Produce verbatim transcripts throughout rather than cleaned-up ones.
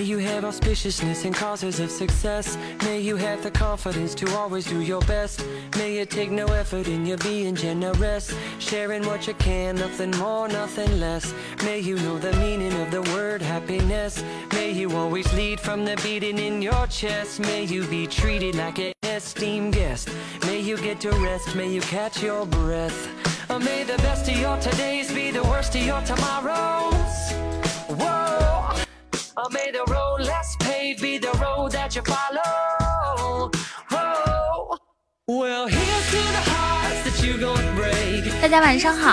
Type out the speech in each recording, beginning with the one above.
you have auspiciousness and causes of success. May you have the confidence to always do your best. May you take no effort in your being generous, sharing what you can, nothing more, nothing less. May you know the meaning of the word happiness. May you always lead from the beating in your chest. May you be treated like an esteemed guest. May you get to rest, may you catch your breath. Or may the best of your todays be the worst of your tomorrows. Whoa. Or may the road less paved be the road that you follow. Whoa. Well, here's to the hearts that you gonna break. 大家晚上好。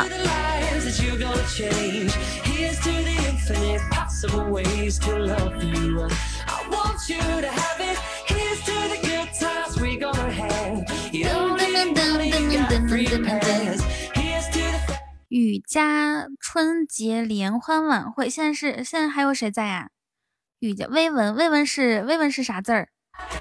Here's to the infinite possible ways to love you. I want you to have it. Here's to the good times we gonna have. You don't need got free pass. Here's to the 雨家春节联欢晚会，现在是现在还有谁在呀、啊？雨家微文，微文是微文是啥字儿？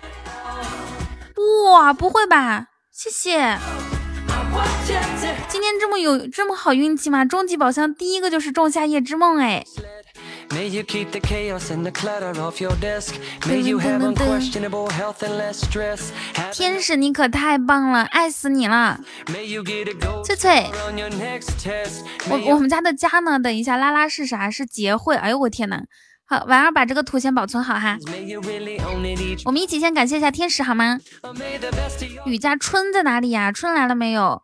哇，不会吧？谢谢。今天这么有这么好运气吗？终极宝箱第一个就是仲夏夜之梦哎。 May you keep the chaos and the clutter off your desk. May you have unquestionable health and less stress. 天使你可太棒了，爱死你了。翠翠，我我们家的家呢？等一下，拉拉是啥？是结会。哎呦我天哪！好，婉儿把这个图先保存好哈。我们一起先感谢一下天使好吗？雨家春在哪里呀？春来了没有？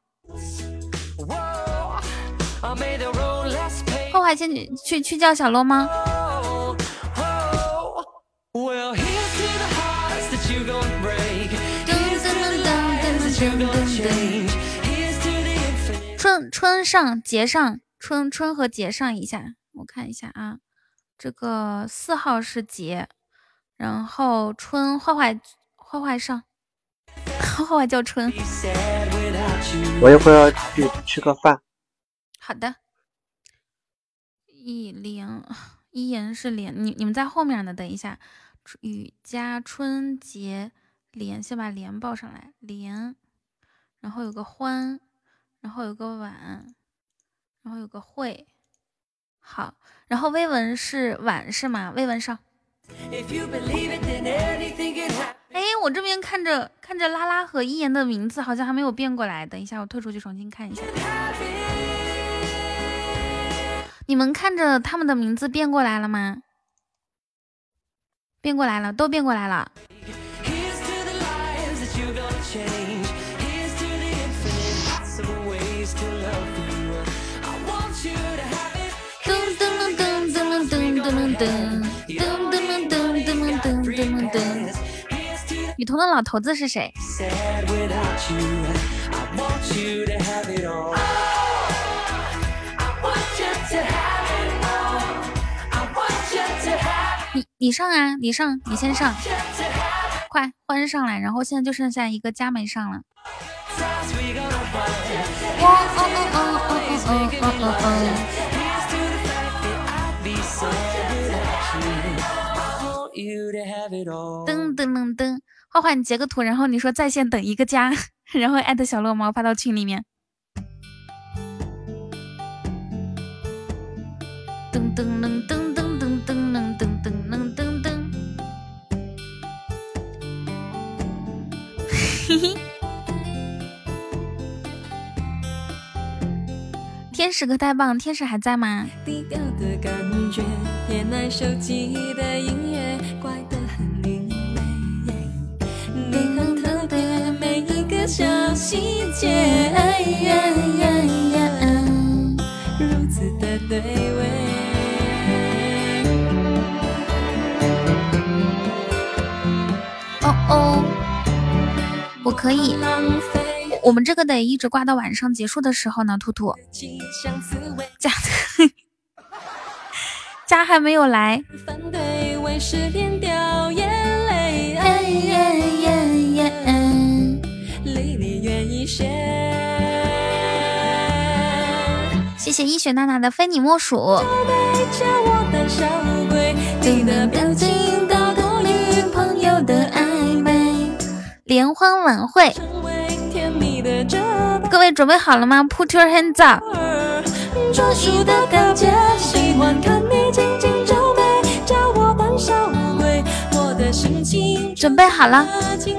后海先去去叫小罗吗？春春上节上春春和节上一下，我看一下啊，这个四号是节，然后春坏坏坏坏上，坏坏叫春。 我一会儿要去吃个饭。 好的。一连一言是连，你你们在后面呢，等一下。雨家春节连，先把连报上来，连，然后有个欢，然后有个晚，然后有个会，好，然后微文是晚是吗？微文上。哎，我这边看着看着拉拉和一言的名字好像还没有变过来，等一下我退出去重新看一下。你们看着他们的名字变过来了吗？变过来了，都变过来了。噔噔噔噔噔噔噔噔噔噔噔噔噔噔。雨桐的老头子是谁？你你上啊，你上，你先上，快欢上来，然后现在就剩下一个佳美上了。哦哦哦哦哦哦哦哦！噔噔噔噔，画画你截个图，然后你说在线等一个加，然后艾特小落毛发到群里面。噔噔噔噔噔噔噔噔噔噔噔噔，嘿嘿。天使可太棒，天使还在吗？低调的感觉，偏爱手机的音乐，怪得很另类。你很特别，每一个小细节，如此的对味。哦哦，我可以。我们这个得一直挂到晚上结束的时候呢，兔兔。家家还没有来。谢谢一雪娜娜的非你莫属。联欢晚会，各位准备好了吗 ？Put your hands up。专属的感觉，喜欢看你紧紧皱眉，叫我胆小鬼。 准备好了。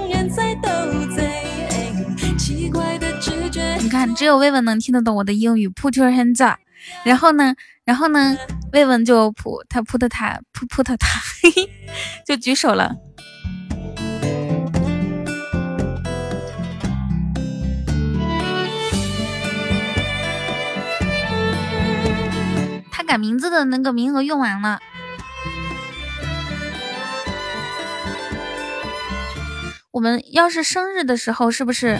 你看，只有薇薇能听得懂我的英语。Put your hands up。然后呢，然后呢，薇薇就扑他扑的他扑扑的他，就举手了。他改名字的那个名额用完了。我们要是生日的时候，是不是？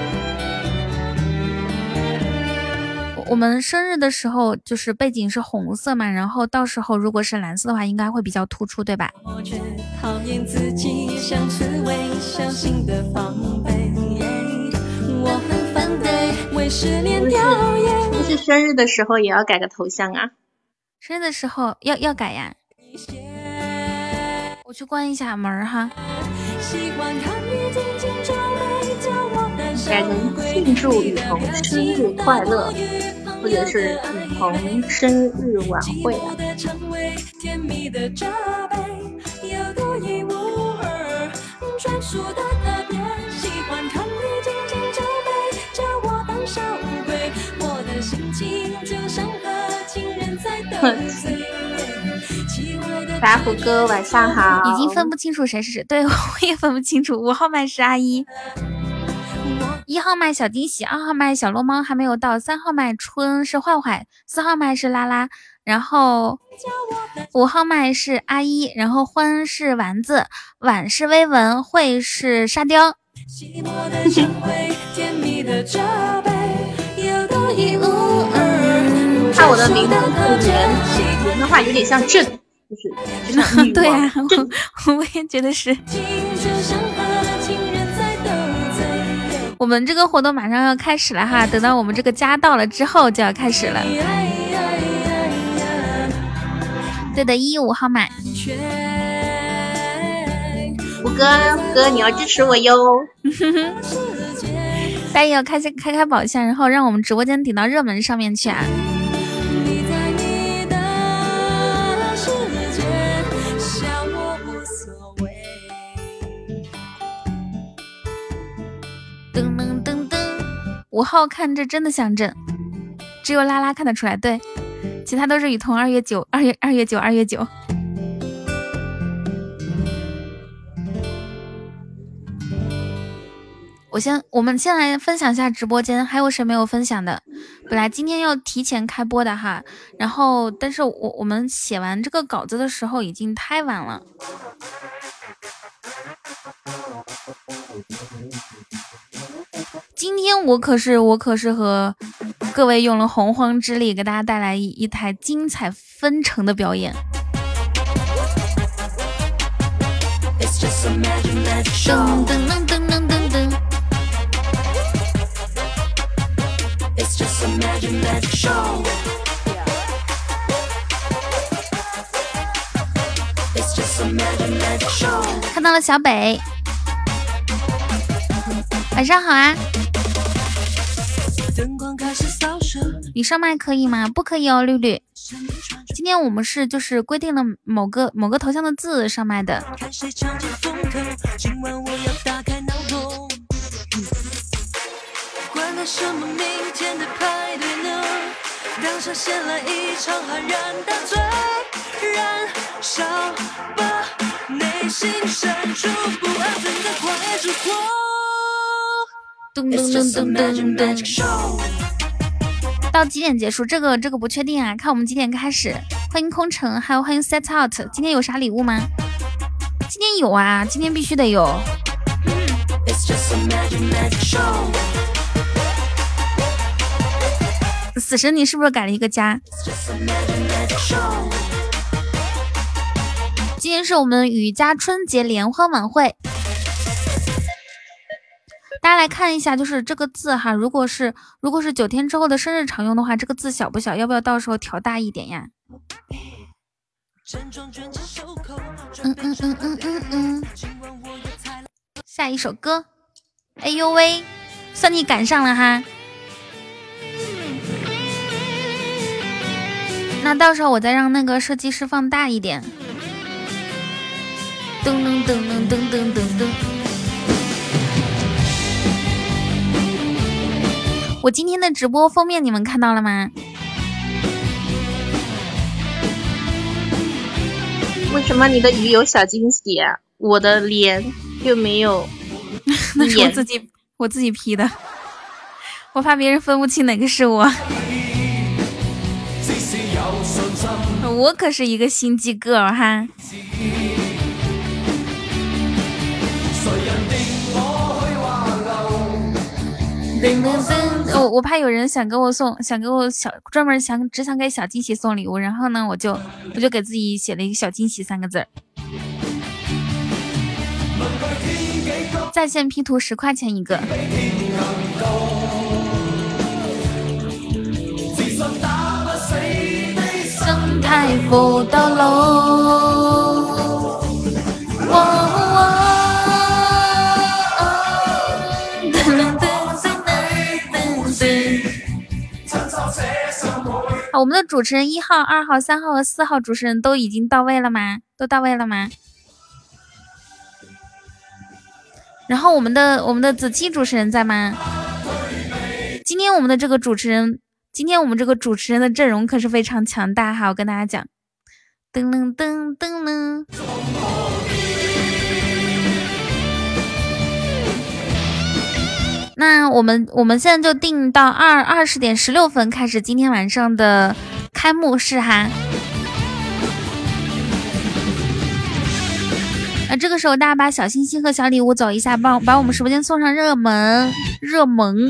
我们生日的时候就是背景是红色嘛，然后到时候如果是蓝色的话，应该会比较突出，对吧？不是生日的时候也要改个头像啊？ 生日的时候要要改呀？我去关一下门哈。 改成庆祝雨桐生日快乐，或者是雨桐生日晚会啊。白虎哥晚上好。 已经分不清楚谁是谁，对我也分不清楚。五号麦是阿一。一号麦小惊喜，二号麦小龙猫还没有到，三号麦春是坏坏，四号麦是拉拉，然后五号麦是阿一，然后欢是丸子，晚是微文，会是沙雕。 看我的名字圆圆的话有点像朕，就是就像女王。 对啊，我我也觉得是。我们这个活动马上要开始了哈，等到我们这个家到了之后就要开始了。对的，一五号买。 五哥，五哥，你要支持我哟！ 大家要开开开开宝箱，然后让我们直播间顶到热门上面去啊！噔噔噔噔，五号看着真的像朕，只有拉拉看得出来，对，其他都是雨桐。二月九，二月二月九，二月九。我先，我们先来分享一下直播间，还有谁没有分享的？本来今天要提前开播的哈，然后但是我我们写完这个稿子的时候已经太晚了。今天我可是我可是和各位用了洪荒之力，给大家带来一一台精彩纷呈的表演。噔噔噔噔噔噔噔。It's just a magic magic show. It's just a magic magic show. 看到了小北，晚上好啊。你上麦可以吗？不可以哦，绿绿。今天我们是就是规定了某个某个头像的字上麦的。什么明天的派对呢？当下先来一场悍然的醉，燃烧吧内心深处不安分的快烛火。咚咚咚咚咚咚。到几点结束？这个这个不确定啊，看我们几点开始。欢迎空城，还有欢迎 set out。今天有啥礼物吗？今天有啊，今天必须得有。It's just a magic magic show。死神，你是不是改了一个家？今天是我们雨家春节联欢晚会，大家来看一下，就是这个字哈，如果是如果是九天之后的生日常用的话，这个字小不小？要不要到时候调大一点呀？嗯嗯嗯嗯嗯嗯。下一首歌，哎呦喂，算你赶上了哈。那到时候我再让那个设计师放大一点。 噔噔噔噔噔噔噔噔。我今天的直播封面你们看到了吗？ 为什么你的鱼有小惊喜啊？我的脸又没有？ 那是我自己我自己 P 的，我怕别人分不清哪个是我。我可是一个心机 girl 哈。我我怕有人想给我送，想给我小专门想只想给小惊喜送礼物，然后呢，我就我就给自己写了一个小惊喜三个字儿。在线 P 图十块钱一个。生态佛道楼。哇哇好，我们的主持人一号、二号、三号和四号主持人都已经到位了吗？都到位了吗？然后我们的我们的子期主持人在吗？今天我们的这个主持人，今天我们这个主持人的阵容可是非常强大哈，我跟大家讲，噔噔噔噔噔。那我们我们现在就定到二二十点十六分开始今天晚上的开幕式哈。那这个时候大家把小心心和小礼物走一下，帮把我们直播间送上热门热门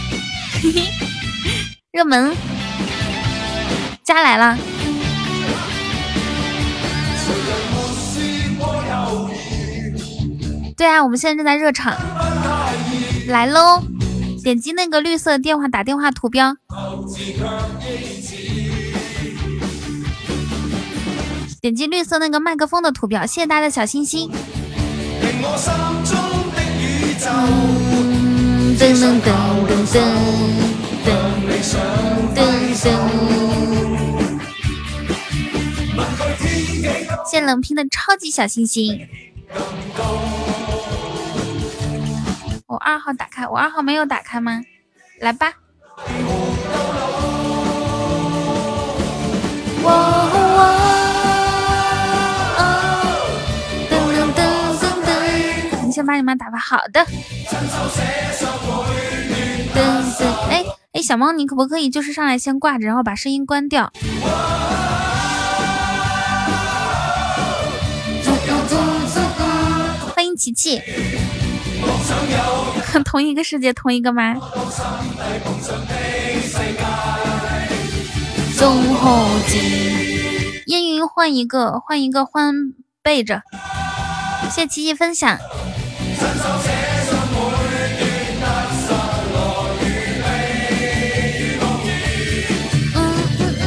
热门加来了。对啊，我们现在正在热场，来喽！点击那个绿色电话打电话图标，点击绿色那个麦克风的图标，谢谢大家的小心心。噔噔噔噔噔噔噔噔，谢冷拼的超级小心心。我二号打开，我二号没有打开吗？来吧。哇哇噔噔噔噔噔，你先把你们打发好的。噔噔，哎哎，小猫，你可不可以就是上来先挂着，然后把声音关掉？欢迎琪琪。同一个世界，同一个吗？中后集，烟云换一个，换一个换背着。谢谢琪琪分享。嗯嗯嗯。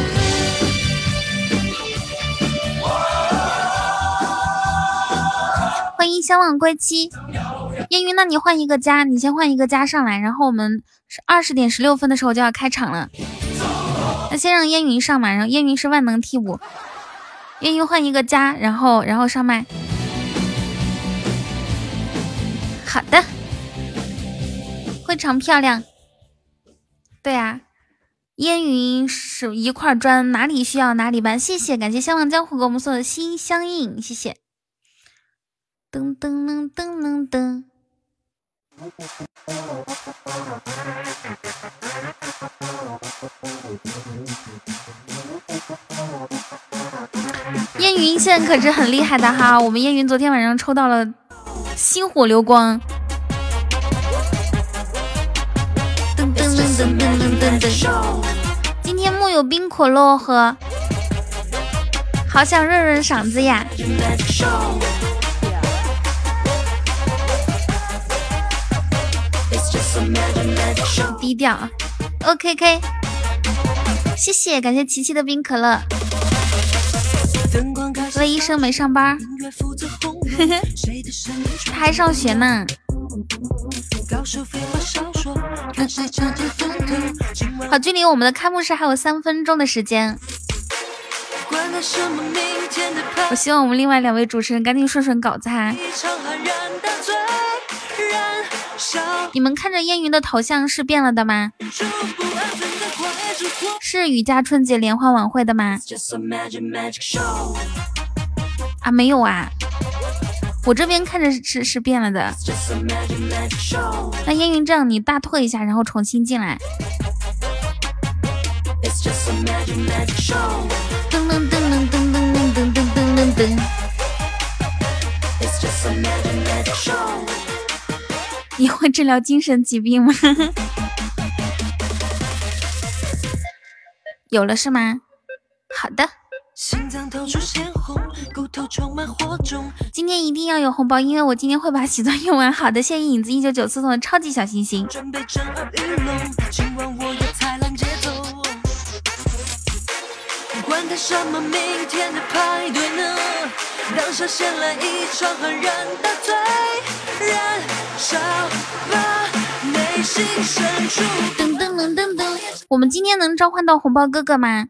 欢迎相望归期。烟云，那你换一个家，你先换一个家上来，然后我们二十点十六分的时候就要开场了。那先让烟云上嘛，然后烟云是万能替补，烟云换一个家，然后然后上麦。好的，会场漂亮。对啊，烟云是一块砖，哪里需要哪里搬。谢谢，感谢相望江湖给我们送的心相印，谢谢。噔噔噔噔噔噔。烟云现在可是很厉害的哈，我们烟云昨天晚上抽到了星火流光。噔噔噔噔噔噔噔，今天木有冰可乐喝，好想润润嗓子呀。低调 ，O K K， 谢谢，感谢琪琪的冰可乐。魏医生没上班，呵呵，他还上学呢。好，距离我们的开幕式还有三分钟的时间。 我希望我们另外两位主持人赶紧顺顺稿子哈。你们看着烟云的头像是变了的吗？是雨家春节联欢晚会的吗？啊，没有啊，我这边看着是是变了的。那烟云这样，你大退一下，然后重新进来。噔噔噔噔噔噔噔噔噔噔噔。你会治疗精神疾病吗？有了是吗？好的。今天一定要有红包，因为我今天会把喜钻用完。好的，谢谢影子一九九四送的超级小星星。管他什么明天的派对呢，当下先来一场狠然的醉，燃烧吧内心深处。噔噔噔噔噔，我们今天能召唤到红包哥哥吗？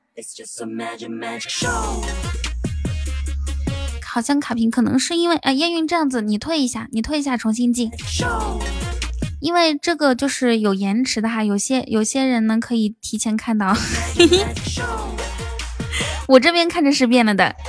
好像卡屏可能是因为呃烟云这样子，你退一下，你退一下重新进，因为这个就是有延迟的哈，有些有些人呢可以提前看到。我这边看着是变了的。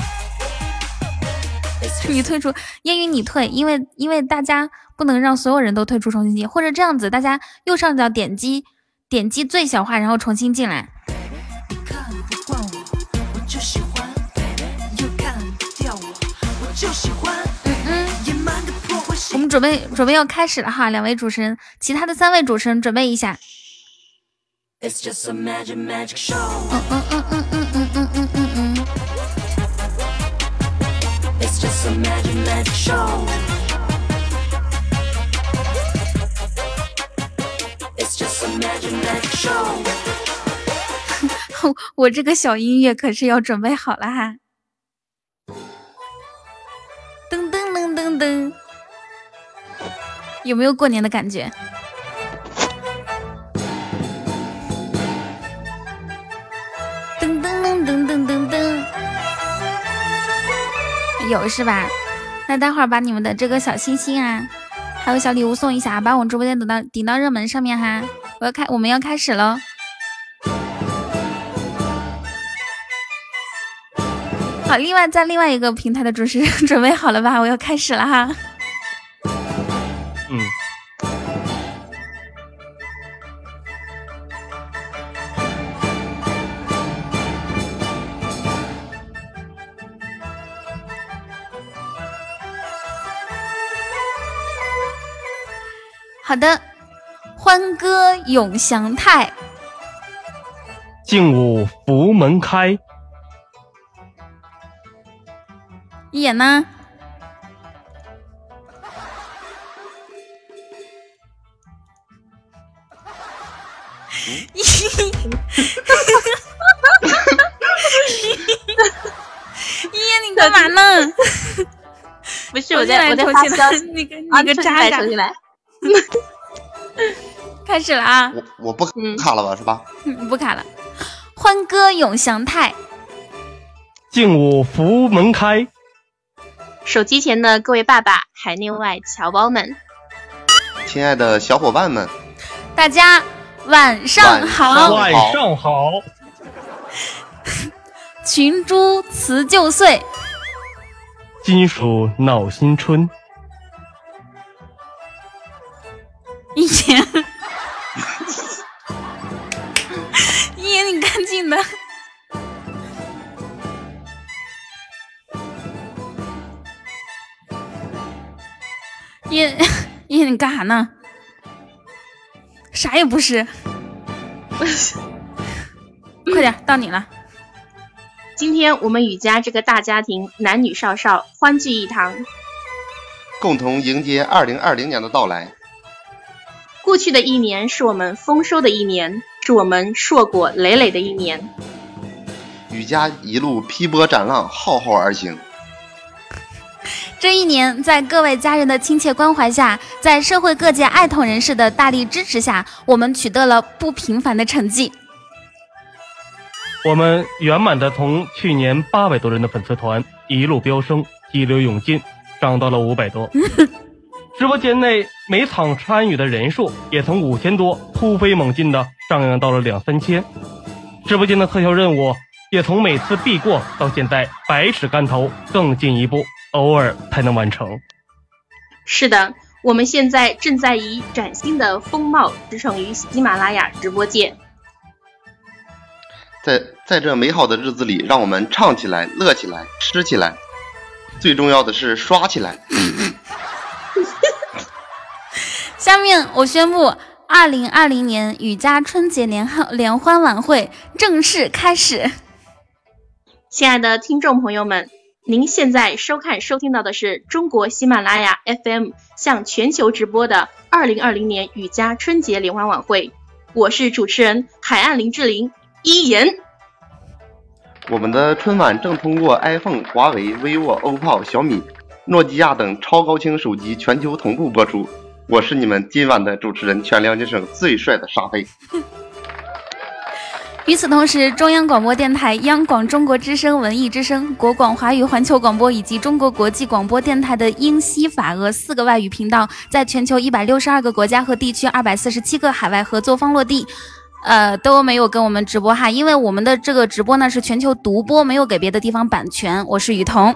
你退出，烟云你退，因为因为大家不能让所有人都退出重新进，或者这样子，大家右上角点击点击最小化，然后重新进来。看不惯我，我就喜欢，又看不掉我，我就喜欢。嗯嗯，我们准备准备要开始了哈，两位主持人，其他的三位主持人准备一下。It's just a magic magic show. 嗯嗯嗯嗯嗯嗯嗯嗯嗯嗯。It's just a magic magic show. It's just a magic magic show. 我这个小音乐可是要准备好了哈。噔噔噔噔噔，有没有过年的感觉？噔噔噔噔噔噔噔，有是吧？那待会儿把你们的这个小星星啊，还有小礼物送一下，把我直播间顶到顶到热门上面哈。我要开，我们要开始喽。好，另外在另外一个平台的主持人准备好了吧？我要开始了哈。嗯。好的，欢歌永祥泰， 劲舞福门开。 一眼呢？一眼你干嘛呢？ 不是我在我在发消息， 你个你个渣渣！开始了啊！ 我我不卡了吧？是吧？ 嗯，不卡了。欢歌永祥泰， 劲舞福门开。 手机前的各位爸爸、海内外侨胞们， 亲爱的小伙伴们， 大家晚上好！ 晚上好！ 群猪辞旧岁， 金属闹新春。 一言，一言，你赶紧的。一言，一言，你干啥呢？啥也不是。快点，到你了。 今天我们雨家这个大家庭，男女少少欢聚一堂， 共同迎接二零二零年的到来。 过去的一年是我们丰收的一年，是我们硕果累累的一年。 雨家一路劈波斩浪，浩浩而行。 这一年，在各位家人的亲切关怀下，在社会各界爱统人士的大力支持下，我们取得了不平凡的成绩。 我们圆满的从去年八百多人的粉丝团一路飙升，激流勇进，涨到了五百多。直播间内每场参与的人数也从五千多突飞猛进的上扬到了两三千。直播间的特效任务也从每次必过到现在百尺竿头更进一步，偶尔才能完成。 是的，我们现在正在以崭新的风貌驰骋于喜马拉雅直播界。 在在这美好的日子里，让我们唱起来，乐起来，吃起来，最重要的是刷起来。 下面我宣布二零二零年雨佳春节联联欢晚会正式开始。 亲爱的听众朋友们，您现在收看收听到的是中国喜马拉雅 F M 向全球直播的二零二零年雨佳春节联欢晚会，我是主持人海岸林志玲一言。 我们的春晚正通过 iPhone、华为、vivo、O P P O、小米、诺基亚等超高清手机全球同步播出。我是你们今晚的主持人，全辽宁省最帅的沙飞。 与此同时，中央广播电台、央广中国之声、文艺之声、国广华语环球广播以及中国国际广播电台的英西法俄四个外语频道，在全球一百六十二个国家和地区、二百四十七个海外合作方落地。呃，都没有跟我们直播哈，因为我们的这个直播呢是全球独播，没有给别的地方版权。我是雨桐。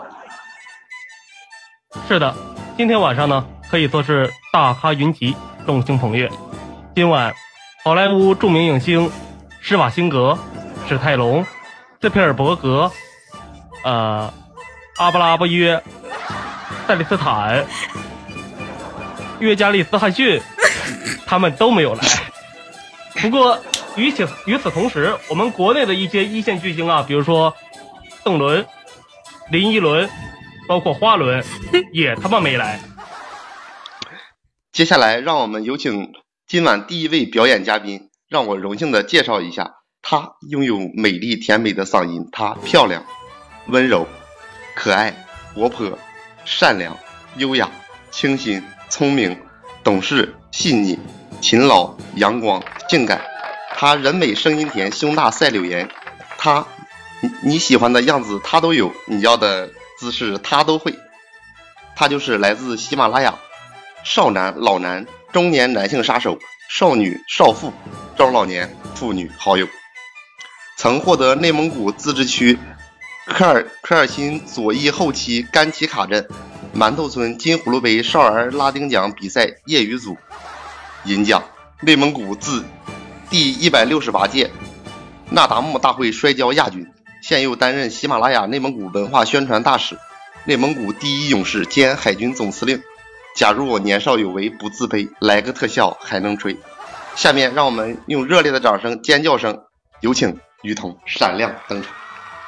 是的，今天晚上呢可以说是大咖云集，众星捧月。今晚好莱坞著名影星施瓦辛格、史泰龙、斯皮尔伯格、呃阿布拉伯约、塞利斯坦、约加利斯汉逊他们都没有来。不过与此与此同时，我们国内的一些一线巨星啊，比如说邓伦、林依轮，包括花轮也他妈没来。 接下来让我们有请今晚第一位表演嘉宾，让我荣幸的介绍一下，她拥有美丽甜美的嗓音，她漂亮、温柔、可爱、活泼、善良、优雅、清新、聪明、懂事、细腻、勤劳、阳光、性感。她人美声音甜，胸大赛柳岩。她你你喜欢的样子她都有，你要的姿势她都会。她就是来自喜马拉雅少男、老男、中年男性杀手、少女、少妇、中老年妇女好友，曾获得内蒙古自治区科尔科尔沁左翼后期甘旗卡镇馒头村金葫芦杯少儿拉丁奖比赛业余组银奖，内蒙古自第一百六十八届那达慕大会摔跤亚军，现又担任喜马拉雅内蒙古文化宣传大使，内蒙古第一勇士兼海军总司令。假如我年少有为不自卑，来个特效还能吹。下面让我们用热烈的掌声尖叫声有请雨桐闪亮登场。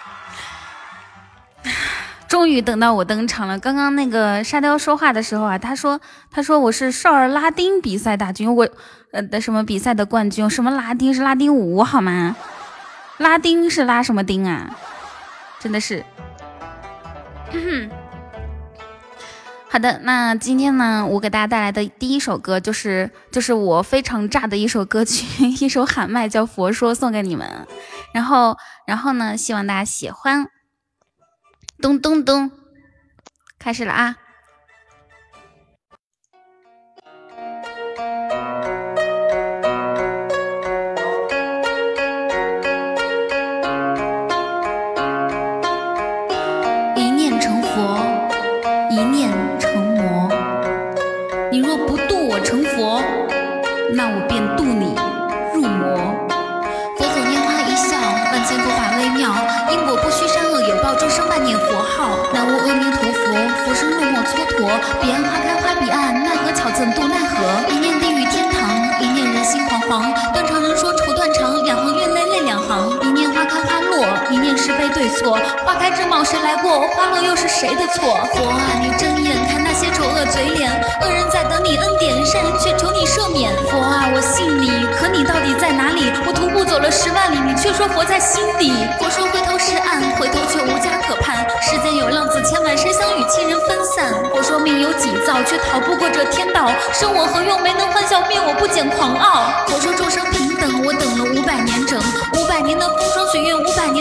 终于等到我登场了。刚刚那个沙雕说话的时候啊，他说他说我是少儿拉丁比赛大军，我呃的什么比赛的冠军，什么拉丁是拉丁舞好吗？拉丁是拉什么丁啊？真的是。好的，那今天呢，我给大家带来的第一首歌就是就是我非常炸的一首歌曲，一首喊麦叫《佛说》，送给你们。然后然后呢，希望大家喜欢。咚咚咚，开始了啊！一念成佛，一念成魔。你若不渡我成佛，那我便渡你入魔。佛祖拈花一笑，万千佛法微妙，因果不虚，善恶有报，众生万念佛号。南无阿弥陀佛，佛声落寞蹉跎，彼岸花开花彼岸，奈何巧赠渡奈何。一念地狱天堂，一念人心惶惶，断肠人说愁断肠，两行怨泪泪两行。一念花开花落，一念是非对错，花开之貌谁来过，花落又是谁的错？佛啊，你睁眼看那些丑恶嘴脸，恶人在等你恩典，善人却求你赦免。佛啊，我信你，可你到底在哪里？我徒步走了十万里，你却说佛在心底。佛说回头是岸，回头却无家可盼，世间有浪子千万，谁想与亲人分散？佛说命由己造，却逃不过这天道，生我何用，没能欢笑，灭我不减狂傲。佛说众生平等，我等了五百年整，五百年的风霜雪月，五百年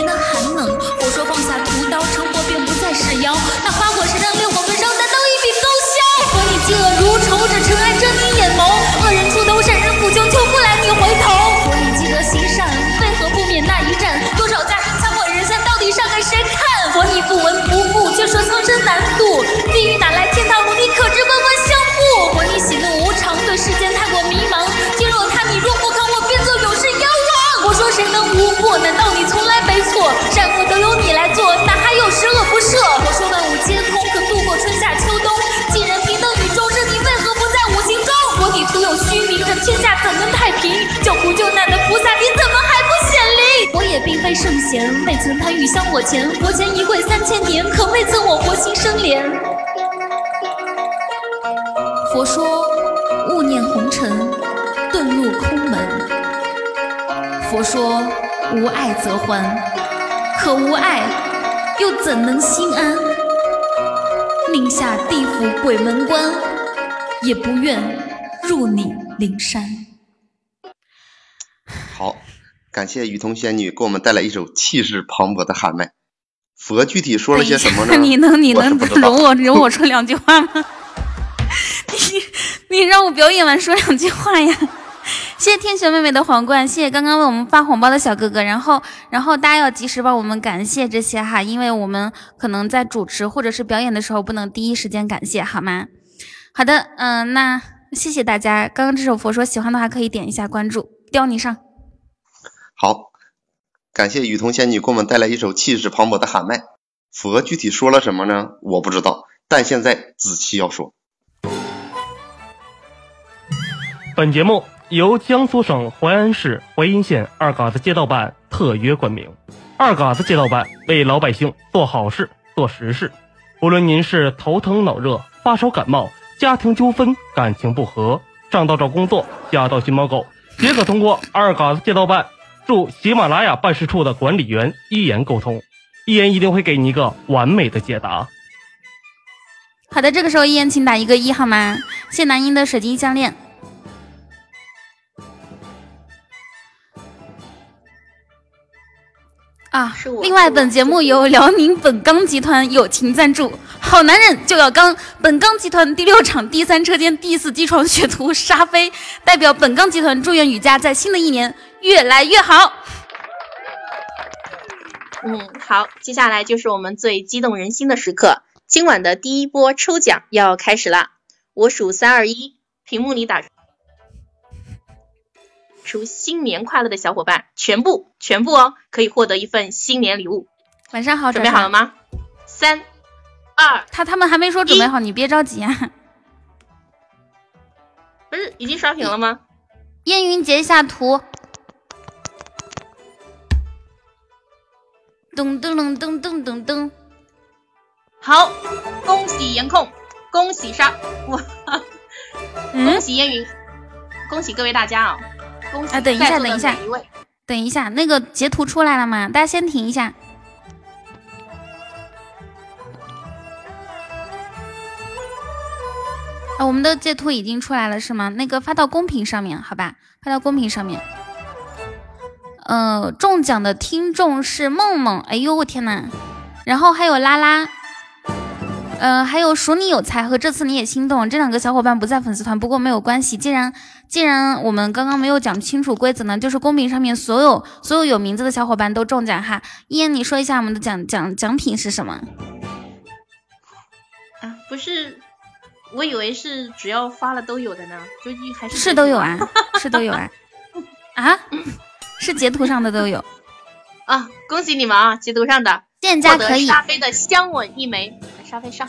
贤，未曾贪欲香火钱，佛前一跪三千年，可未赠我佛心生莲。佛说勿念红尘，遁入空门。佛说无爱则欢，可无爱又怎能心安？宁下地府鬼门关，也不愿入你灵山。 好，感谢雨桐仙女给我们带来一首气势磅礴的喊麦。佛具体说了些什么呢？ 你能你能容我容我说两句话吗？你你让我表演完说两句话呀！谢谢天雪妹妹的皇冠，谢谢刚刚为我们发红包的小哥哥，然后然后大家要及时帮我们感谢这些哈，因为我们可能在主持或者是表演的时候不能第一时间感谢，好吗？好的，嗯、呃，那谢谢大家。刚刚这首佛说喜欢的话可以点一下关注，雕你上。 好，感谢雨桐仙女给我们带来一首气势磅礴的喊麦。佛具体说了什么呢？我不知道，但现在子期要说。 本节目由江苏省淮安市淮阴县二嘎子街道办特约冠名。二嘎子街道办为老百姓做好事做实事，无论您是头疼脑热、发烧感冒、家庭纠纷、感情不和、上道找工作、下道寻猫狗，皆可通过二嘎子街道办驻喜马拉雅办事处的管理员一言沟通，一言一定会给你一个完美的解答。 好的，这个时候一言请打一个一好吗？谢谢南音的水晶项链。啊，另外本节目由辽宁本钢集团友情赞助，好男人就要刚，本钢集团第六场第三车间第四机床学徒沙飞代表本钢集团祝愿雨佳在新的一年越来越好。 嗯，好，接下来就是我们最激动人心的时刻，今晚的第一波抽奖要开始啦！我数三二一，屏幕里打出新年快乐的小伙伴，全部全部哦，可以获得一份新年礼物。 晚上好， 准备好了吗？三二， 他他们还没说准备好，你别着急啊。 不是已经刷屏了吗？ 烟云截一下图。噔噔噔噔噔噔噔。 好，恭喜颜控，恭喜沙，哇， 嗯、 恭喜烟云，恭喜各位大家啊！恭喜啊！等一下，等一下， 一等一下，那个截图出来了吗？大家先停一下。啊，我们的截图已经出来了是吗？那个发到公屏上面，好吧，发到公屏上面。呃，中奖的听众是梦梦，哎呦我天哪！然后还有拉拉。呃，还有数你有才和这次你也心动这两个小伙伴不在粉丝团，不过没有关系。既然既然我们刚刚没有讲清楚规则呢，就是公屏上面所有所有有名字的小伙伴都中奖哈。一言，你说一下我们的奖奖奖品是什么？ 啊，不是，我以为是只要发了都有的呢，究竟还是是都有啊，是都有啊，啊，是截图上的都有啊，恭喜你们啊，截图上的。 店家可以沙飞的香吻一枚，沙飞上，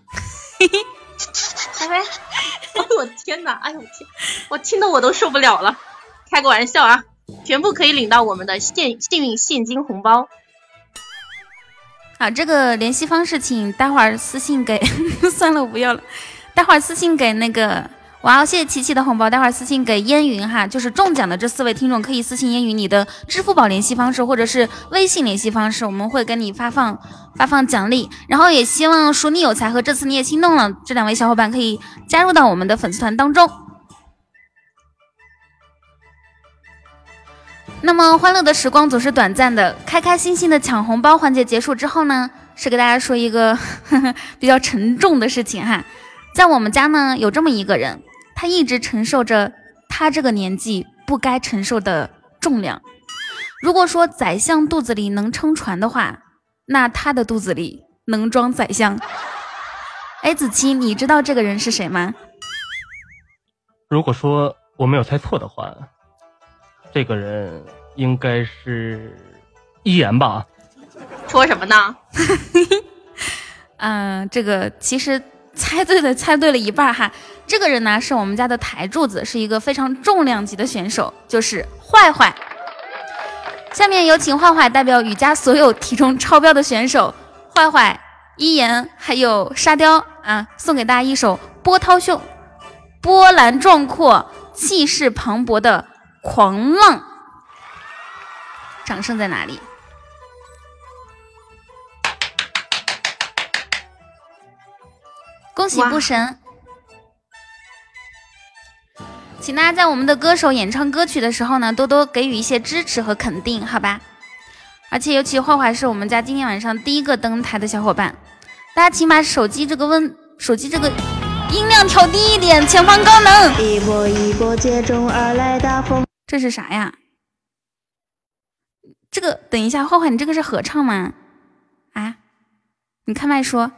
沙飞，哎呦我天哪，哎呦我天，我听得我都受不了了，开个玩笑啊，全部可以领到我们的现幸运现金红包。 好，这个联系方式请待会儿私信给，算了我不要了，待会儿私信给那个。哇，谢谢琪琪的红包，待会儿私信给烟云哈，就是中奖的这四位听众可以私信烟云你的支付宝联系方式或者是微信联系方式，我们会给你发放发放奖励。然后也希望数你有才和这次你也心动了这两位小伙伴可以加入到我们的粉丝团当中。那么欢乐的时光总是短暂的，开开心心的抢红包环节结束之后呢，是给大家说一个呵呵比较沉重的事情哈。在我们家呢有这么一个人，他一直承受着他这个年纪不该承受的重量。如果说宰相肚子里能撑船的话，那他的肚子里能装宰相。哎，子期，你知道这个人是谁吗？ 如果说我没有猜错的话，这个人应该是一言吧？ 说什么呢？ 嗯、呃，这个其实猜对了，猜对了一半哈。这个人呢是我们家的台柱子，是一个非常重量级的选手，就是坏坏。 下面有请坏坏代表雨佳所有体重超标的选手，坏坏、一言还有沙雕啊，送给大家一首波涛汹、波澜壮阔、气势磅礴的《狂浪》。掌声在哪里？恭喜不神！请大家在我们的歌手演唱歌曲的时候呢，多多给予一些支持和肯定，好吧？而且尤其坏坏是我们家今天晚上第一个登台的小伙伴，大家请把手机这个温手机这个音量调低一点，前方高能。一波一波接踵而来大风，这是啥呀？这个等一下，坏坏，你这个是合唱吗？啊？你开麦说。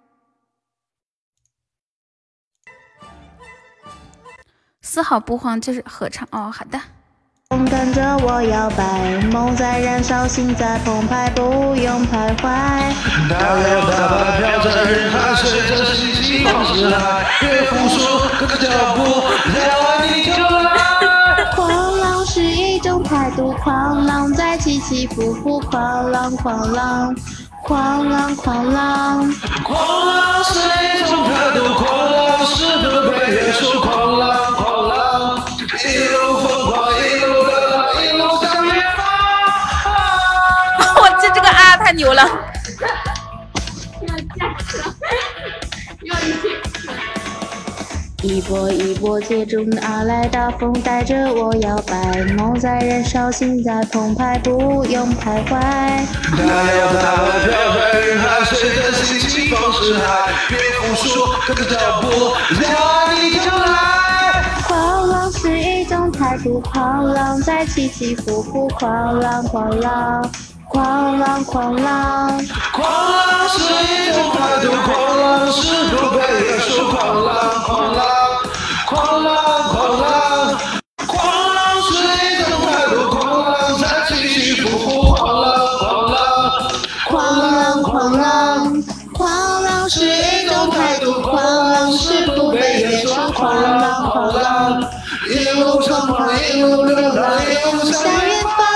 丝毫不慌，就是合唱哦。好的。跟着我摇摆，梦在燃烧，心在澎湃，不用徘徊。大摇大摆飘在人海，随着心情往事来，别服输，跟着脚步，要爱你就来。狂浪是一种态度，狂浪在起起伏伏，狂浪狂浪。狂浪狂浪，狂浪是一种态度，狂浪是不被约束，狂浪狂浪，一路疯狂，一路流浪，一路向远方。我这这个啊太牛了！要架了，要一起。一波一波接踵而来，大风带着我摇摆，梦在燃烧，心在澎湃，不用徘徊。大摇大摆飘在人海，随着心情放肆海，别服输，跟着脚步，要爱你就来。狂浪是一种态度，狂浪在起起伏伏，狂浪狂浪。狂浪狂浪，狂浪是一种态度，狂浪是不被约束，狂浪狂浪，狂浪狂浪，狂浪是一种态度，狂浪在起起伏伏，狂浪狂浪，狂浪狂浪，狂浪是一种态度，狂浪是不被约束，狂浪狂浪，一路冲狂，一路流浪，一路向远方。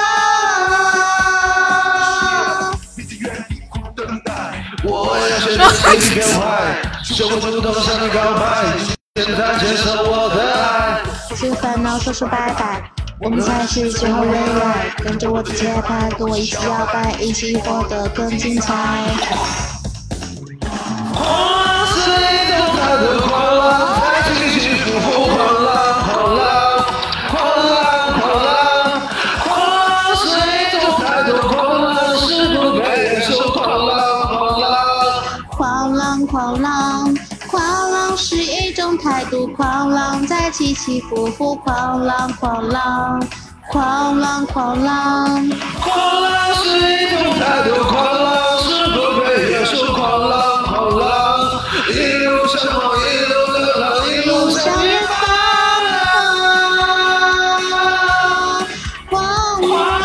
我要学着心变坏，生活主动向你告白，现在接受我的爱。是烦恼说说拜拜，我们才是最后未来。跟着我的节拍，跟我一起摇摆，一起活得更精彩。狂浪是一种态度，狂浪在起起伏伏，狂浪狂浪，狂浪狂浪，狂浪是一种态度，狂浪是不被约束，狂浪。狂浪狂浪，狂浪是一种态度，狂浪在起起伏伏，狂浪狂浪，狂浪狂浪，狂浪是一种态度，狂浪是不被约束，狂浪狂浪，一路向往，一路流浪，一路向远方。狂浪。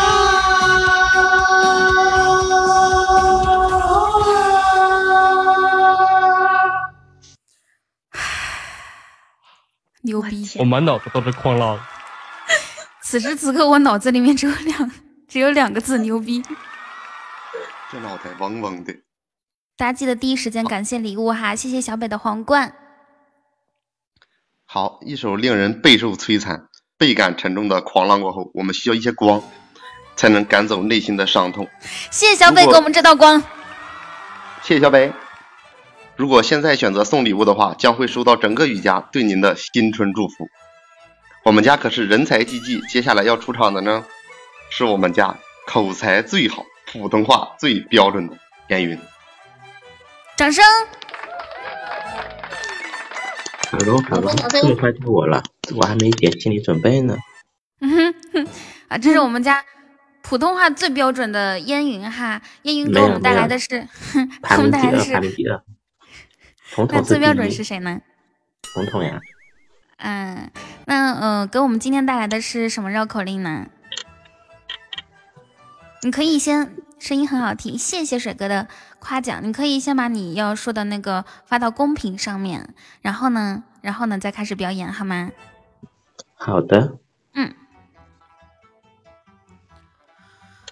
牛逼！ 我满脑子都是狂浪。 此时此刻，我脑子里面只有两只有两个字：牛逼。 这脑袋嗡嗡的。 大家记得第一时间感谢礼物哈，谢谢小北的皇冠。 好，一首令人备受摧残、倍感沉重的狂浪过后，我们需要一些光，才能赶走内心的伤痛。 谢谢小北给我们这道光。 谢谢小北。如果现在选择送礼物的话，将会收到整个雨家对您的新春祝福。我们家可是人才济济，接下来要出场的呢，是我们家口才最好、普通话最标准的烟云。 掌声 ！Hello Hello， 这么快到我了，我还没点心理准备呢。 嗯哼啊，这是我们家普通话最标准的烟云哈，烟云给我们带来的是，给我们带来的是。那最标准是谁呢？ 彤彤呀。 嗯，那呃，给我们今天带来的是什么绕口令呢？你可以先，声音很好听，谢谢水哥的夸奖。你可以先把你要说的那个发到公屏上面，然后呢，然后呢再开始表演，好吗？ 好的。 嗯。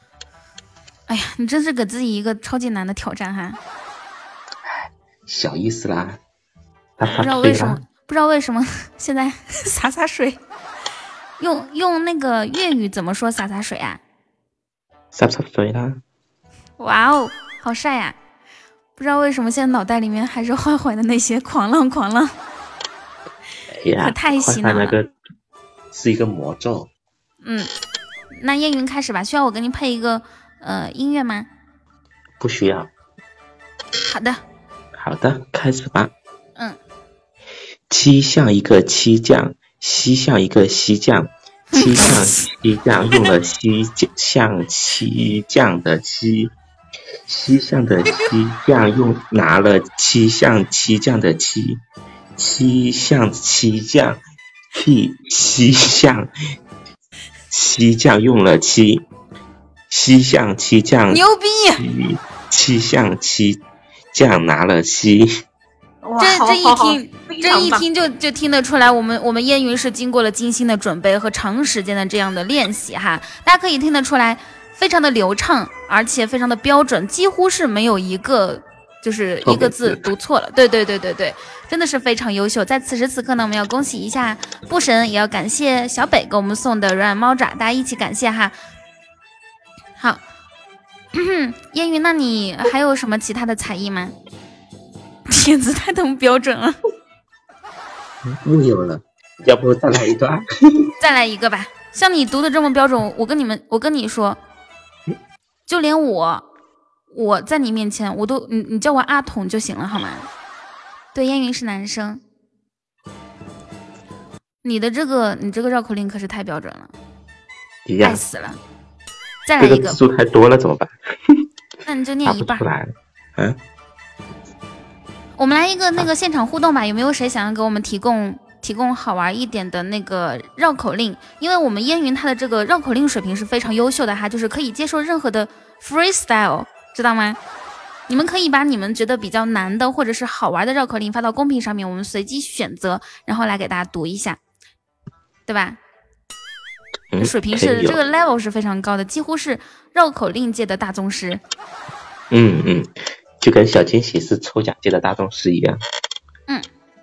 哎呀，你真是给自己一个超级难的挑战哈！ 小意思啦， 不知道为什么，不知道为什么现在洒洒水，用用那个粤语怎么说洒洒水啊？ 洒洒水啦！ 哇哦，好帅呀、啊！不知道为什么现在脑袋里面还是坏坏的那些狂浪狂浪。 哎呀， 可太洗脑了。 那个是一个魔咒。 嗯，那烟云开始吧，需要我给你配一个呃音乐吗？ 不需要。 好的。 好的，开始吧。 嗯。 七像一个七将，西像一个西将，七像七将用了西像七将的七，西像的西将用拿了七像七将的七，七像七将替西像西将用了七，西像七将牛逼， 七像七将拿了七。 这这一听，这一听就就听得出来，我们我们烟云是经过了精心的准备和长时间的这样的练习哈，大家可以听得出来，非常的流畅，而且非常的标准，几乎是没有一个就是一个字读错了。对对对对对，真的是非常优秀。在此时此刻呢，我们要恭喜一下布神，也要感谢小北给我们送的软软猫爪，大家一起感谢哈。好，烟云，那你还有什么其他的才艺吗？天子太他妈标准了， 没有了，要不再来一段？ 再来一个吧。像你读的这么标准，我跟你们，我跟你说，就连我，我在你面前，我都你你叫我阿童就行了，好吗？对，烟云是男生，你的这个你这个绕口令可是太标准了，爱死了。再来一个， 字数太多了怎么办？ 那你就念一半。 嗯。 我们来一个那个现场互动吧，有没有谁想要给我们提供提供好玩一点的那个绕口令？因为我们烟云他的这个绕口令水平是非常优秀的哈，就是可以接受任何的 freestyle， 知道吗？你们可以把你们觉得比较难的或者是好玩的绕口令发到公屏上面，我们随机选择，然后来给大家读一下，对吧？ 嗯、 水平是这个 level 是非常高的，几乎是绕口令界的大宗师。 嗯嗯。就跟小惊喜是抽奖界的大宗师一样。 嗯，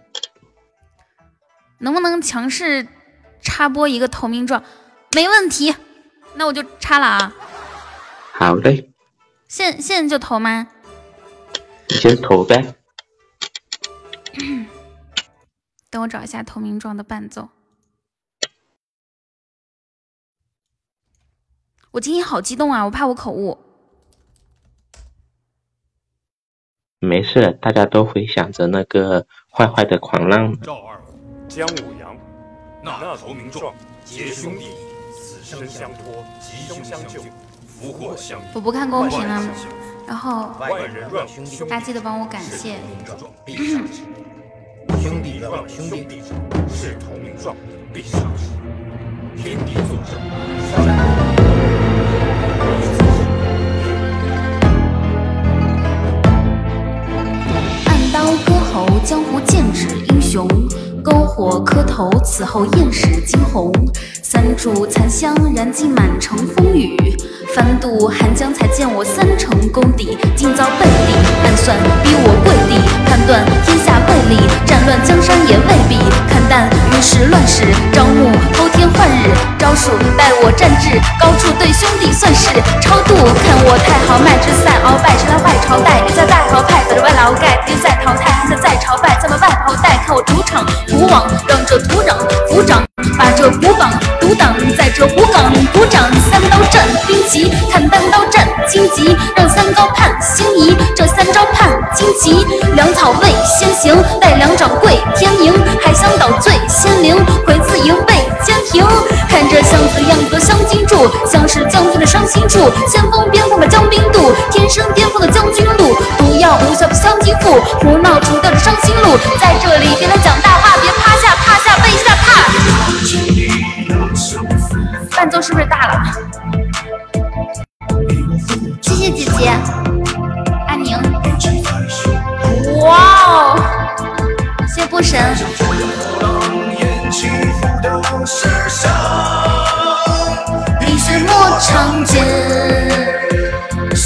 能不能强势插播一个投名状？没问题，那我就插了啊。 好嘞。 现现在就投吗？ 你先投呗。 等我找一下投名状的伴奏。我今天好激动啊，我怕我口误。 没事，大家都会想着那个坏坏的狂浪。 赵二虎、姜武阳，那投名状，结兄弟，此生相托，吉凶相救，福祸相依。 我不看公屏了，然后外人乱大家记得帮我感谢。 兄弟乱兄弟是投名状，必上市。天地作证。 刀割喉，江湖剑指英雄；篝火磕头，此后艳史惊鸿。三炷残香，燃尽满城风雨。翻渡寒江，才见我三成功底。今遭背地暗算，逼我跪地。判断天下未理，战乱江山也未必。看淡于时乱世，招募偷天换日。招数待我战至高处，对兄弟算是超度。看我太豪迈之赛鳌拜，谁来坏朝代？别在大豪派，走着外劳盖，别在淘汰，还在再朝拜，再把外袍带。看我主场古往，让这土壤鼓掌，把这古榜独挡，在这湖港鼓掌。三刀战兵旗，看单刀战荆棘，让三高判心仪。这三招判荆棘，粮草未先行，待两掌跪天明。海香岛醉仙灵，回自营被监停。看这巷子样子伤筋住，像是将军的伤心处。先锋边锋把将兵渡，天生巅峰的将军路。毒药无效的香精腹，胡闹除掉的伤心路。在这里别来讲大话，别趴下趴下背下怕。伴奏是不是大了？谢谢姐姐，安宁。哇哦，谢谢布神。历史莫常见，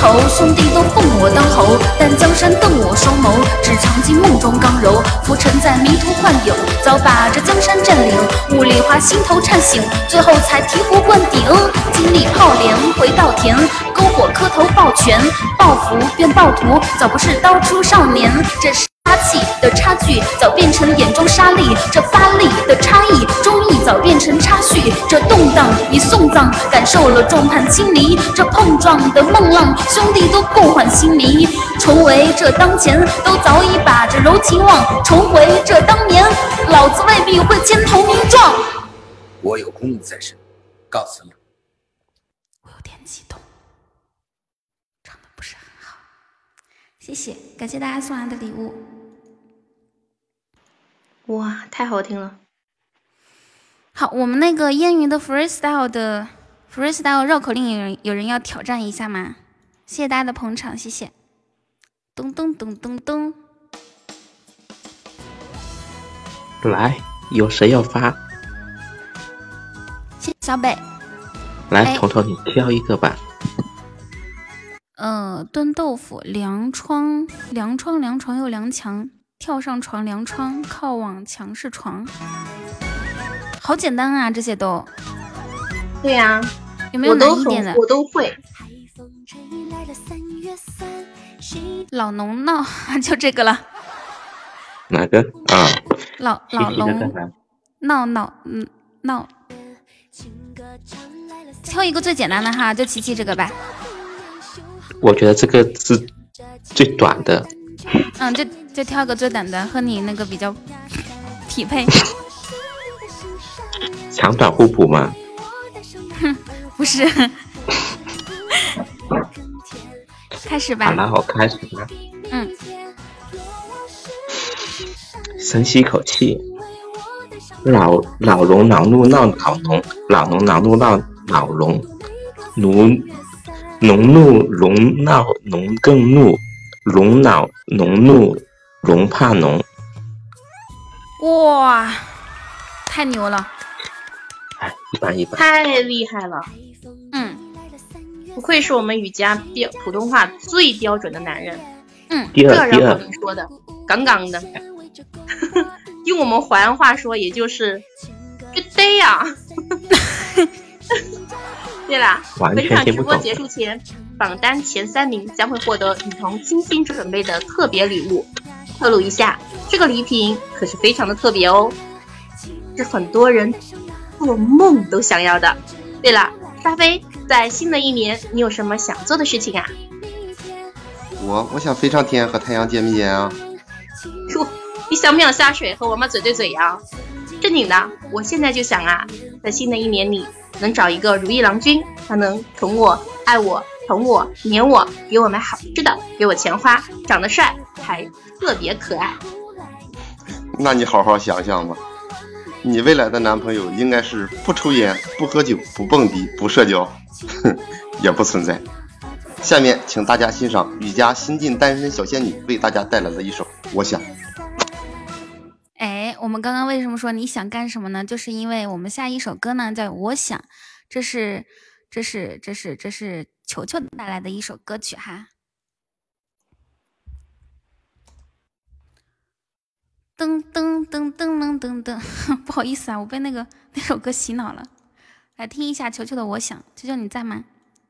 头，兄弟都奉我当侯，但江山瞪我双眸，只藏进梦中刚柔，浮沉在迷途幻影，早把这江山占领。雾里花心头颤醒，最后才醍醐灌顶。经历泡莲回稻田，篝火磕头抱拳，抱负变暴徒，早不是刀出少年。这是杀气的差距，早变成眼中沙砾；这发力的差异，忠义早变成插叙。这动荡已送葬，感受了众叛亲离；这碰撞的梦浪，兄弟都共欢心迷。重回这当前，都早已把这柔情忘；重回这当年，老子未必会肩头名状。 我有公务在身，告辞了。 我有点激动，唱的不是很好，谢谢，感谢大家送来的礼物。 哇，太好听了！ 好，我们那个烟云的 freestyle 的 freestyle 绕口令有人有人要挑战一下吗？谢谢大家的捧场，谢谢。咚咚咚咚咚， 来，有谁要发？ 谢谢小北。 来，彤彤你挑一个吧。 呃，炖豆腐，凉窗，凉窗，凉床又凉墙，跳上床，凉窗，靠往墙是床。好简单啊，这些都。 对呀、啊， 有没有难一点的？ 我都会。 老农闹，就这个了。 哪个啊？ 老老龙闹闹嗯闹。挑一个最简单的哈，就琪琪这个吧。 我觉得这个是最短的。 嗯，就就挑个最短的，和你那个比较匹配。 长短互补吗？ 哼，不是。开始吧。 好了，我开始吧。 嗯。 深吸一口气。老老龙恼怒闹老农，老农恼怒闹老龙，奴农怒龙闹农更怒，龙恼农怒龙怕农。 哇，太牛了！ 哎，一般一般。 太厉害了。 嗯， 不愧是我们雨佳标普通话最标准的男人。 嗯， 第二这绕口令说的杠杠的。用我们淮安话说，也就是就对呀。对啦，本场直播结束前，榜单前三名将会获得雨桐精心准备的特别礼物。透露一下，这个礼品可是非常的特别哦，是很多人做梦都想要的。对了，沙飞，在新的一年，你有什么想做的事情啊？ 我我想飞上天和太阳见面啊。 哟，你想不想下水和我妈嘴对嘴呀、啊？正经的，我现在就想啊，在新的一年里能找一个如意郎君，他能宠我、爱我、疼我、黏我，给我买好吃的，给我钱花，长得帅，还特别可爱。 那你好好想想吧，你未来的男朋友应该是不抽烟、不喝酒、不蹦迪、不社交，哼，也不存在。下面请大家欣赏雨佳新晋单身小仙女为大家带来的一首《我想》。 哎，我们刚刚为什么说你想干什么呢？就是因为我们下一首歌呢叫《我想》，这是这是这是这是球球带来的一首歌曲哈。噔噔噔噔噔噔噔，不好意思啊，我被那个那首歌洗脑了。来听一下球球的《我想》，球球你在吗？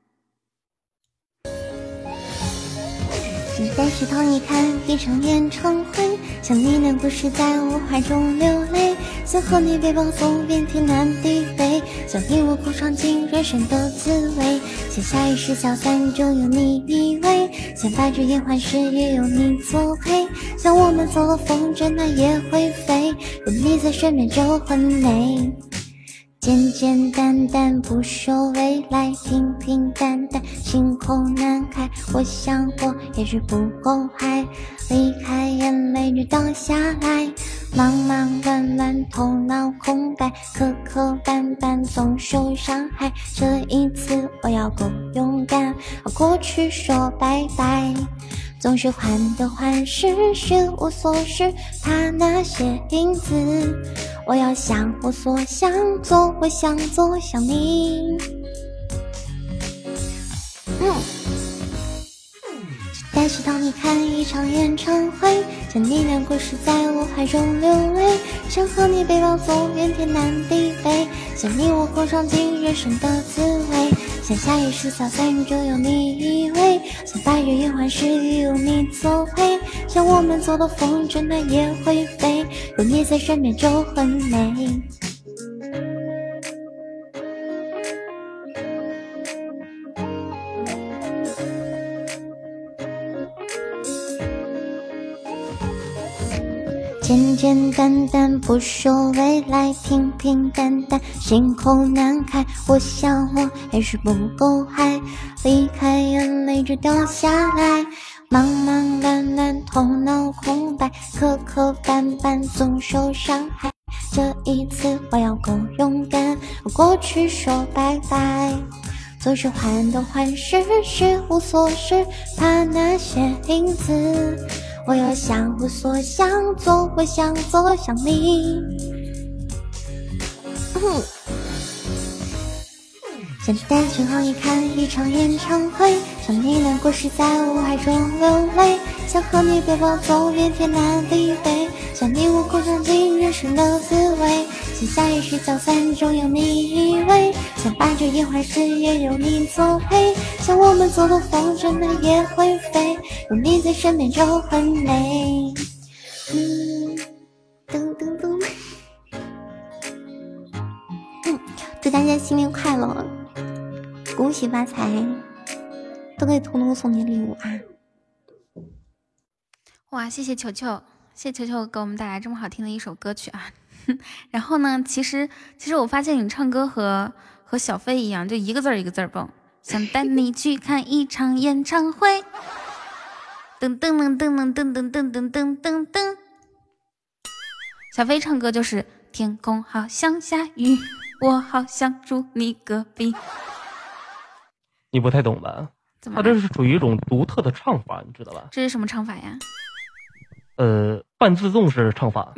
是在食堂一看一场演唱会，想你能不是在我怀中流泪，想和你边放松边听南帝北，想听我哭唱尽人生的滋味，想下意识消散就有你依偎，想白日梦幻时也有你作陪，想我们做了风筝它也会飞，有你在身边就很美。简简单单不说未来，平平淡淡心口难开，我想我也许不够嗨，离开眼泪就倒下来，忙忙乱乱头脑空白，磕磕绊绊总受伤害，这一次我要够勇敢，和过去说拜拜，总是患得患失，事无所事，怕那些影子，我要想我所想做，我想做像你。嗯， 带食堂你看一场演唱会，想你的故事在我怀中流泪，想和你背包走遍天南地北，想你我共尝尽人生的滋味，想下一世小三中有你依偎，想白日梦幻时有你作陪，想我们走到风筝它也会飞，有你在身边就很美。简简单单不说未来，平平淡淡心口难开，我想我还是不够嗨，离开眼泪就掉下来，茫茫然然头脑空白，磕磕绊绊总受伤害，这一次我要够勇敢，和过去说拜拜，做事患得患失，事无所事，怕那些影子，我要想我所想做，我想做想你。嗯，想带正好一看一场演唱会，想你的故事在我海中流泪，想和你背包走遍天南地北，想你我共尝尽人生的滋味，想下一世小三中有你依偎，想白日梦幻时也有你作陪，想我们走的风筝它也会飞，有你在身边就很美。嗯，噔噔噔。嗯，祝大家新年快乐，恭喜发财，都可以偷偷送你礼物啊！ 哇，谢谢球球，谢谢球球给我们带来这么好听的一首歌曲啊！然后呢，其实其实我发现你唱歌和和小飞一样，就一个字儿一个字儿蹦。想带你去看一场演唱会，噔噔噔噔噔噔噔噔噔噔噔。小飞唱歌就是天空好像下雨，我好像住你隔壁。 你不太懂吧？他这是属于一种独特的唱法，你知道吧？ 这是什么唱法呀？ 呃，半自动式唱法。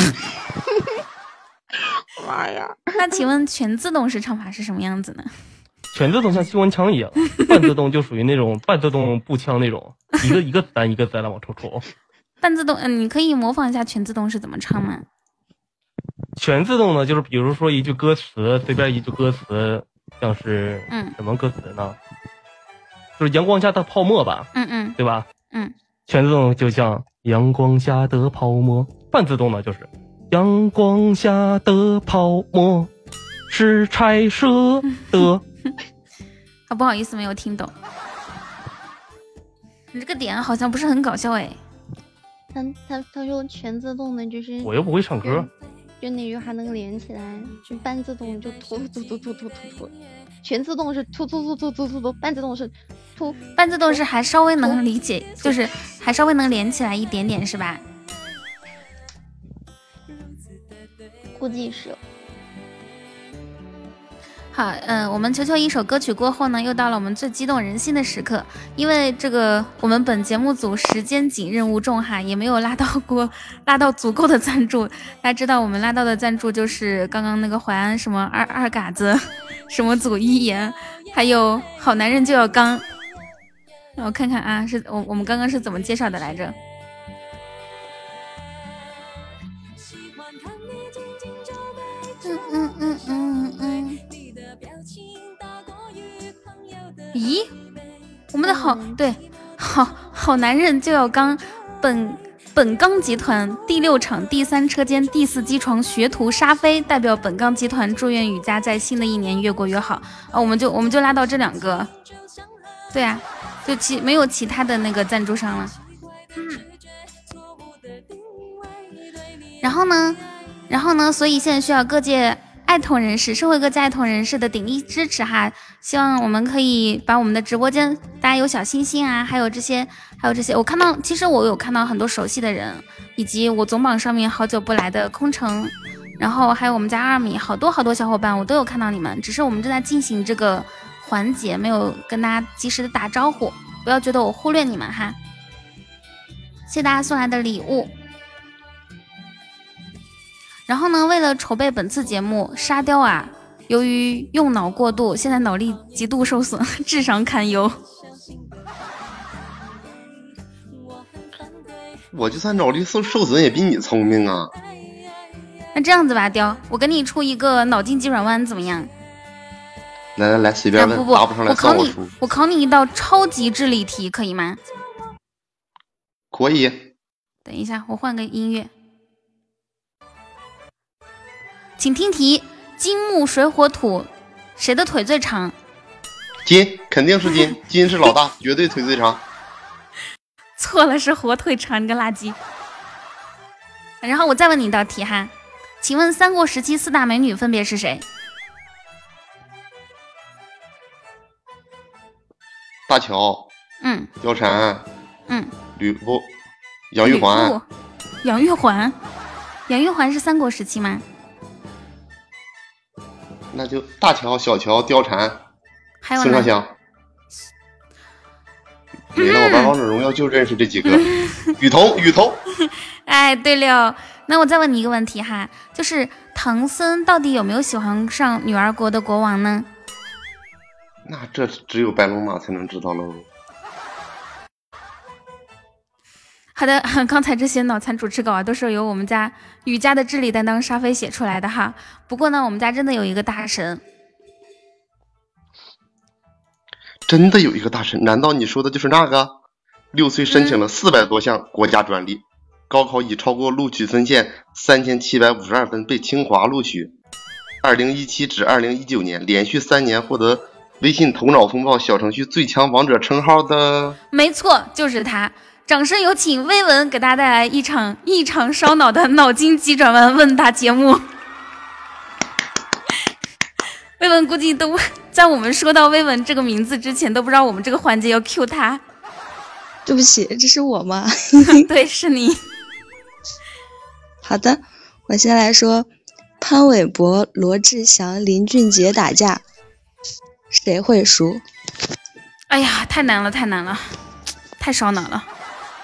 妈呀！那请问全自动式唱法是什么样子呢？ 全自动像机关枪一样，半自动就属于那种半自动步枪那种，一个一个单一个单的往出出。 半自动，嗯、呃，你可以模仿一下全自动是怎么唱吗？ 全自动呢，就是比如说一句歌词，随便一句歌词，像是嗯什么歌词呢？就是阳光下的泡沫吧， 嗯嗯， 对吧？ 嗯， 全自动就像阳光下的泡沫，半自动呢就是阳光下的泡沫是拆射的。 啊，不好意思，没有听懂。你这个点好像不是很搞笑哎。 他他他说全自动的就是我又不会唱歌， 就那句还能连起来，就半自动就突突突突突突突，全自动是突突突突突突突，半自动是突， 半自动是还稍微能理解，就是还稍微能连起来一点点是吧？ 估计是。 好，嗯、呃，我们球球一首歌曲过后呢，又到了我们最激动人心的时刻，因为这个我们本节目组时间紧，任务重哈，也没有拉到过拉到足够的赞助。大家知道我们拉到的赞助就是刚刚那个淮安什么二二嘎子，什么组一言，还有好男人就要刚。让我看看啊，是我我们刚刚是怎么介绍的来着？嗯嗯嗯嗯嗯。咦，我们的好对好好男人就要刚本本钢集团第六场第三车间第四机床学徒沙飞代表本钢集团祝愿雨佳在新的一年越过越好啊！我们就我们就拉到这两个，对啊，就其没有其他的那个赞助商了。嗯，然后呢，然后呢，所以现在需要各界爱童人士，社会各界爱童人士的鼎力支持哈，希望我们可以把我们的直播间，大家有小心心啊，还有这些，还有这些，我看到，其实我有看到很多熟悉的人，以及我总榜上面好久不来的空城，然后还有我们家二米，好多好多小伙伴，我都有看到你们，只是我们正在进行这个环节，没有跟大家及时的打招呼，不要觉得我忽略你们哈，谢谢大家送来的礼物。然后呢，为了筹备本次节目，沙雕啊，由于用脑过度，现在脑力极度受损，智商堪忧。 我就算脑力受受损也比你聪明啊。 那这样子吧，雕，我给你出一个脑筋急转弯怎么样？ 来来来，随便问， 不不， 答不上来我考你， 算我出。 我考你一道超级智力题，可以吗？ 可以。 等一下，我换个音乐。请听题：金木水火土，谁的腿最长？ 金，肯定是金，金是老大，绝对腿最长。 错了，是火腿肠，你个垃圾。然后我再问你一道题哈，请问三国时期四大美女分别是谁？ 大乔， 嗯， 貂蝉， 嗯， 吕布，杨玉环。 杨玉环，杨玉环是三国时期吗？ 那就大乔、小乔、貂蝉， 还有孙尚香。没了，我玩王者荣耀就认识这几个。雨桐，雨桐。 哎，对了，那我再问你一个问题哈，就是唐僧到底有没有喜欢上女儿国的国王呢？ 那这只有白龙马才能知道喽。 好的，刚才这些脑残主持稿啊，都是由我们家雨家的智力担当沙飞写出来的哈。不过呢，我们家真的有一个大神。 真的有一个大神？难道你说的就是那个？六岁申请了四百多项国家专利，嗯、高考已超过录取分线三千七百五十二分，被清华录取。二零一七至二零一九年连续三年获得微信头脑风暴小程序最强王者称号的， 没错，就是他。掌声有请薇文给大家带来一场异常烧脑的脑筋急转弯问答节目。薇文估计都在我们说到薇文这个名字之前都不知道我们这个环节要 Q 他。 对不起，这是我吗？ 对，是你。 好的，我先来说潘玮柏、罗志祥、林俊杰打架，谁会输？ 哎呀，太难了，太难了，太烧脑了。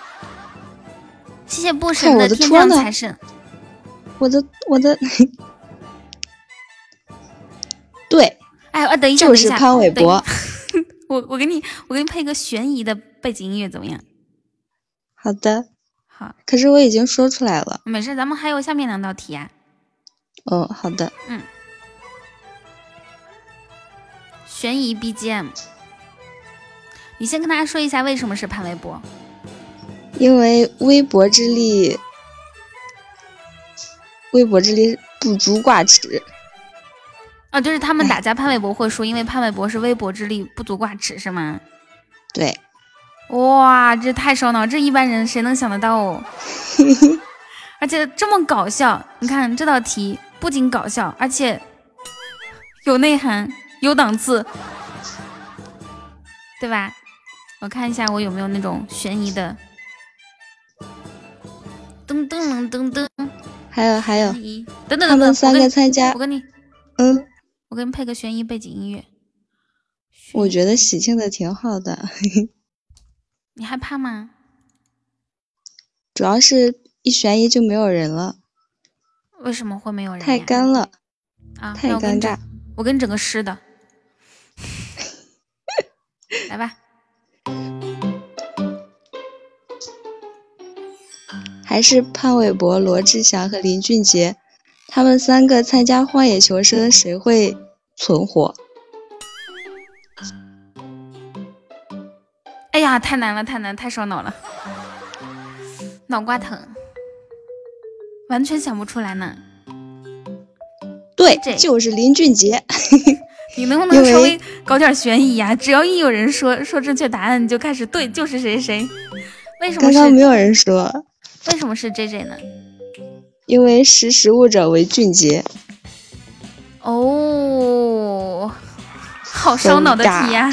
谢谢不神的天降财神。 我的我的，对， 哎，啊，等一下， 就是潘玮柏。 我我给你我给你配个悬疑的背景音乐怎么样？ 好的。 好。 可是我已经说出来了。 没事，咱们还有下面两道题啊。 哦，好的。 嗯。悬疑 B G M， 你先跟大家说一下为什么是潘玮柏。 因为微薄之力，微薄之力不足挂齿。 啊，就是他们打架潘玮柏会输，因为潘玮柏是微薄之力不足挂齿，是吗？ 对。 哇，这太烧脑，这一般人谁能想得到哦？而且这么搞笑，你看这道题不仅搞笑，而且有内涵，有档次，对吧？我看一下我有没有那种悬疑的。噔噔噔噔， 还有还有， 等等， 他们三个参加， 我跟你， 嗯， 我给你配个悬疑背景音乐。 我觉得喜庆的挺好的。 你害怕吗？ 主要是一悬疑就没有人了。 为什么会没有人？ 太干了啊， 太尴尬。 我给你整个湿的，来吧。 还是潘玮柏、罗志祥和林俊杰，他们三个参加荒野求生，谁会存活？ 哎呀，太难了，太难，太烧脑了，脑瓜疼，完全想不出来呢。 对，就是林俊杰。 你能不能稍微搞点悬疑啊？只要一有人说说正确答案，你就开始对，就是谁谁。为什么是？ 刚刚没有人说。 为什么是 J J 呢？ 因为识时务者为俊杰。 哦，好烧脑的题呀、啊！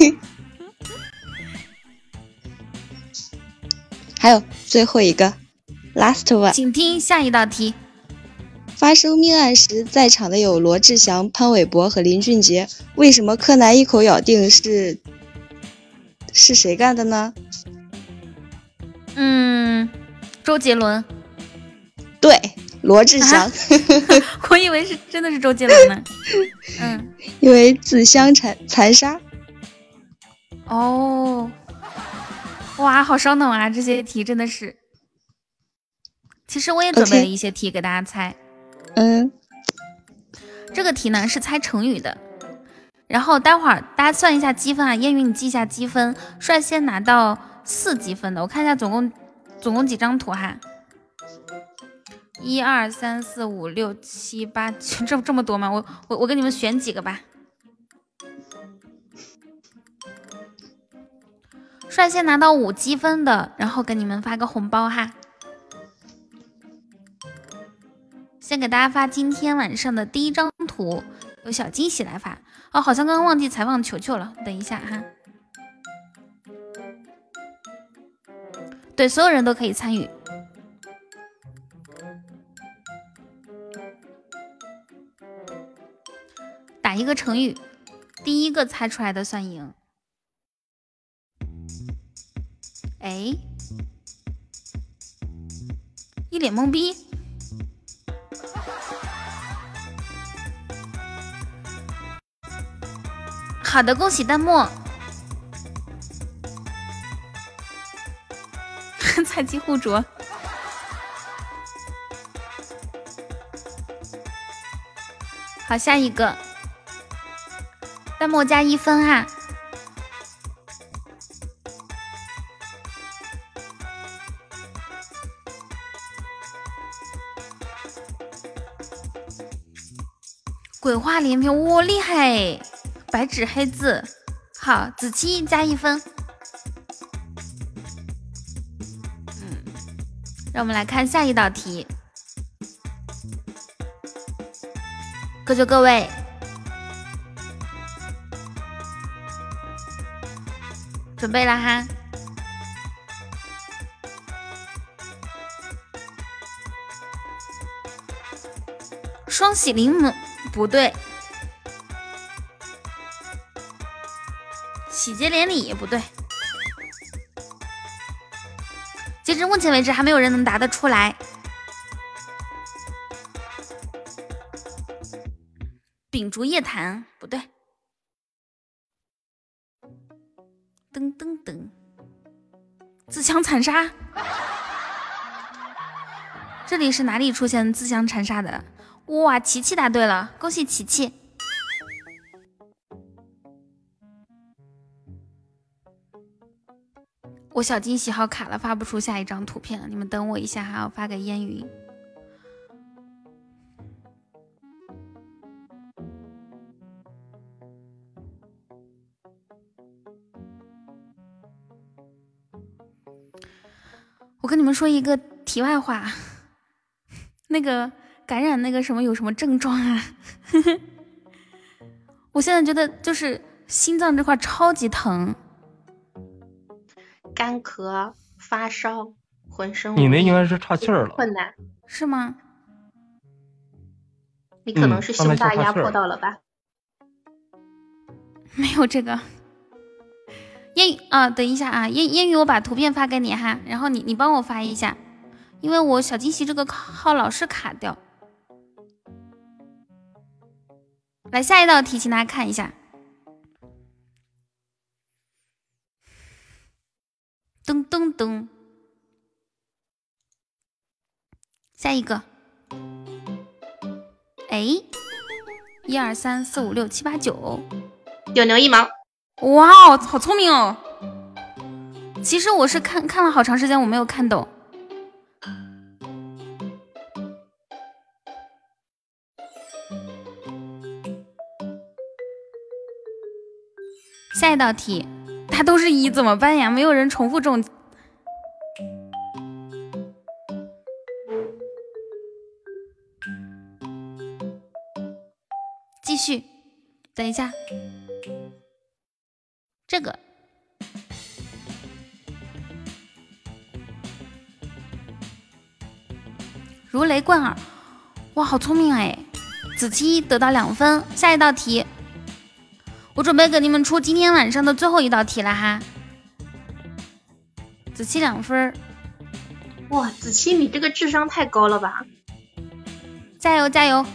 还有最后一个 ，last one， 请听下一道题。 发生命案时，在场的有罗志祥、潘玮柏和林俊杰，为什么柯南一口咬定是是谁干的呢？ 嗯。周杰伦， 对，罗志祥、啊， 我以为是真的是周杰伦呢。嗯， 因为自相残残杀。 哦，哇，好烧脑啊！这些题真的是。 其实我也准备了一些题给大家猜。 嗯， 这个题呢是猜成语的，然后待会儿大家算一下积分啊，烟云你记一下积分，率先拿到四积分的，我看一下总共总共几张图哈。一二三四五六七八九，这这么多吗？我我我给你们选几个吧。率先拿到五积分的，然后给你们发个红包哈。先给大家发今天晚上的第一张图，有小惊喜来发哦。好像刚刚忘记采访球球了，等一下哈。对，所有人都可以参与。打一个成语，第一个猜出来的算赢。哎，一脸懵逼。好的，恭喜弹幕。菜鸡互啄。好，下一个。弹幕加一分哈。鬼话连篇，哇，厉害！白纸黑字。好，子期加一分。嗯，让我们来看下一道题。各就各位。准备了哈。双喜临门不对，喜结连理也不对。截至目前为止，还没有人能答得出来。秉烛夜谈不对。噔噔噔，自相残杀。这里是哪里出现自相残杀的？哇，琪琪答对了，恭喜琪琪！我小惊喜号卡了，发不出下一张图片了，你们等我一下哈，我发给烟云。我跟你们说一个题外话，那个感染那个什么有什么症状啊？我现在觉得就是心脏这块超级疼， 干咳、发烧、浑身无力。 你那应该是岔气儿了， 困难是吗？ 你可能是胸大压迫到了吧？ 嗯、没有这个。烟雨啊，等一下啊，烟烟雨，我把图片发给你哈，然后你你帮我发一下，因为我小惊喜这个号老是卡掉。来，下一道题，请大家看一下。噔噔噔，下一个。哎，一二三四五六七八九， 有牛一毛。 哇哦，好聪明哦！其实我是看看了好长时间，我没有看懂。下一道题，它都是一怎么办呀？没有人重复这种。继续，等一下。这个如雷贯耳，哇，好聪明哎！子期得到两分。下一道题，我准备给你们出今天晚上的最后一道题了哈。子期两分。 哇，子期你这个智商太高了吧！ 加油加油！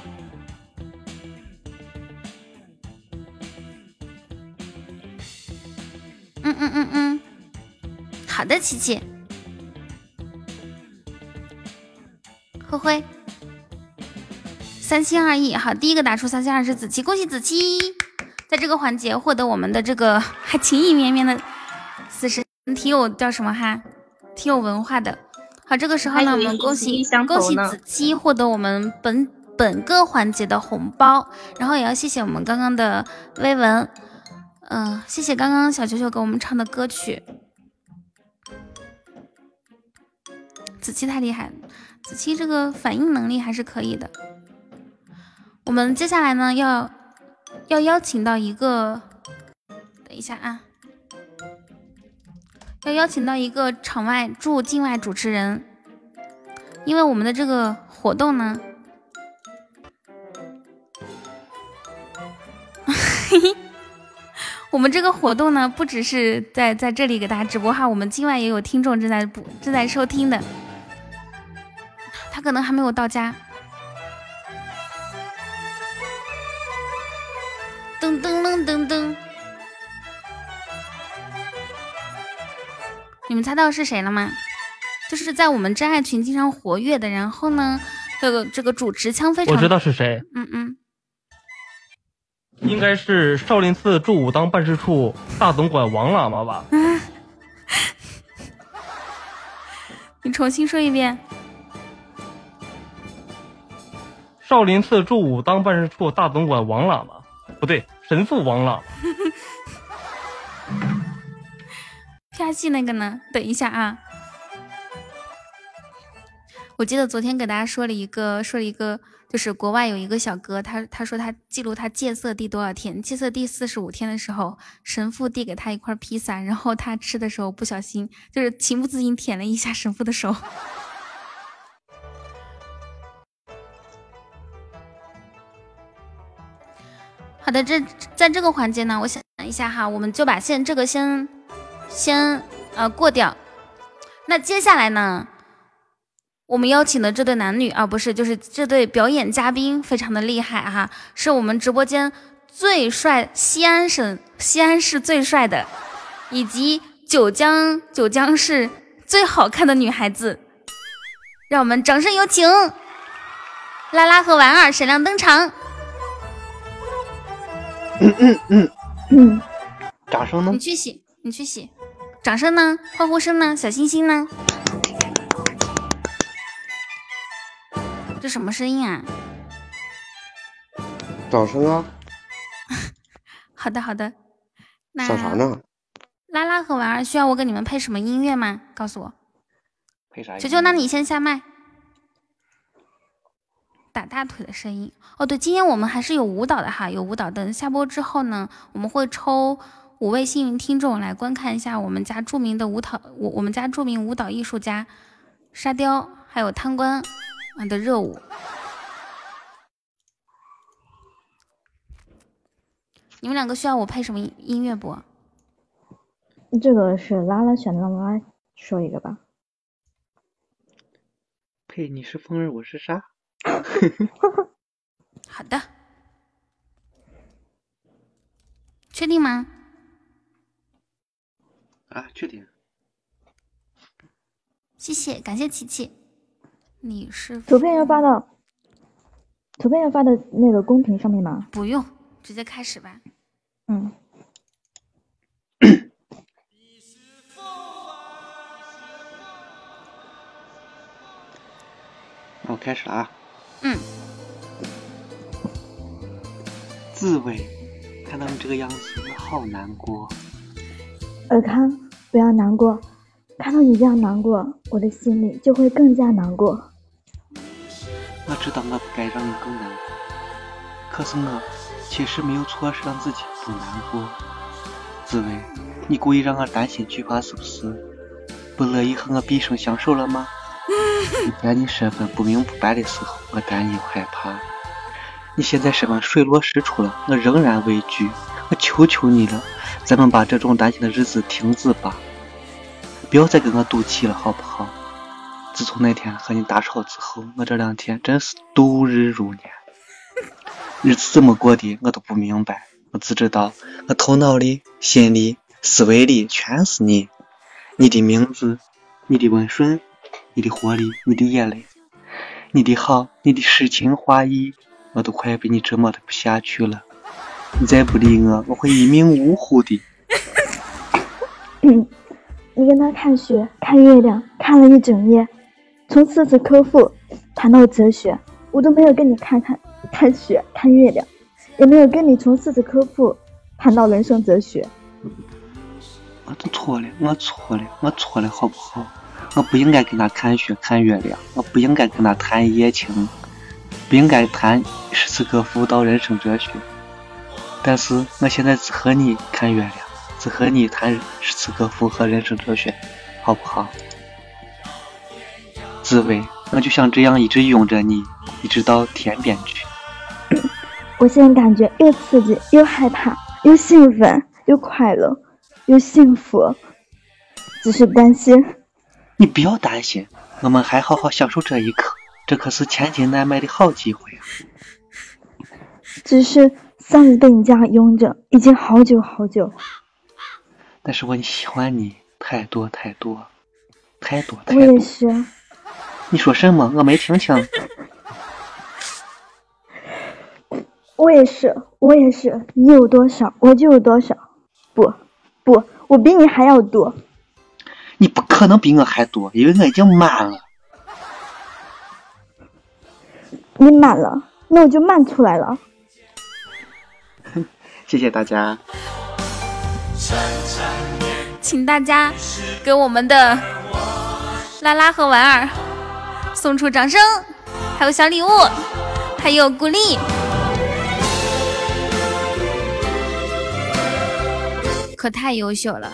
嗯嗯嗯嗯，好的，琪琪。 灰灰，三心二意。好，第一个打出三心二意是子期，恭喜子期，在这个环节获得我们的这个还情意绵绵的死神，挺有叫什么哈，挺有文化的。好，这个时候呢，我们恭喜恭喜子期获得我们本本个环节的红包，然后也要谢谢我们刚刚的微文，嗯、呃，谢谢刚刚小球球给我们唱的歌曲。子期太厉害了，子期这个反应能力还是可以的。我们接下来呢，要要邀请到一个，等一下啊，要邀请到一个场外驻境外主持人，因为我们的这个活动呢，我们这个活动呢，不只是在在这里给大家直播哈，我们境外也有听众正在正在收听的。他可能还没有到家。噔噔噔噔噔，你们猜到是谁了吗？就是在我们真爱群经常活跃的，然后呢，这个这个主持腔非常， 我知道是谁。 嗯嗯， 应该是少林寺驻武当办事处大总管王喇嘛吧？ 啊、你重新说一遍。 少林寺驻武当办事处大总管王喇嘛，不对，神父王喇嘛。 啪戏那个呢？等一下啊！我记得昨天给大家说了一个，说了一个，就是国外有一个小哥，他他说他记录他戒色第多少天，戒色第四十五天的时候，神父递给他一块披萨，然后他吃的时候不小心，就是情不自禁舔了一下神父的手。好的，这在这个环节呢，我想一下哈，我们就把现这个先先呃过掉。那接下来呢，我们邀请的这对男女啊，不是，就是这对表演嘉宾非常的厉害哈，是我们直播间最帅，西安省西安市最帅的，以及九江九江市最好看的女孩子，让我们掌声有请拉拉和婉儿闪亮登场。 嗯嗯嗯嗯，掌声呢？ 你去洗，你去洗。掌声呢？欢呼声呢？小星星呢？这什么声音啊？ 掌声啊！ 好的好的。那想啥呢？ 拉拉和婉儿需要我给你们配什么音乐吗？告诉我。 配啥？ 球球，那你先下麦。打大腿的声音哦，对，今天我们还是有舞蹈的哈，有舞蹈。等下播之后呢，我们会抽五位幸运听众来观看一下我们家著名的舞蹈，我我们家著名舞蹈艺术家沙雕还有贪官啊的热舞。你们两个需要我配什么音乐不？ 这个是拉拉选的，让拉拉说一个吧。 配你是风儿，我是沙。 好的，确定吗？ 啊，确定。 谢谢，感谢琪琪。你是图片要发到图片要发到那个公屏上面吗？ 不用，直接开始吧。 嗯。 那我开始了啊。 嗯， 紫薇，看到你这个样子，我好难过。 尔康，不要难过，看到你这样难过，我的心里就会更加难过。 我知道我不该让你更难过，可是我其实没有错，是让自己不难过。紫薇，你故意让我担心惧怕是不是？不乐意和我毕生相守了吗？你在你身份不明不白的时候，我担忧害怕。你现在身份水落石出了，我仍然畏惧。我求求你了，咱们把这种担心的日子停止吧，不要再跟我赌气了，好不好？自从那天和你大吵之后，我这两天真是度日如年，日子怎么过的我都不明白。我只知道我头脑里、心里、思维里全是你，你的名字，你的温顺，你的活力，你的眼泪， 你的好，你的诗情画意，我都快被你折磨的不下去了。你再不理我，我会一命呜呼的。 嗯，你跟他看雪，看月亮，看了一整夜，从诗词歌赋谈到哲学，我都没有跟你看看看雪看月亮，也没有跟你从诗词歌赋谈到人生哲学。 我都错了，我错了，我错了，好不好？我不应该跟他看雪看月亮，我不应该跟他谈一夜情，不应该谈诗词歌赋到人生哲学。但是我现在只和你看月亮，只和你谈诗词歌赋和人生哲学，好不好？紫薇，我就想这样一直拥着你，一直到天边去。 我现在感觉又刺激又害怕又兴奋又快乐又幸福，只是担心。 你不要担心，我们还好好享受这一刻，这可是千金难买的好机会啊！ 只是上次被你这样拥着已经好久好久， 但是我喜欢你太多太多太多太多。 我也是。 你说什么？我没听清。 我也是，我也是。你有多少，我就有多少。不，不，我比你还要多。 你不可能比我还多，因为我已经满了。 你满了，那我就漫出来了。 谢谢大家， 请大家给我们的拉拉和婉儿送出掌声，还有小礼物，还有鼓励。可太优秀了。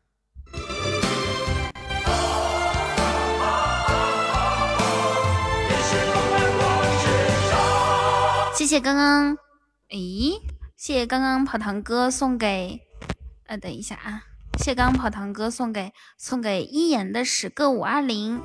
谢谢刚刚，咦，谢谢刚刚跑堂哥送给，呃，等一下啊，谢谢刚刚跑堂哥送给送给一言的十个五二零。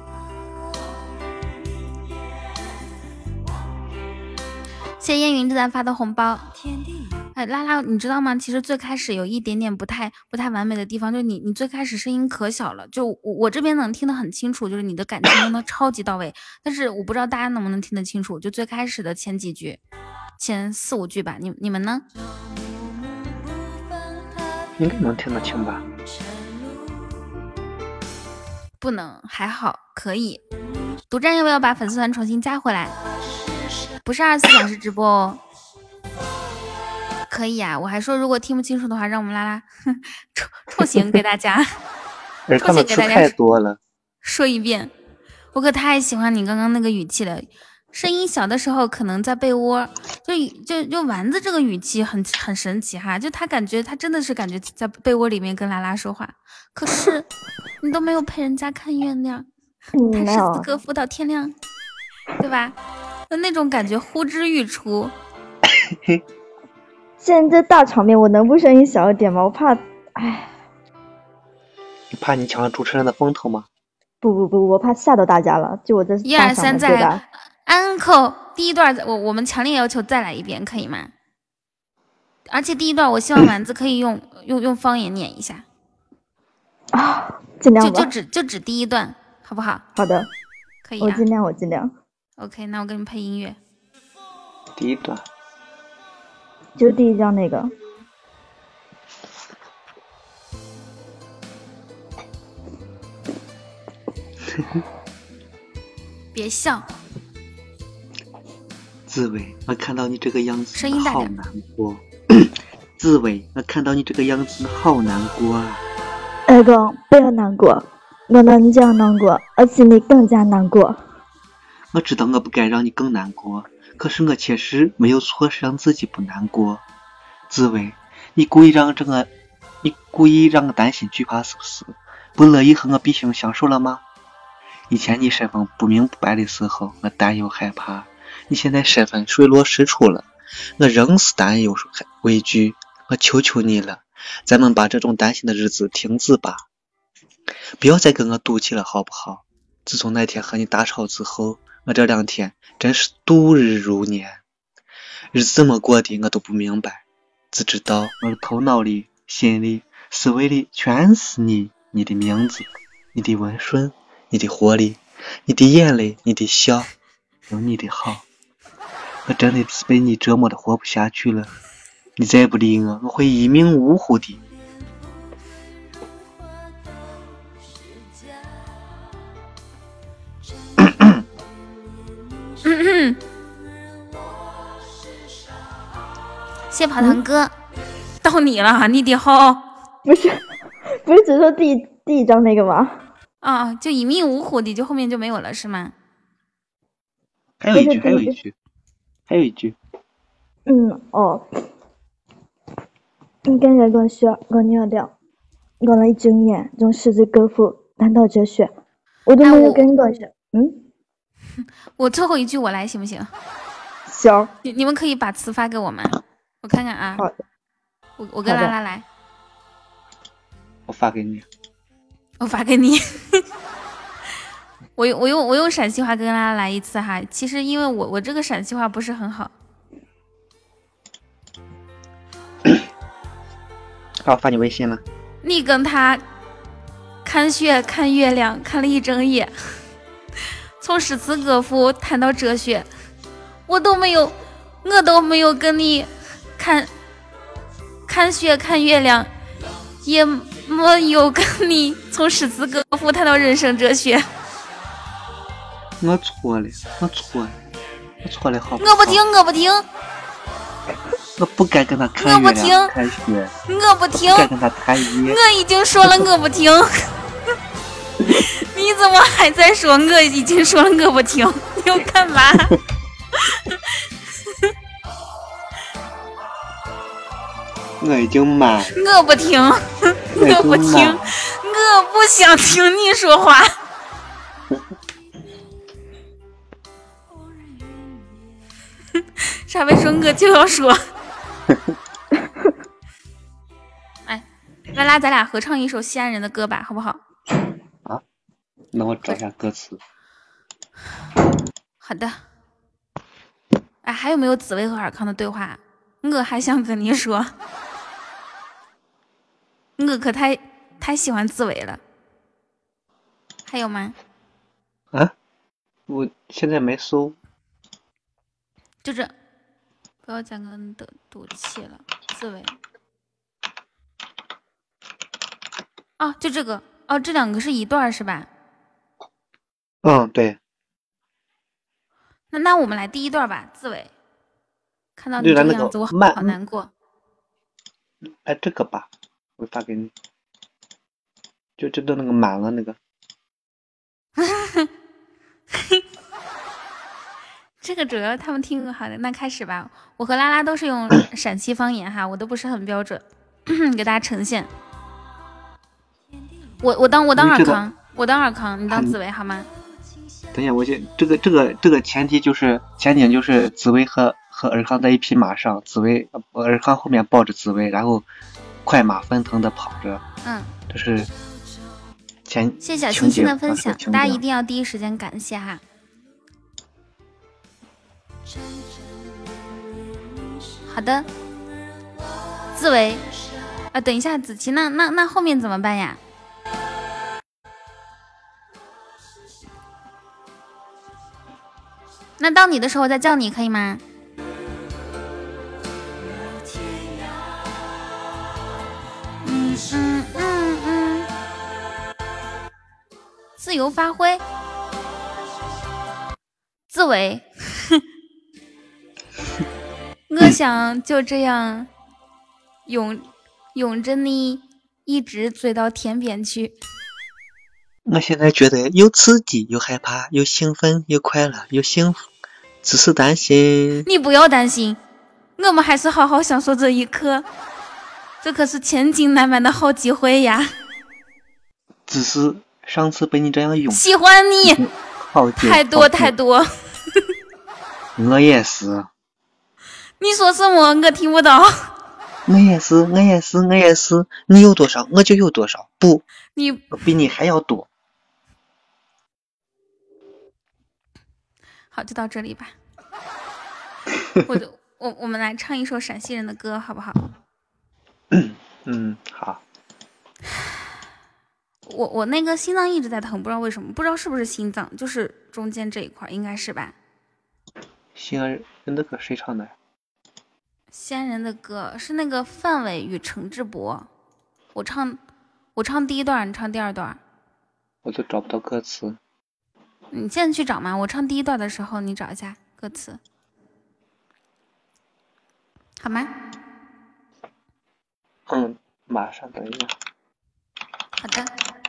谢谢烟云正在发的红包。哎，拉拉，你知道吗？其实最开始有一点点不太不太完美的地方，就是你你最开始声音可小了，就我我这边能听得很清楚，就是你的感情用的超级到位，但是我不知道大家能不能听得清楚，就最开始的前几句，前四五句吧，你你们呢？ 应该能听得清吧？ 不能，还好，可以。独占要不要把粉丝团重新加回来？不是二十四小时直播哦。可以啊，我还说如果听不清楚的话，让我们拉拉抽抽型给大家， 抽型给大家太多了， 说一遍。我可太喜欢你刚刚那个语气了，声音小的时候可能在被窝，就就就丸子这个语气很很神奇哈，就他感觉他真的是感觉在被窝里面跟拉拉说话，可是你都没有陪人家看月亮，谈诗词歌赋到天亮，对吧？就那种感觉呼之欲出。 现在这大场面，我能不声音小一点吗？我怕，哎， 你怕你抢了主持人的风头吗？ 不不不，我怕吓到大家了。就我这一二三，再来 uncle 第一段，我我们强烈要求再来一遍，可以吗？而且第一段，我希望丸子可以用用用方言念一下啊，尽量吧。 就就只就只第一段，好不好？ 好的， 可以、啊， 我尽量，我尽量。 OK， 那我给你配音乐。 第一段。 就第一张那个， 别笑。 紫薇，我看到你这个样子， 声音大点， 好难过。紫薇，我看到你这个样子，好难过啊。 二哥，不要难过，我让你这样难过，而且你更加难过。 我知道我不该让你更难过。可是我确实没有错，是让自己不难过。紫薇，你故意让这个，你故意让我担心惧怕，是不是？不乐意和我毕生相守了吗？以前你身份不明不白的时候，我担忧害怕；你现在身份水落石出了，我仍是担忧畏惧。我求求你了，咱们把这种担心的日子停止吧，不要再跟我赌气了，好不好？自从那天和你大吵之后，我这两天真是度日如年，日子怎么过的我都不明白，只知道我的头脑里、心里、思维里全是你，你的名字，你的温顺，你的活力，你的眼泪，你的笑， 有你的好，我真的是被你折磨的活不下去了。你再不理我，我会一命呜呼的。 嗯嗯，谢跑堂哥，嗯、到你了，你的好。 不是，不是只说第一第一章那个吗？ 啊，就一命呜呼的，就后面就没有了是吗？ 还有一句，还有一句，还有一句。 嗯哦，你跟着我学，我尿掉，我了一整夜用诗词歌赋谈到哲学，我都没有跟过学。嗯， 我最后一句我来行不行？ 行。 你你们可以把词发给我吗？我看看啊。 好的。 我我跟拉拉来。 我发给你。 我发给你。我用我用我用陕西话跟大家来一次哈，其实因为我我这个陕西话不是很好。 好，发你微信了。 你跟他看雪看月亮看了一整夜，从诗词歌赋谈到哲学，我都没有我都没有跟你看看雪看月亮，也没有跟你从诗词歌赋谈到人生哲学。 我错了，我错了，我错了，好不好？我不听，我不听， 我不该跟他看月亮看雪， 我不听， 我不该跟他谈夜。 我已经说了我不听，你怎么还在说？我已经说了我不听，你要干嘛？ 我已经满。 我不听，我不听，我不想听你说话。傻白说我就要说。哎，拉拉，咱俩合唱一首西安人的歌吧，好不好？ 啊，那我找一下歌词。 好的。哎，还有没有紫薇和尔康的对话？我还想跟你说，我可太太喜欢紫薇了。还有吗？ 啊，我现在没搜。 就这，不要再跟的赌气了，紫薇。哦，就这个哦，这两个是一段是吧？ 嗯，对。 那那我们来第一段吧，紫薇。看到你这个样子，我好难过。 哎，这个吧，我发给你。就这都那个满了那个。 这个主要他们听好的，那开始吧。我和拉拉都是用陕西方言哈，我都不是很标准，给大家呈现。我我当我当尔康，我当尔康，你当紫薇好吗？ 等一下，我先这个这个这个前提就是前提就是紫薇和和尔康在一匹马上，紫薇尔康后面抱着紫薇，然后快马奔腾的跑着。 嗯， 这是前。 谢谢小星星的分享，大家一定要第一时间感谢哈。好的，紫薇啊，等一下子琪，那那那后面怎么办呀？那到你的时候再叫你可以吗？嗯嗯嗯嗯，自由发挥，紫薇。我想就这样拥拥着你一直追到天边去。 我现在觉得又刺激又害怕又兴奋又快乐又幸福，只是担心。 你不要担心，我们还是好好享受这一刻，这可是千金难买的好机会呀。 只是上次被你这样用， 喜欢你好太多太多。 我也是。 你说什么？我听不到。 我也是，我也是，我也是。你有多少，我就有多少。不， 你比你还要多。 好，就到这里吧。我就我我们来唱一首陕西人的歌，好不好？ 嗯，好。 我我那个心脏一直在疼，不知道为什么，不知道是不是心脏，就是中间这一块，应该是吧？ 西安人的歌谁唱的？ 西安人的歌是那个范伟与程志博，我唱我唱第一段，你唱第二段。 我都找不到歌词。 你现在去找嘛，我唱第一段的时候你找一下歌词，好吗？ 嗯，马上等一下。 好的。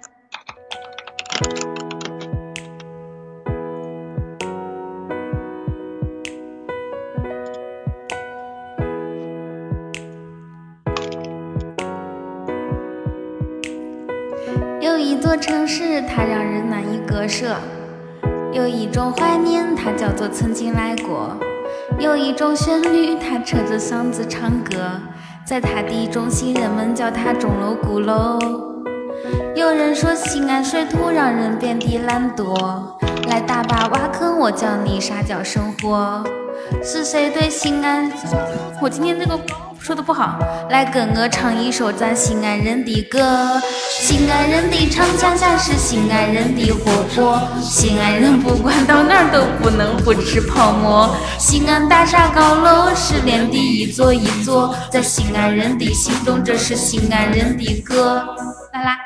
有一座城市，它让人难以割舍；有一种怀念，它叫做曾经来过；有一种旋律，它扯着嗓子唱歌，在它的中心，人们叫它钟楼鼓楼。有人说西安水土让人遍地懒惰，来大坝挖坑，我教你啥叫生活。是谁对西安？我今天这个说的不好，来跟我唱一首咱西安人的歌。西安人的长江下是西安人的活泼，西安人不管到哪儿都不能不吃泡馍。西安大厦高楼是连的一座一座，在西安人的心中这是西安人的歌。啦啦，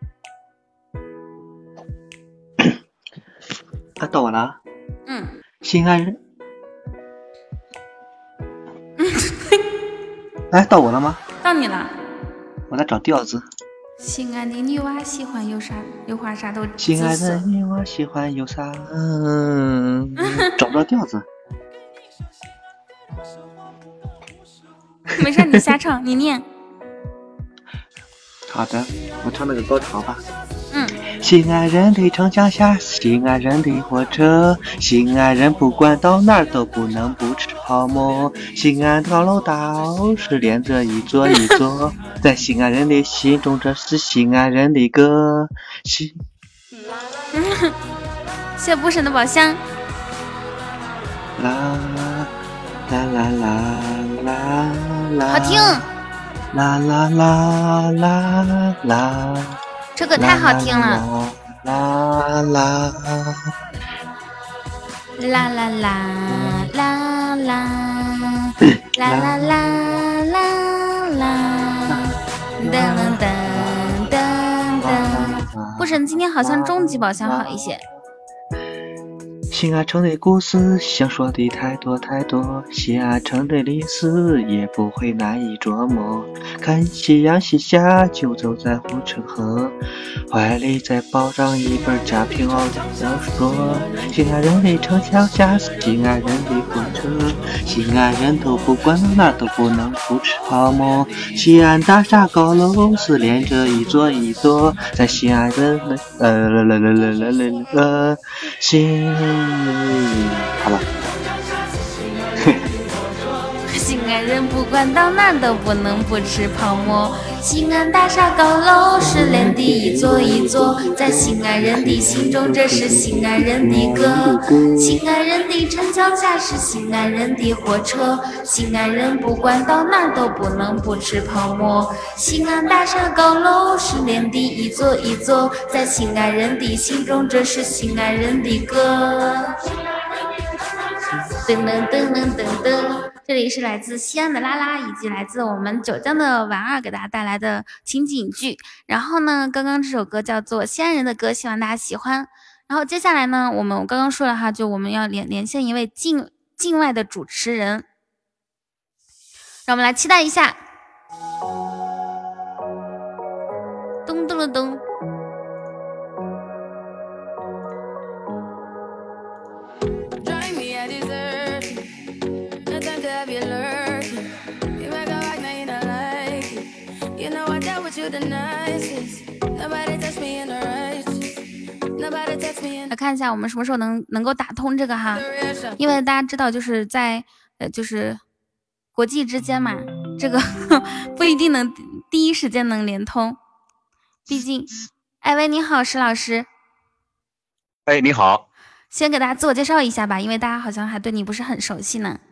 啊，到我了。 嗯， 西安人。哎，到我了吗？ 到你了。 我在找调子。 西安的女娃喜欢有啥有话啥都。 西安的女娃喜欢有啥？嗯，找不到调子。 没事，你瞎唱，你念。 好的，我唱那个高潮吧。 嗯。 西安人的城墙下，西安人的火车，西安人不管到哪儿都不能不吃泡馍。西安高楼大楼是连着一座一座，在西安人的心中，这是西安人的歌。西， 谢不神的宝箱。 啦啦啦啦啦啦， 好听。 啦啦啦啦啦。 这个太好听了， 啦啦啦啦啦啦啦啦啦啦啦啦，噔噔噔噔噔。不神今天好像终极宝箱好一些。 西安城的故事想说的太多太多，西安城的历史也不会难以琢磨。看夕阳西下，就走在护城河，怀里再抱上一本家贫熬的小说。西安人的城墙下是西安人的火车，西安人都不管哪儿都不能不吃泡馍。西安大厦高楼是连着一座一座，在西安人的呃了了了了了了了西。好了。 西安人不管到哪儿都不能不吃泡馍。西安大厦高楼是连的一座一座，在西安人的心中，这是西安人的歌。西安人的城墙下是西安人的火车，西安人不管到哪儿都不能不吃泡馍。西安大厦高楼是连的一座一座，在西安人的心中，这是西安人的歌。噔噔噔噔噔噔，这里是来自西安的拉拉，以及来自我们九江的婉儿给大家带来的情景剧。然后呢，刚刚这首歌叫做《西安人的歌》，希望大家喜欢。然后接下来呢，我们我刚刚说了哈，就我们要连连线一位境境外的主持人，让我们来期待一下。咚咚了咚。来看一下我们什么时候能能够打通这个哈，因为大家知道就是在呃就是国际之间嘛，这个不一定能第一时间能连通，毕竟，哎喂，你好，石老师。 哎，你好。 先给大家自我介绍一下吧，因为大家好像还对你不是很熟悉呢。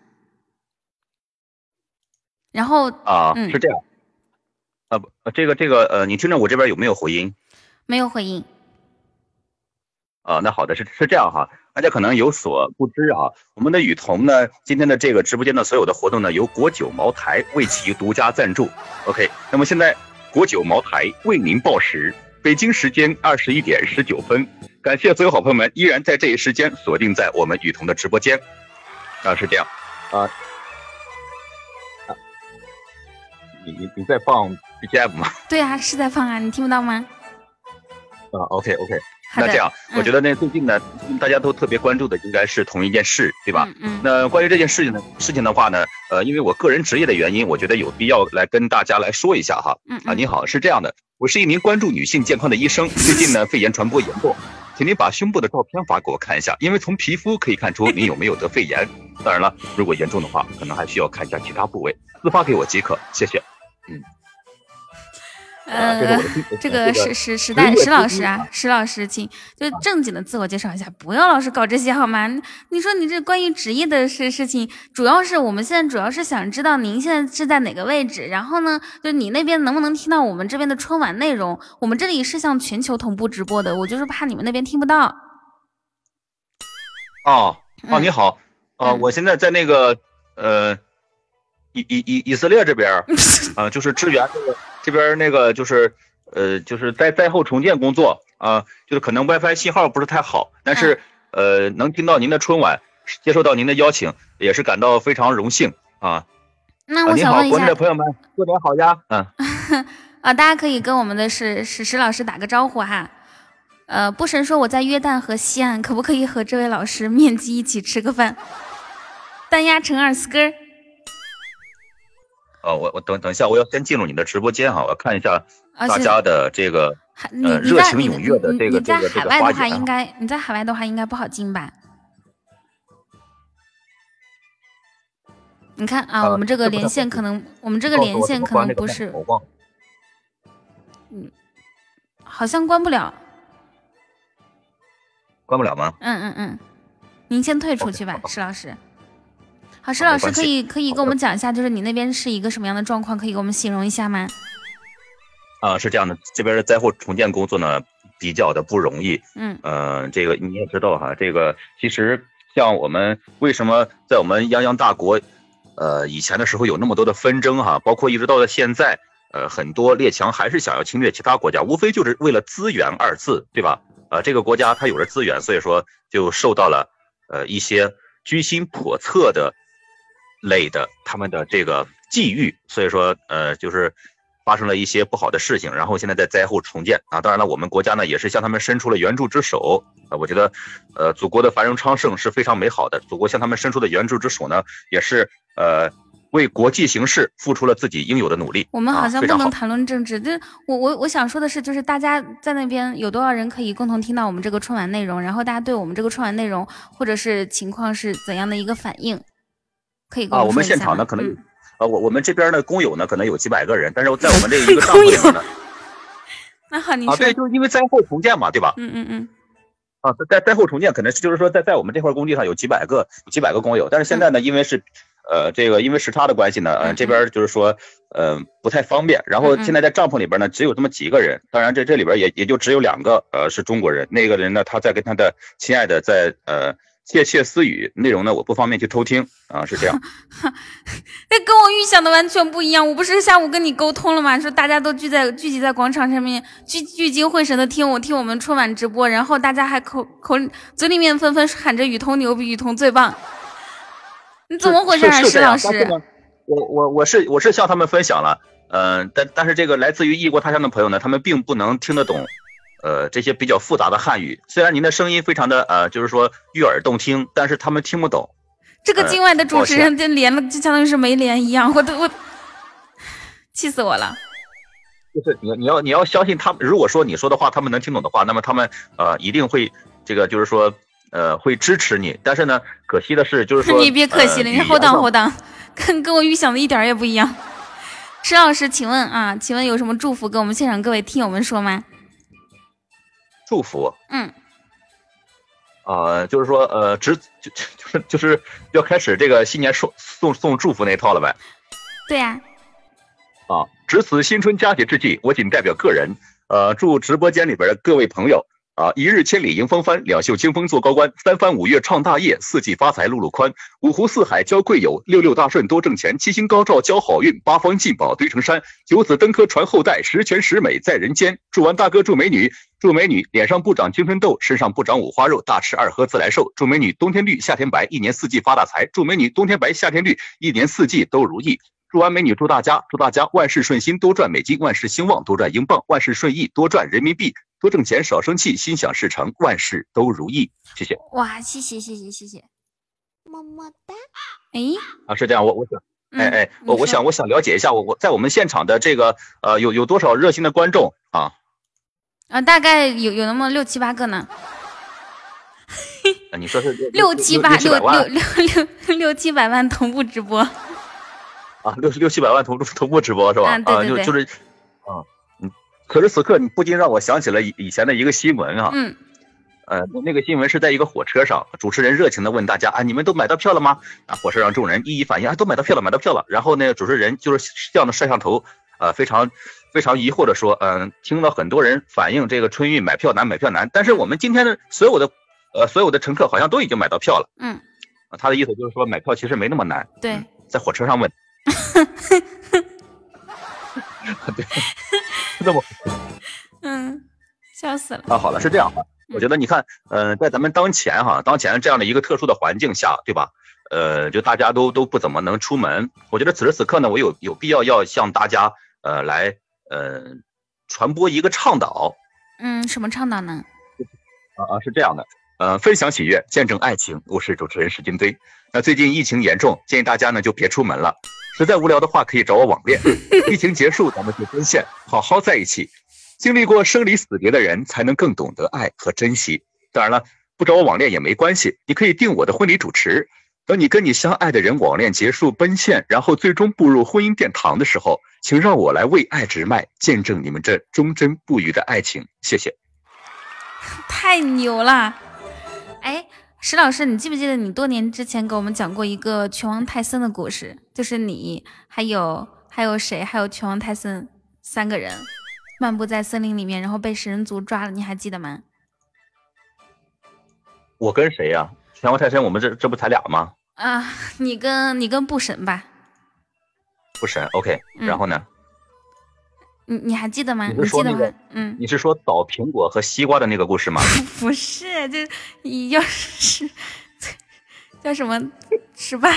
然后啊、 嗯， 是这样。呃，这个这个呃，你听着我这边有没有回音？ 没有回音。 啊，那好的，是是这样哈，大家可能有所不知啊，我们的雨桐呢，今天的这个直播间的所有的活动呢，由国酒茅台为其独家赞助。OK， 那么现在国酒茅台为您报时，北京时间二十一点十九分，感谢所有好朋友们依然在这一时间锁定在我们雨桐的直播间。啊，是这样啊，啊你你你在放 B G M 吗？ 对啊，是在放啊，你听不到吗？ 啊 ，OK OK。那这样，嗯、我觉得呢，最近呢，大家都特别关注的应该是同一件事，对吧？ 嗯嗯。 那关于这件事情呢，事情的话呢，呃，因为我个人职业的原因，我觉得有必要来跟大家来说一下哈。 嗯, 嗯。 啊，你好，是这样的，我是一名关注女性健康的医生。最近呢，肺炎传播严重，请您把胸部的照片发给我看一下，因为从皮肤可以看出您有没有得肺炎。当然了，如果严重的话，可能还需要看一下其他部位，自发给我即可，谢谢。嗯。 呃，这个石石石代石老师啊，石老师，请就正经的自我介绍一下，不要老是搞这些好吗？你说你这关于职业的事事情，主要是我们现在主要是想知道您现在是在哪个位置，然后呢，就你那边能不能听到我们这边的春晚内容？我们这里是向全球同步直播的，我就是怕你们那边听不到。 哦哦，你好，啊、呃嗯，我现在在那个呃以以以以色列这边啊、呃，就是支援这个。这边那个就是呃就是在灾后重建工作啊、呃，就是可能 WiFi 信号不是太好，但是、嗯、呃能听到您的春晚，接受到您的邀请，也是感到非常荣幸啊。 那我想问一下， 啊、国内的朋友们，过年好呀！嗯啊，大家可以跟我们的史史史老师打个招呼哈。呃，不神说我在约旦和西岸，可不可以和这位老师面基一起吃个饭？单压乘二四根。 哦，我我等等一下，我要先进入你的直播间哈，我要看一下大家的这个呃热情踊跃的这个这个这个发言。你在海外的话，应该你在海外的话应该不好进吧？你看啊，我们这个连线可能，我们这个连线可能不是，嗯，好像关不了， 关不了吗？ 嗯嗯嗯，您先退出去吧，石老师。好，石老师可以可以跟我们讲一下，就是你那边是一个什么样的状况，可以给我们形容一下吗？ 啊、呃，是这样的，这边的灾后重建工作呢比较的不容易。 嗯， 呃，这个你也知道哈，这个其实像我们为什么在我们泱泱大国，呃，以前的时候有那么多的纷争哈，包括一直到了现在，呃，很多列强还是想要侵略其他国家，无非就是为了资源二字，对吧？呃，这个国家它有了资源，所以说就受到了呃一些居心叵测的。类的他们的这个际遇，所以说呃就是发生了一些不好的事情，然后现在在灾后重建啊，当然了，我们国家呢也是向他们伸出了援助之手啊、呃，我觉得呃祖国的繁荣昌盛是非常美好的，祖国向他们伸出的援助之手呢，也是呃为国际形势付出了自己应有的努力。 我们好像不能谈论政治，就、啊、我我我想说的是，就是大家在那边有多少人可以共同听到我们这个春晚内容，然后大家对我们这个春晚内容或者是情况是怎样的一个反应？可以跟我啊， 我们现场呢，可能有，呃，我我们这边的工友呢，可能有几百个人，但是在我们这一个帐篷里面呢， 那好，你说啊，对，就是因为灾后重建嘛，对吧？ 嗯嗯嗯， 啊，在灾后重建，可能是就是说在在我们这块工地上有几百个几百个工友，但是现在呢，因为是，呃，这个因为时差的关系呢，呃，这边就是说，呃，不太方便，然后现在在帐篷里边呢，只有这么几个人，当然这这里边也也就只有两个，呃，是中国人，那个人呢，他在跟他的亲爱的在呃。窃窃私语，内容呢我不方便去偷听啊，是这样。 那跟我预想的完全不一样。我不是下午跟你沟通了吗？说大家都聚在聚集在广场上面，聚聚精会神的听我听我们春晚直播，然后大家还口口嘴里面纷纷喊着雨桐牛逼，雨桐最棒。你怎么回事啊，石老师？ 我我我是我是向他们分享了，嗯、呃，但但是这个来自于异国他乡的朋友呢，他们并不能听得懂。呃，这些比较复杂的汉语，虽然您的声音非常的呃，就是说悦耳动听，但是他们听不懂。 这个境外的主持人就连了，就相当于是没连一样，我都我气死我了。 就是你你要你要相信他们，如果说你说的话他们能听懂的话，那么他们呃一定会这个就是说呃会支持你。但是呢，可惜的是就是说你别可惜了，呃、你后当后当，跟跟我预想的一点也不一样。石老师，请问啊，请问有什么祝福跟我们现场各位听友们说吗？ 祝福， 嗯， 呃，就是说，呃，只就就是就是要开始这个新年送送送祝福那一套了呗？ 对呀、 啊。啊，值此新春佳节之际，我仅代表个人，呃，祝直播间里边的各位朋友啊，一日千里迎风帆，两袖清风做高官，三番五月创大业，四季发财路路宽，五湖四海交贵友，六六大顺多挣钱，七星高照交好运，八方进宝堆成山，九子登科传后代，十全十美在人间。祝完大哥祝美女，祝美女脸上不长青春痘，身上不长五花肉，大吃二喝自来瘦。祝美女冬天绿夏天白，一年四季发大财。祝美女冬天白夏天绿，一年四季都如意。祝完美女，祝大家，祝大家万事顺心，多赚美金；万事兴旺，多赚英镑；万事顺意，多赚人民币；多挣钱，少生气，心想事成，万事都如意。谢谢。 哇，谢谢谢谢谢谢，么么哒。哎， 啊，是这样，我我想， 嗯、 哎哎，我我想我想了解一下，我我在我们现场的这个呃有有多少热心的观众啊？ 啊，大概有有那么六七八个呢。 你说是六七八六六六六六七百万同步直播。 啊，六六七百万同同步直播是吧？ 啊，对对对， 啊、就就是，啊，嗯，此时此刻，你不禁让我想起了以以前的一个新闻啊， 嗯， 呃，那个新闻是在一个火车上，主持人热情的问大家啊，你们都买到票了吗？啊，火车上众人一一反应啊，都买到票了，买到票了。然后呢，主持人就是这样的摄像头，呃，非常非常疑惑的说，嗯、呃，听到很多人反映这个春运买票难，买票难，但是我们今天的所有的呃所有的乘客好像都已经买到票了， 嗯， 啊，他的意思就是说买票其实没那么难， 对， 嗯、在火车上问。对，那么， 嗯，笑死了啊！好了，是这样哈，我觉得你看，呃，在咱们当前哈，当前这样的一个特殊的环境下，对吧？呃，就大家都都不怎么能出门，我觉得此时此刻呢，我有有必要要向大家呃来呃传播一个倡导。 嗯，什么倡导呢？ 啊啊，是这样的，呃，分享喜悦，见证爱情，我是主持人史金堆。那最近疫情严重，建议大家呢就别出门了。实在无聊的话，可以找我网恋。疫情结束，咱们就奔现，好好在一起。经历过生离死别的人，才能更懂得爱和珍惜。当然了，不找我网恋也没关系，你可以定我的婚礼主持。等你跟你相爱的人网恋结束奔现，然后最终步入婚姻殿堂的时候，请让我来为爱直脉，见证你们这忠贞不渝的爱情。谢谢。 太牛了！哎。石老师，你记不记得你多年之前给我们讲过一个拳王泰森的故事？就是你还有还有谁，还有拳王泰森三个人漫步在森林里面，然后被食人族抓了，你还记得吗？ 我跟谁呀、啊？拳王泰森，我们这这不才俩吗？ 啊，你跟你跟布神吧。 布神 ，OK，、嗯、然后呢？ 你你还记得吗？ 你是说那个， 嗯， 你是说倒苹果和西瓜的那个故事吗？ 不是，就要是叫什么十八？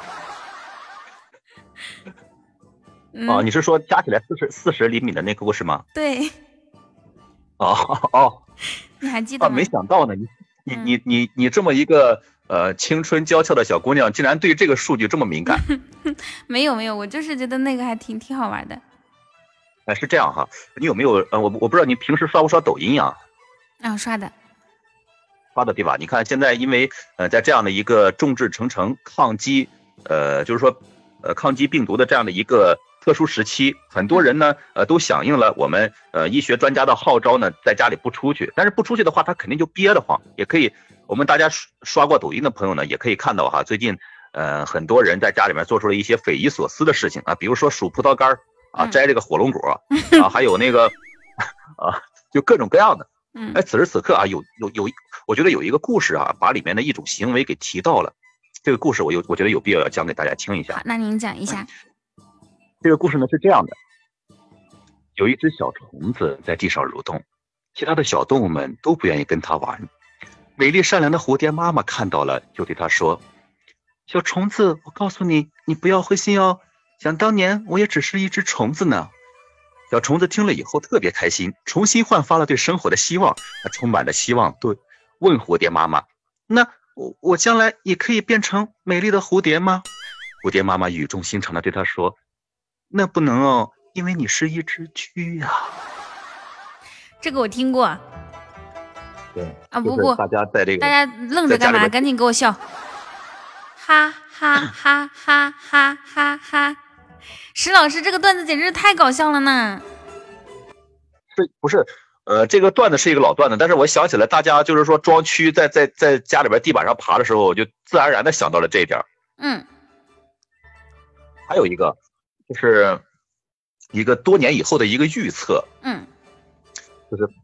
嗯、哦，你是说加起来四十四十厘米的那个故事吗？ 对。 哦哦， 你还记得吗？ 啊，没想到呢，你你你你你这么一个呃青春娇俏的小姑娘，竟然对这个数据这么敏感。 没有没有，我就是觉得那个还挺挺好玩的。 哎，是这样哈，你有没有呃，我我不知道你平时刷不刷抖音呀？ 啊，刷的， 刷的对吧？你看现在因为呃，在这样的一个众志成城抗击呃，就是说呃抗击病毒的这样的一个特殊时期，很多人呢呃都响应了我们呃医学专家的号召呢，在家里不出去。但是不出去的话，他肯定就憋得慌。也可以，我们大家刷过抖音的朋友呢，也可以看到哈，最近呃很多人在家里面做出了一些匪夷所思的事情啊，比如说数葡萄干啊，摘这个火龙果啊，还有那个啊，就各种各样的。哎，此时此刻啊，有有有，我觉得有一个故事啊，把里面的一种行为给提到了。这个故事我有，我觉得有必要要讲给大家听一下。 好，那您讲一下。 这个故事呢是这样的：有一只小虫子在地上蠕动，其他的小动物们都不愿意跟它玩。美丽善良的蝴蝶妈妈看到了，就对它说：“小虫子，我告诉你，你不要灰心哦。想当年我也只是一只虫子呢。”小虫子听了以后特别开心，重新焕发了对生活的希望。它充满了希望，对，问蝴蝶妈妈：“那我我将来也可以变成美丽的蝴蝶吗？”蝴蝶妈妈语重心长地对它说：“那不能哦，因为你是一只蛆呀。” 这个我听过。 对啊，不不， 大家在这个大家愣着干嘛？赶紧给我笑！哈哈哈哈哈哈哈！石老师，这个段子简直是太搞笑了呢！ 是不是？呃，这个段子是一个老段子，但是我想起来，大家就是说装蛆在在在家里边地板上爬的时候，我就自然而然的想到了这一点。 嗯。 还有一个，就是一个多年以后的一个预测。 嗯。 就是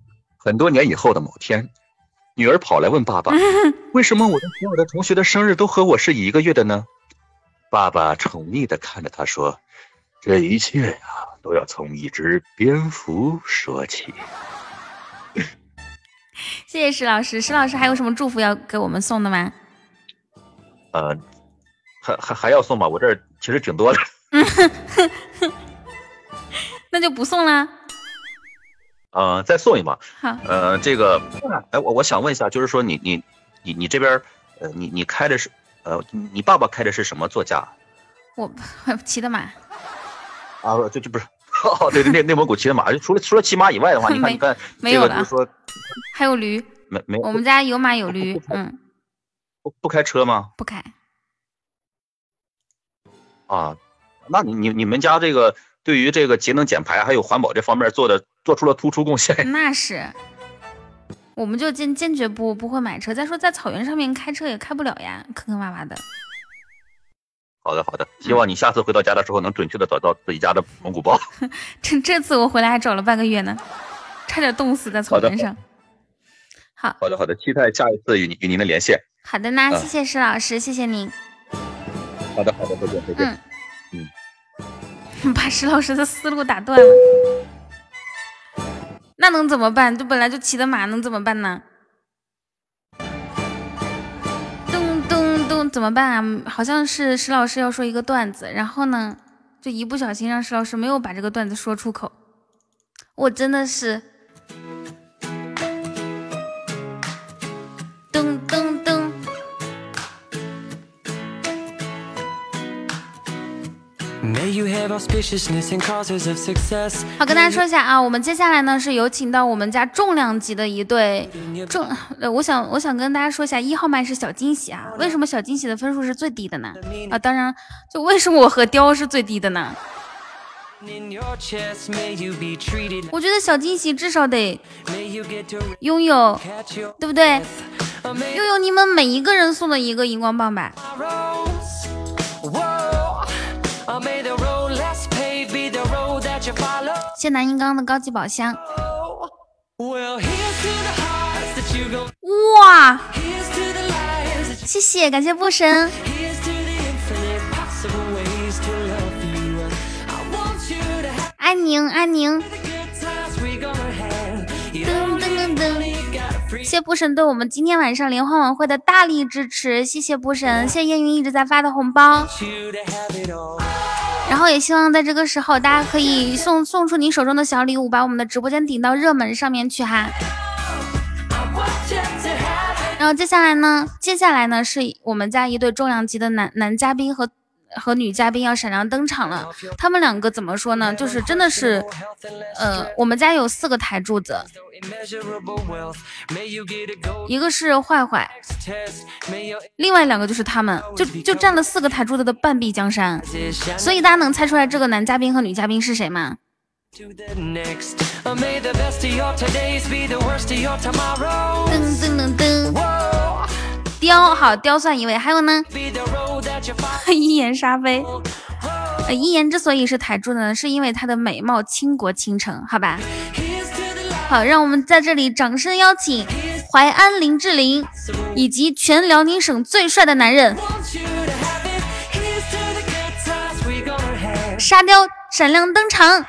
很多年以后的某天，女儿跑来问爸爸，为什么我的所有的同学的生日都和我是一个月的呢？爸爸宠溺地看着她说，这一切呀、啊，都要从一只蝙蝠说起。 谢谢石老师，石老师还有什么祝福要给我们送的吗？ 呃，还还还要送吗？我这儿其实挺多的。 那就不送了。 呃，再送一把。 好。 呃，这个，哎，我我想问一下，就是说你你你你这边，呃，你你开的是，呃，你爸爸开的是什么座驾？ 我骑的马。 啊，这这不是。哦，对对，内内蒙古骑的马，除了除了骑马以外的话，你看你看， 没有了，就是说还有驴， 没没， 我们家有马有驴，嗯， 不不开车吗？ 不开。 啊，那你你你们家这个对于这个节能减排还有环保这方面做的做出了突出贡献。 那是，我们就坚坚决不不会买车。再说在草原上面开车也开不了呀，坑坑洼洼的。 好的好的，希望你下次回到家的时候能准确的找到自己家的蒙古包。 这这次我回来还找了半个月呢，差点冻死在草原上。好好的好的，期待下一次与你与您的连线。 好的呢，谢谢石老师，谢谢您。 好的好的，再见再见。 嗯嗯，把石老师的思路打断了，那能怎么办？就本来就骑的马，能怎么办呢？怎么办啊？好像是石老师要说一个段子，然后呢，就一不小心让石老师没有把这个段子说出口。我真的是，噔噔噔，好，跟大家说一下啊，我们接下来呢是有请到我们家重量级的一对重，呃，我想我想跟大家说一下，一号麦是小惊喜啊，为什么小惊喜的分数是最低的呢？啊，当然，就为什么我和雕是最低的呢？我觉得小惊喜至少得拥有，对不对？拥有你们每一个人送的一个荧光棒吧。谢南银刚的高级宝箱。哇，谢谢，感谢布神。安宁安宁，噔噔噔噔，谢谢布神对我们今天晚上联欢晚会的大力支持，谢谢布神，谢谢燕云一直在发的红包。然后也希望在这个时候，大家可以送送出你手中的小礼物，把我们的直播间顶到热门上面去哈。然后接下来呢，接下来呢是我们家一对重量级的男男嘉宾和和女嘉宾要闪亮登场了。他们两个怎么说呢？就是真的是，呃，我们家有四个台柱子，一个是坏坏，另外两个就是他们，就就占了四个台柱子的半壁江山。所以大家能猜出来这个男嘉宾和女嘉宾是谁吗？噔噔噔噔，雕好，雕算一位，还有呢？一言杀飞。呃，一言之所以是台柱的呢，是因为她的美貌倾国倾城，好吧？好，让我们在这里掌声邀请淮安林志玲以及全辽宁省最帅的男人沙雕闪亮登场。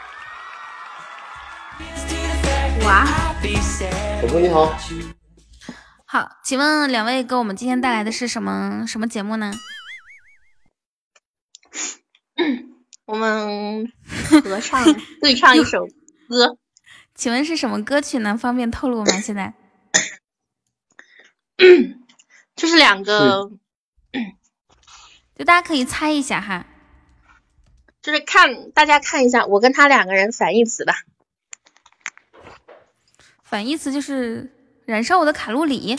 哇， 小哥你好。 好，请问两位给我们今天带来的是什么什么节目呢？ 我们合唱对唱一首歌。 请问是什么歌曲呢？方便透露吗？现在就是两个， 就大家可以猜一下哈。 就是看大家看一下，我跟他两个人反义词吧。 反义词就是燃烧我的卡路里。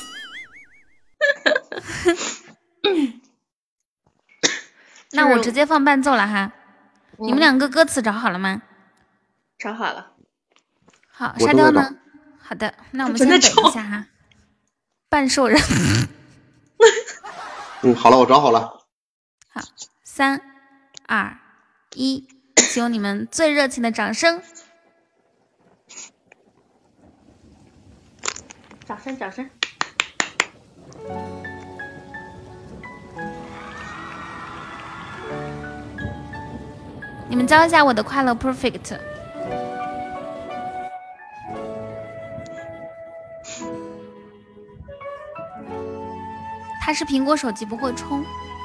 那我直接放伴奏了哈。嗯、你们两个歌词找好了吗？ 找好了。 好，沙雕呢？好的，那我们先等一下哈。半兽人。 嗯，好了，我找好了。 好，三、二、一，请用你们最热情的掌声。 掌声掌声。 你们教一下我的快乐 perfect。他是苹果手机不会充。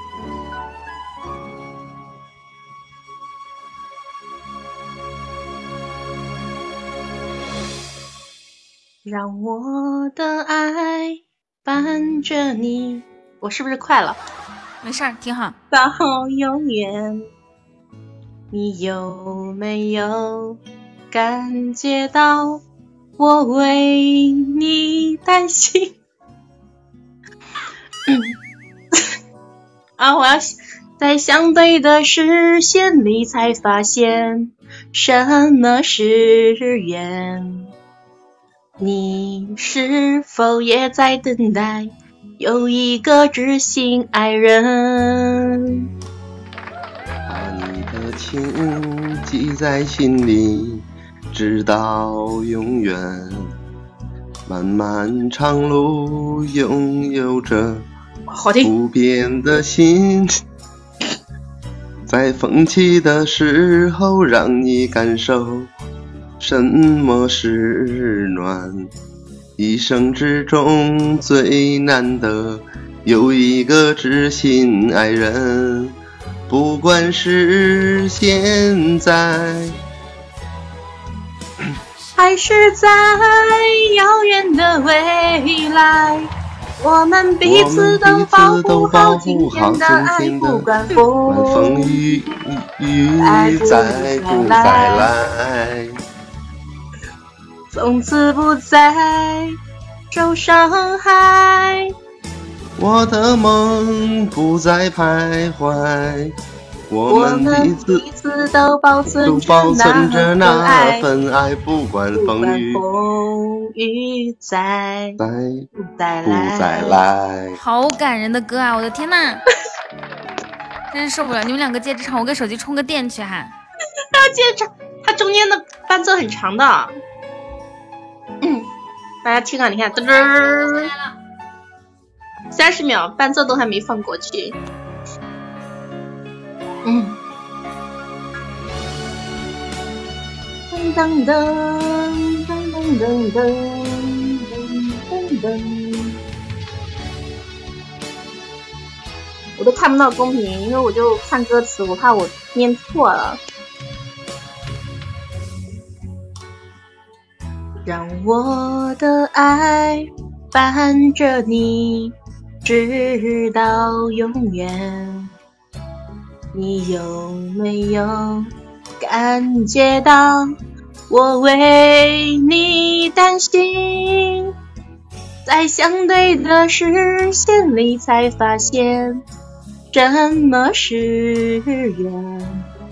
让我的爱伴着你，我是不是快了？ 没事儿，挺好。 到永远，你有没有感觉到我为你担心？啊，我要在相对的视线里才发现什么是缘。你是否也在等待有一个知心爱人？ 把你的情记在心里，直到永远。漫漫长路拥有着不变的心，在风起的时候让你感受什么是暖。一生之中最难得有一个知心爱人，不管是现在还是在遥远的未来，我们彼此都保护好今天的爱，不管风雨雨再不再来， 从此不再受伤害， 我的梦不再徘徊，我们彼此彼此都保存都保存着那爱份爱，不管风雨风雨再再不再不再来。 好感人的歌啊！我的天呐，真是受不了！你们两个接着唱，我给手机充个电去哈。 他要接着唱，他中间的伴奏很长的。嗯，大家听啊，你看，噔噔，三十秒伴奏都还没放过去。嗯，噔噔噔噔噔噔噔噔噔，我都看不到公屏，因为我就看歌词，我怕我念错了。让我的爱伴着你，直到永远。你有没有感觉到我为你担心？在相对的视线里才发现什么是缘。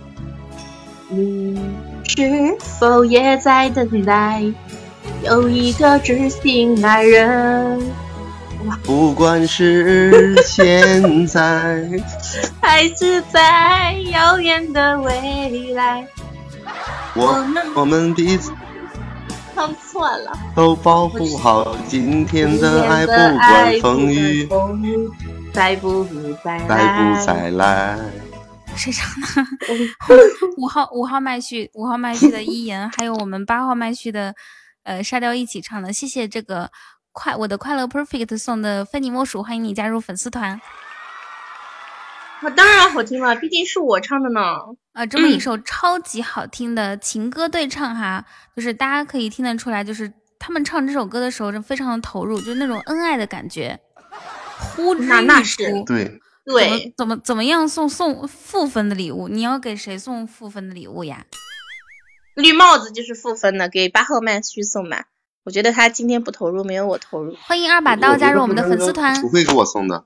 你是否也在等待有一个知心爱人？ 不管是现在还是在遥远的未来， 我们我们彼此唱错了， 都保护好今天的爱，不管风雨再不再来， 再不再来。 谁唱的？五号五号麦序，五号麦序的一言，还有我们八号麦序的呃沙雕一起唱的。谢谢这个快我的快乐 perfect 送的非你莫属，欢迎你加入粉丝团。 我当然好听了，毕竟是我唱的呢。 啊，这么一首超级好听的情歌对唱哈，嗯、就是大家可以听得出来，就是他们唱这首歌的时候是非常的投入，就是那种恩爱的感觉，呼之欲出。 那那是对对， 怎么怎么怎么样送送负分的礼物？你要给谁送负分的礼物呀？ 绿帽子就是负分的，给八号麦序送吧。我觉得他今天不投入，没有我投入。 欢迎二把刀加入我们的粉丝团。 不会给我送的。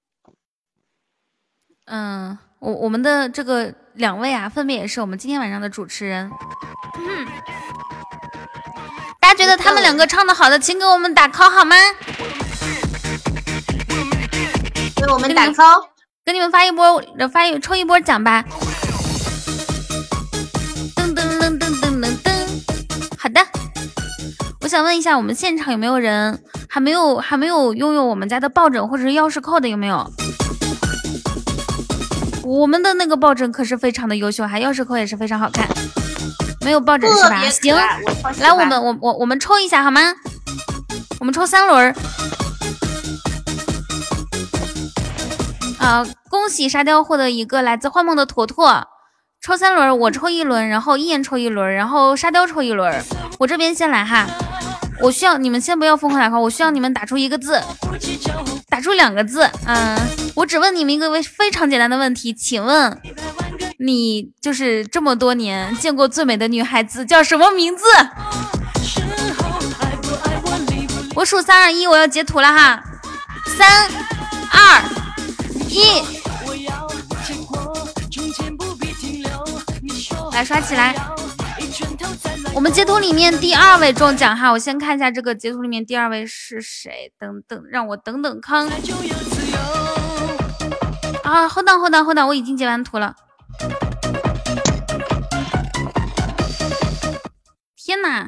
嗯，我我们的这个两位啊，分别也是我们今天晚上的主持人。嗯，大家觉得他们两个唱的好的，请给我们打 call 好吗？ 给我们打 call， 给你们发一波，发一抽一波奖吧。噔噔噔噔噔噔噔。好的，我想问一下，我们现场有没有人还没有还没有拥有我们家的抱枕或者是钥匙扣的有没有？我们的那个抱枕可是非常的优秀，还钥匙扣也是非常好看。没有抱枕是吧？行，来我们我我我们抽一下好吗？我们抽三轮。啊，恭喜沙雕获得一个来自幻梦的坨坨。抽三轮，我抽一轮，然后一言抽一轮，然后沙雕抽一轮。我这边先来哈，我需要你们先不要疯狂打 call， 我需要你们打出一个字，打出两个字。嗯，我只问你们一个非常简单的问题，请问你就是这么多年见过最美的女孩子叫什么名字？我数三二一，我要截图了哈，三二一，来刷起来。我们截图里面第二位中奖哈，我先看一下这个截图里面第二位是谁，等等，让我等等康。啊，后档后档后档，我已经截完图了。天哪！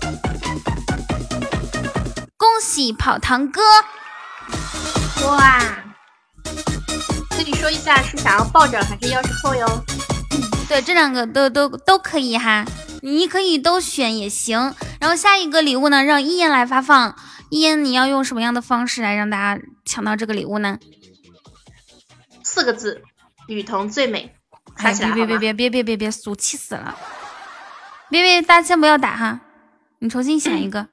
恭喜跑堂哥！ 哇！跟你说一下，是想要抱枕还是钥匙扣哟？ 对，这两个都都都可以哈，你可以都选也行。然后下一个礼物呢，让一言来发放。一言，你要用什么样的方式来让大家抢到这个礼物呢？ 四个字，雨桐最美。 哎，别别别别别别别别，俗气死了！别别，大家先不要打哈，你重新选一个。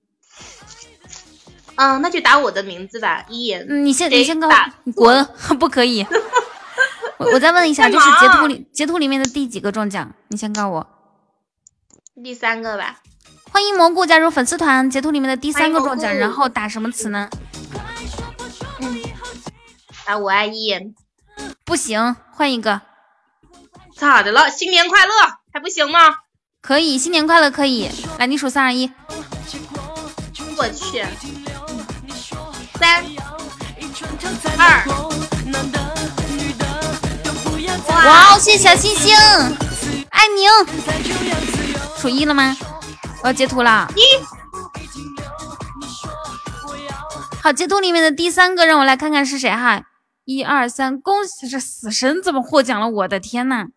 嗯，那就打我的名字吧，一言。 嗯，你先你先告我滚，不可以。我我再问一下，就是截图里截图里面的第几个中奖？你先告诉我。 第三个吧。 欢迎蘑菇加入粉丝团，截图里面的第三个中奖，然后打什么词呢？ 嗯，打我爱一言。 不行，换一个。 咋的了？新年快乐还不行吗？ 可以，新年快乐可以。来，你数三二一。 我去。三二。 哇哦，谢谢小星星，爱宁。数一了吗？我要截图了。 一。 好，截图里面的第三个，让我来看看是谁哈。一二三，恭喜这死神怎么获奖了？我的天呐！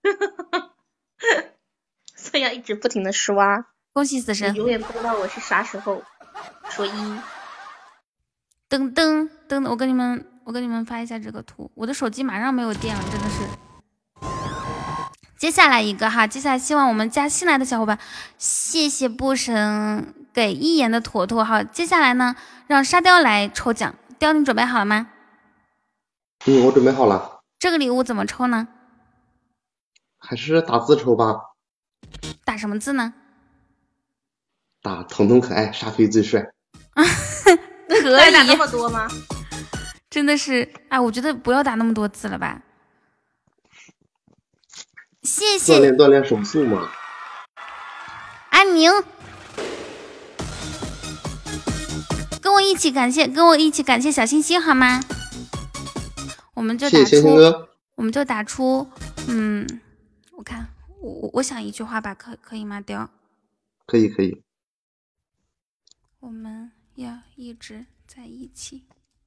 所以要一直不停的刷。 恭喜死神！ 你永远不知道我是啥时候说一。 噔噔噔，我跟你们，我跟你们发一下这个图。我的手机马上没有电了，真的是。接下来一个哈，接下来希望我们加新来的小伙伴，谢谢布神给一言的坨坨哈。接下来呢，让沙雕来抽奖。雕，你准备好了吗？ 嗯，我准备好了。 这个礼物怎么抽呢？ 还是打字抽吧。 打什么字呢？ 打彤彤可爱，沙飞最帅。 可以打那么多吗？ 真的是，哎，我觉得不要打那么多字了吧。谢谢。 锻炼锻炼手速嘛。 安宁，跟我一起感谢，跟我一起感谢小星星好吗？我们就打出， 谢谢星星哥。 我们就打出，嗯，我看，我我想一句话吧，可可以吗？雕。 可以可以。 我们要一直在一起。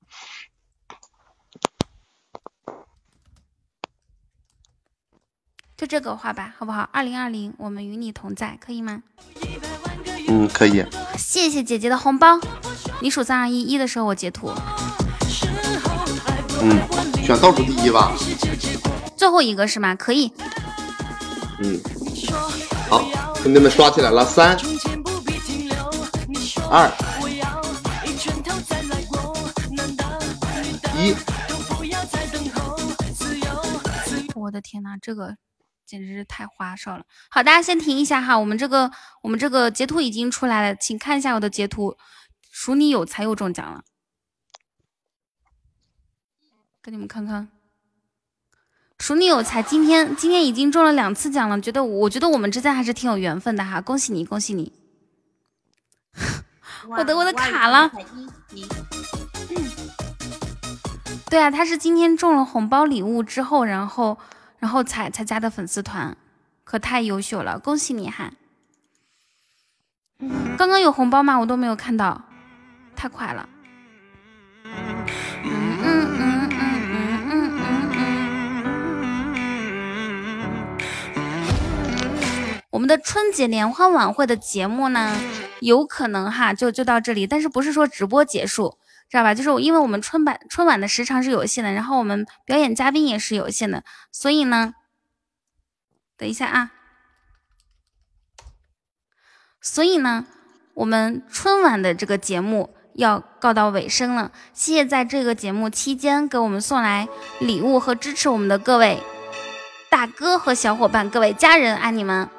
就这个话吧，好不好？二零二零，我们与你同在，可以吗？ 嗯，可以。 谢谢姐姐的红包，你数三二一，一的时候我截图。 嗯，选倒数第一吧。 最后一个是吗？可以。 嗯，好，兄弟们刷起来了，三二一。 我的天哪，这个简直是太花哨了。好，大家先停一下哈，我们这个我们这个截图已经出来了，请看一下我的截图。属你有才又中奖了，给你们看看。属你有才，今天今天已经中了两次奖了，觉得我觉得我们之间还是挺有缘分的哈，恭喜你，恭喜你。我的我的卡了。对啊，他是今天中了红包礼物之后，然后然后才才加的粉丝团，可太优秀了，恭喜你哈！刚刚有红包吗？我都没有看到。 太快了。嗯嗯嗯嗯嗯嗯嗯。我们的春节联欢晚会的节目呢，有可能哈就就到这里，但是不是说直播结束，知道吧？就是因为我们春晚春晚的时长是有限的，然后我们表演嘉宾也是有限的，所以呢，等一下啊，所以呢，我们春晚的这个节目要告到尾声了。谢谢在这个节目期间给我们送来礼物和支持我们的各位大哥和小伙伴，各位家人，爱你们！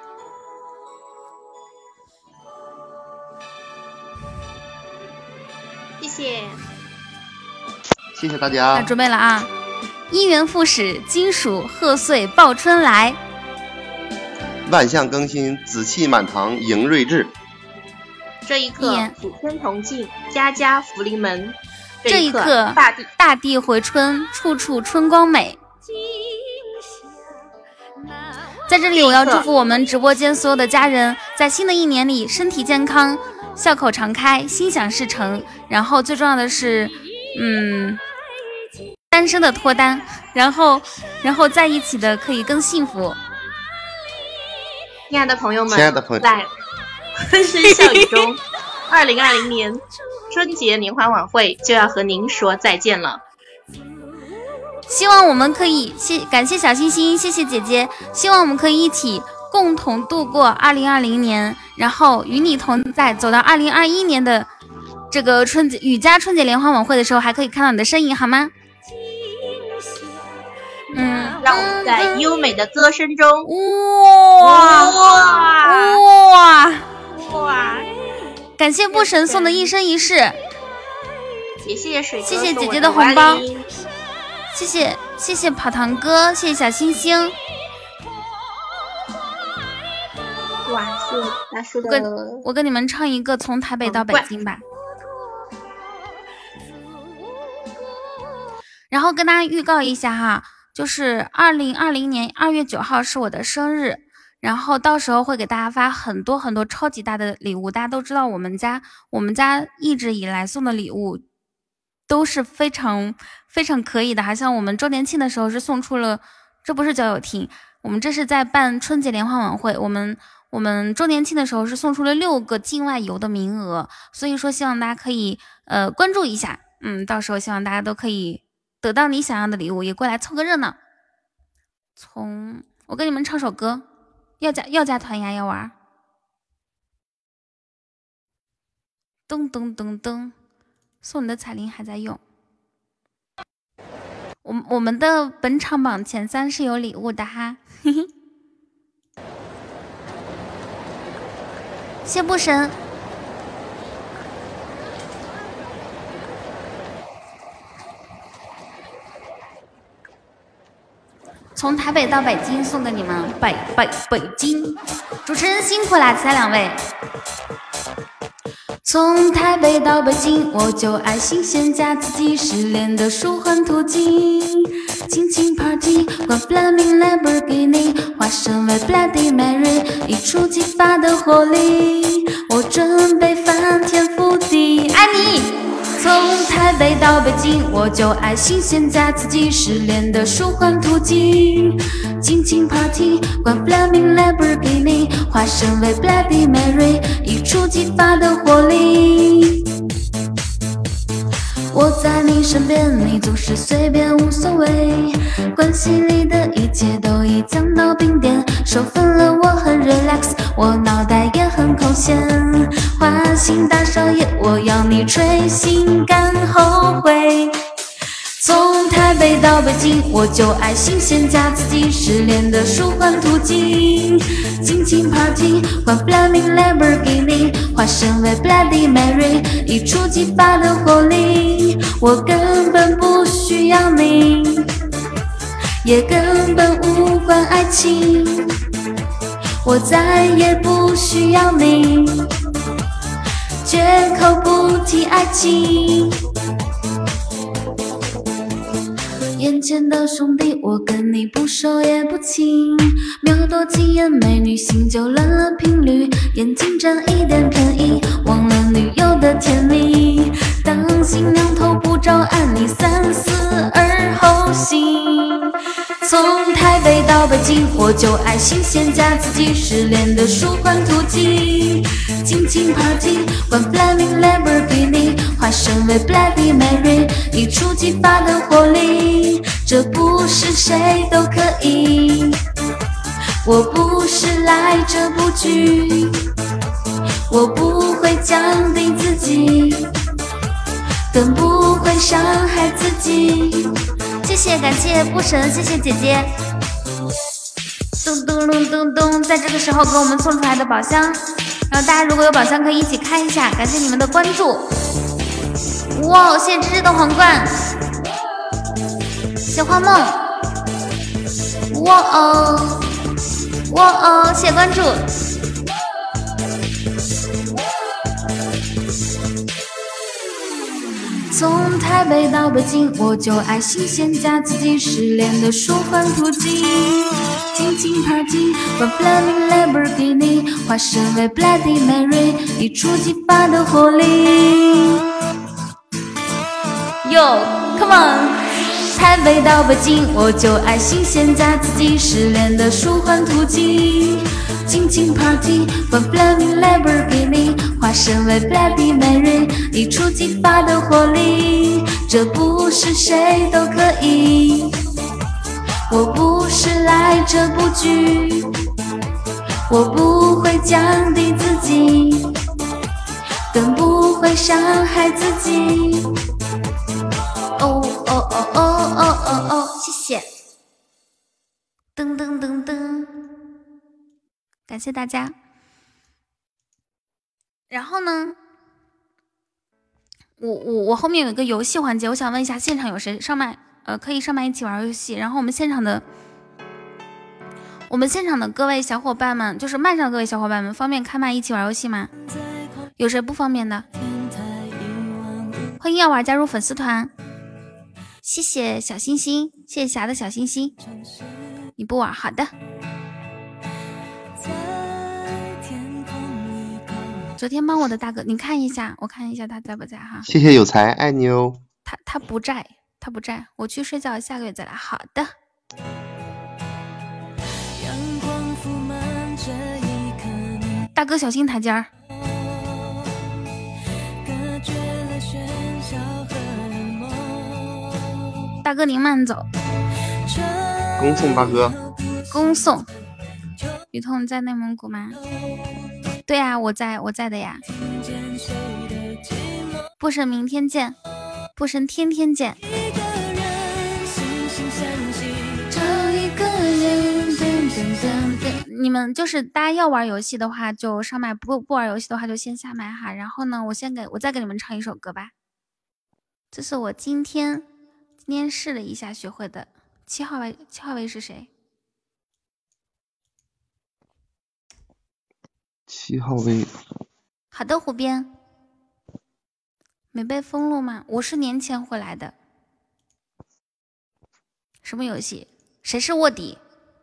谢谢， 谢谢大家。 那准备了啊！一元复始，金属贺岁报春来， 万象更新，紫气满堂迎瑞至。 这一刻，普天同庆，家家福临门。 这一刻，大地大地回春，处处春光美。在这里，我要祝福我们直播间所有的家人，在新的一年里身体健康，笑口常开，心想事成。然后最重要的是，嗯，单身的脱单，然后，然后在一起的可以更幸福。 亲爱的朋友们， 亲爱的朋友， 在欢声笑语中，二零二零年春节联欢晚会就要和您说再见了。 希望我们可以谢感谢小星星，谢谢姐姐。希望我们可以一起共同度过二零二零年，然后与你同在，走到二零二一年的这个春节雨佳春节联欢晚会的时候，还可以看到你的身影，好吗？嗯， 让我们在优美的歌声中， 哇哇哇哇！ 感谢不神送的一生一世， 也谢谢水哥， 谢谢姐姐的红包，谢谢谢谢跑堂哥，谢谢小星星。 哇，是大叔的。 我跟我跟你们唱一个从台北到北京吧。然后跟大家预告一下哈，就是二零二零年二月九号是我的生日，然后到时候会给大家发很多很多超级大的礼物。大家都知道我们家我们家一直以来送的礼物都是非常非常可以的，好像我们周年庆的时候是送出了，这不是交友厅，我们这是在办春节联欢晚会，我们我们周年庆的时候是送出了六个境外游的名额，所以说希望大家可以呃关注一下，嗯，到时候希望大家都可以得到你想要的礼物，也过来凑个热闹。从我跟你们唱首歌，要加要加团呀，要玩。噔噔噔噔，送你的彩铃还在用。我我们的本场榜前三是有礼物的哈，嘿嘿。谢不神。从台北到北京送给你们，北北北京，主持人辛苦啦，其他两位。从台北到北京，我就爱新鲜加刺激，失恋的舒缓途径。亲亲 party， 逛 Flaming Lamborghini， 化身为 Bloody Mary， 一触即发的活力，我准备翻天覆地，爱你。从台北到北京，我就爱新鲜加刺激，失恋的舒缓途径。亲亲 party， 逛 Flaming Lamborghini， 化身为 Bloody Mary， 一触即发的活力。我在你身边，你总是随便无所谓，关系里的一切都已降到冰点，手分了我很 relax， 我脑袋也很空闲，花心大少爷，我要你吹心肝后悔。从台北到北京，我就爱新鲜加刺激，失恋的舒缓途径。亲亲 party， 逛 Flaming Lamborghini， 化身为 Bloody Mary， 一触即发的活力，我根本不需要你，也根本无关爱情，我再也不需要你，绝口不提爱情。眼前的兄弟，我跟你不熟也不亲，瞄多几眼美女，心就乱了频率，眼睛占一点便宜，忘了女友的甜蜜， 心两头不着岸，你三思而后行。从台北到北京，我就爱新鲜加自己失恋的舒缓途径。尽情 party， 玩 Flaming Lamborghini， 化身为 Bloody Mary， 一触即发的活力，这不是谁都可以。我不是来这部剧，我不会降低自己，更不会伤害自己。谢谢，感谢不神，谢谢姐姐。咚咚咚咚咚，在这个时候给我们送出来的宝箱，然后大家如果有宝箱可以一起开一下，感谢你们的关注。哇，谢谢芝芝的皇冠，谢花梦。哇哦，哇哦，谢谢关注。从台北到北京，我就爱新鲜加自己失恋的舒缓途径。尽情 party， 玩 Flaming Lamborghini， 化身为 Bloody Mary， 一触即发的活力。Yo come on， 台北到北京，我就爱新鲜加自己失恋的舒缓途径。尽情 party， 玩 Flaming Lamborghini， 化身为 Bloody Mary， 一触即发的活力，这不是谁都可以。我不是来这部剧，我不会降低自己，更不会伤害自己。哦哦哦哦哦哦哦，谢谢。噔噔噔噔。感谢大家。然后呢，我我我后面有一个游戏环节，我想问一下现场有谁上麦，呃，可以上麦一起玩游戏。然后我们现场的，我们现场的各位小伙伴们，就是麦上的各位小伙伴们，方便开麦一起玩游戏吗？有谁不方便的？欢迎药丸加入粉丝团，谢谢小星星，谢谢霞的小星星。你不玩，好的。昨天帮我的大哥，你看一下，我看一下他在不在哈。 谢谢有才，爱你哦。 他他不在，他不在，我去睡觉，下个月再来。好的。大哥小心台阶儿。大哥您慢走。 恭送大哥。 恭送。雨桐你在内蒙古吗？对啊，我在我在的呀。不神明天见，不神天天见。你们就是大家要玩游戏的话就上麦，不不玩游戏的话就先下麦哈。然后呢，我先给我再给你们唱一首歌吧。这是我今天今天试了一下学会的。七号位七号位是谁？ 七号位。 好的，湖边。没被封路吗？我是年前回来的。什么游戏？谁是卧底？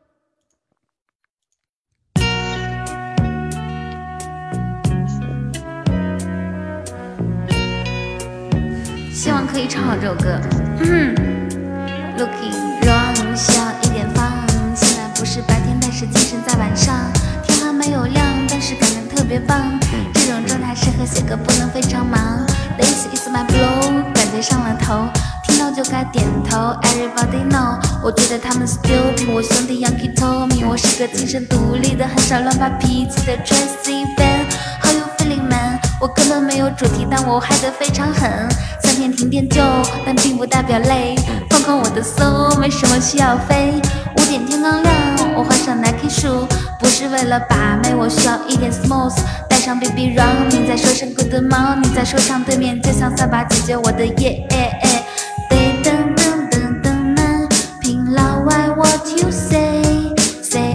希望可以唱好这首歌。嗯 Looking 让笑一点放，现在不是白天，但是精神在晚上。天还没有亮，但是感觉特别棒。这种状态适合写歌，不能非常忙。This is my blow， 感觉上了头，听到就该点头。Everybody know， 我觉得他们 stupid。我兄弟 Yankee told me， 我是个精神独立的，很少乱发脾气的 Tracy Van。How you feeling man？ 我根本没有主题，但我嗨得非常狠。三天停电就，但并不代表累。放空我的 soul， 没什么需要飞。五点天刚亮，我换上 Nike 束，不是为了把妹，我需要一点 smooth。带上 B B Run， 再说声 Good morning， 在说唱对面就像扫把解决我的夜。对噔噔噔噔呢，凭老外 What you say say。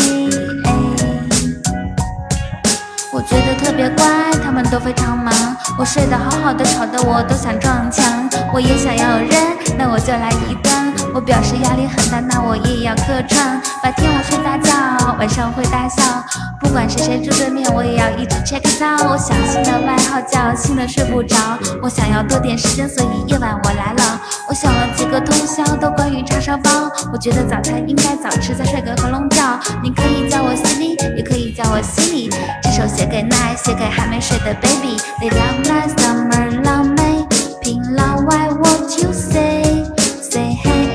都非常忙， 我睡得好好的，吵得我都想撞墙。我也想要有人，那我就来一段。我表示压力很大，那我也要客串。白天我睡大觉，晚上会大笑。不管是谁住对面，我也要一直 check it out。我想新的外号叫新的睡不着。我想要多点时间，所以夜晚我来了。我想了几个通宵，都关于叉烧包。我觉得早餐应该早吃，再睡个合笼觉。你可以叫我 Silly， 也可以叫我 Silly。这首写给 Night， 写给还没睡的 Baby。They love night summer love me， 平老外 What you say say hey。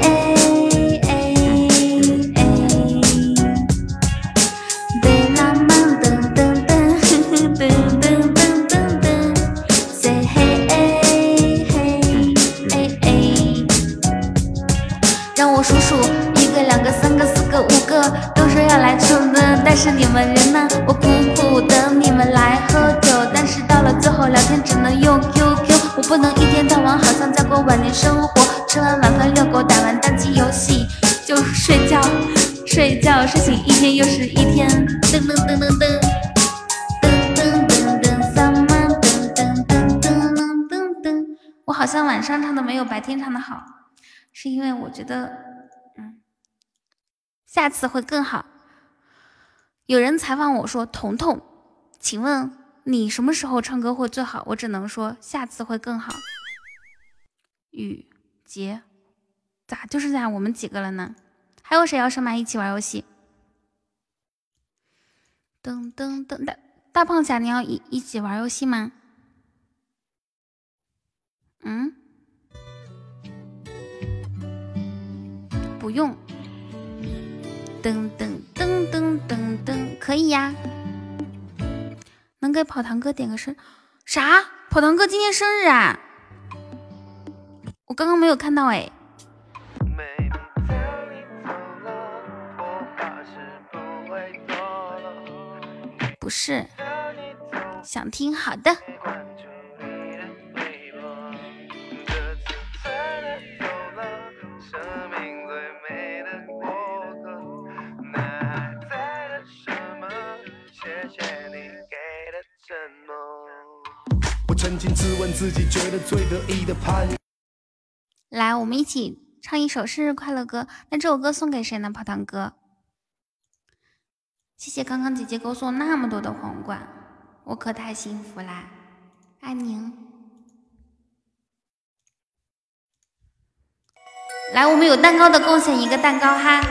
数数一个两个三个四个五个，都说要来蹭的，但是你们人呢？我苦苦等你们来喝酒，但是到了最后聊天只能用 Q Q。我不能一天到晚好像在过晚年生活，吃完晚饭遛狗，打完单机游戏就睡觉，睡觉睡醒一天又是一天。噔噔噔噔噔。噔噔噔噔 summer 噔噔噔噔噔噔。我好像晚上唱的没有白天唱的好，是因为我觉得。下次会更好。有人采访我说：“彤彤，请问你什么时候唱歌会最好？”我只能说下次会更好。雨杰，咋就是这样？我们几个了呢？还有谁要上麦一起玩游戏？噔噔噔，大大胖侠，你要一一起玩游戏吗？嗯，不用。噔噔噔噔噔噔，可以呀。能给跑堂哥点个声？啥？跑堂哥今天生日啊？我刚刚没有看到哎。不是，想听，好的。来，我们一起唱一首生日快乐歌。那这首歌送给谁呢？跑堂哥，谢谢刚刚姐姐给我送那么多的皇冠，我可太幸福啦，爱您。来，我们有蛋糕的贡献一个蛋糕哈。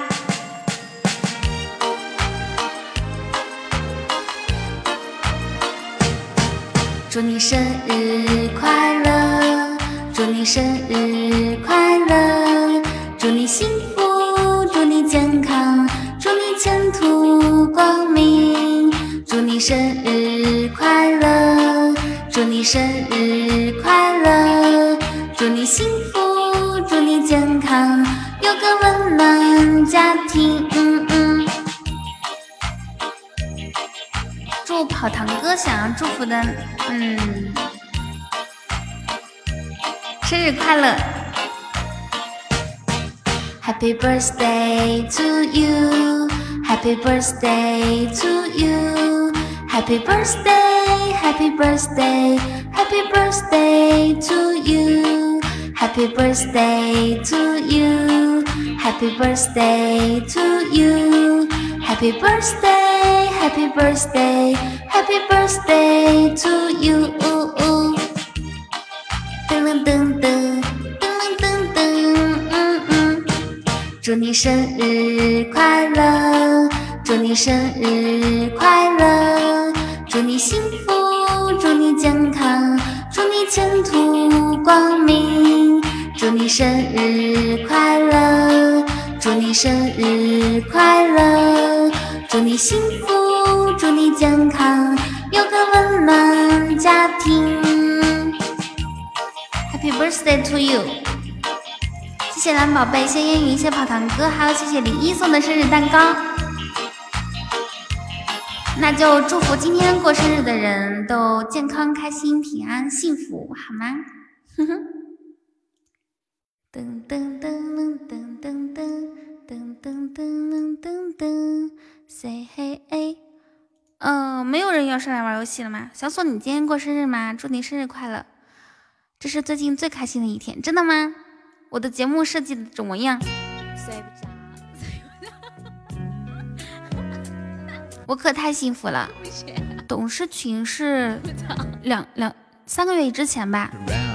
祝你生日快乐，祝你生日快乐，祝你幸福，祝你健康，祝你前途光明。祝你生日快乐，祝你生日快乐，祝你幸福，祝你健康，有个温暖家庭。嗯嗯。祝跑堂哥想要祝福的，嗯，生日快乐 ！Happy birthday to you, Happy birthday to you, Happy birthday, Happy birthday, Happy birthday to you, Happy birthday to you, Happy birthday to you, Happy birthday, Happy birthday, Happy birthday to you. 噔噔噔噔噔噔噔，嗯嗯。祝你生日快乐，祝你生日快乐，祝你幸福，祝你健康，祝你前途光明。祝你生日快乐，祝你生日快乐，祝你幸福，祝你健康，有个温暖家庭。Happy birthday to you！ 谢谢蓝宝贝，谢谢烟云，谢谢跑堂哥，还有谢谢李一送的生日蛋糕。那就祝福今天过生日的人都健康、开心、平安、幸福，好吗？哼哼。噔噔噔噔噔噔噔噔噔噔噔噔 ，say hey hey， 嗯， 没有人要上来玩游戏了吗？小锁，你今天过生日吗？祝你生日快乐！这是最近最开心的一天，真的吗？我的节目设计的怎么样？我可太幸福了。董事群是两两三个月之前吧。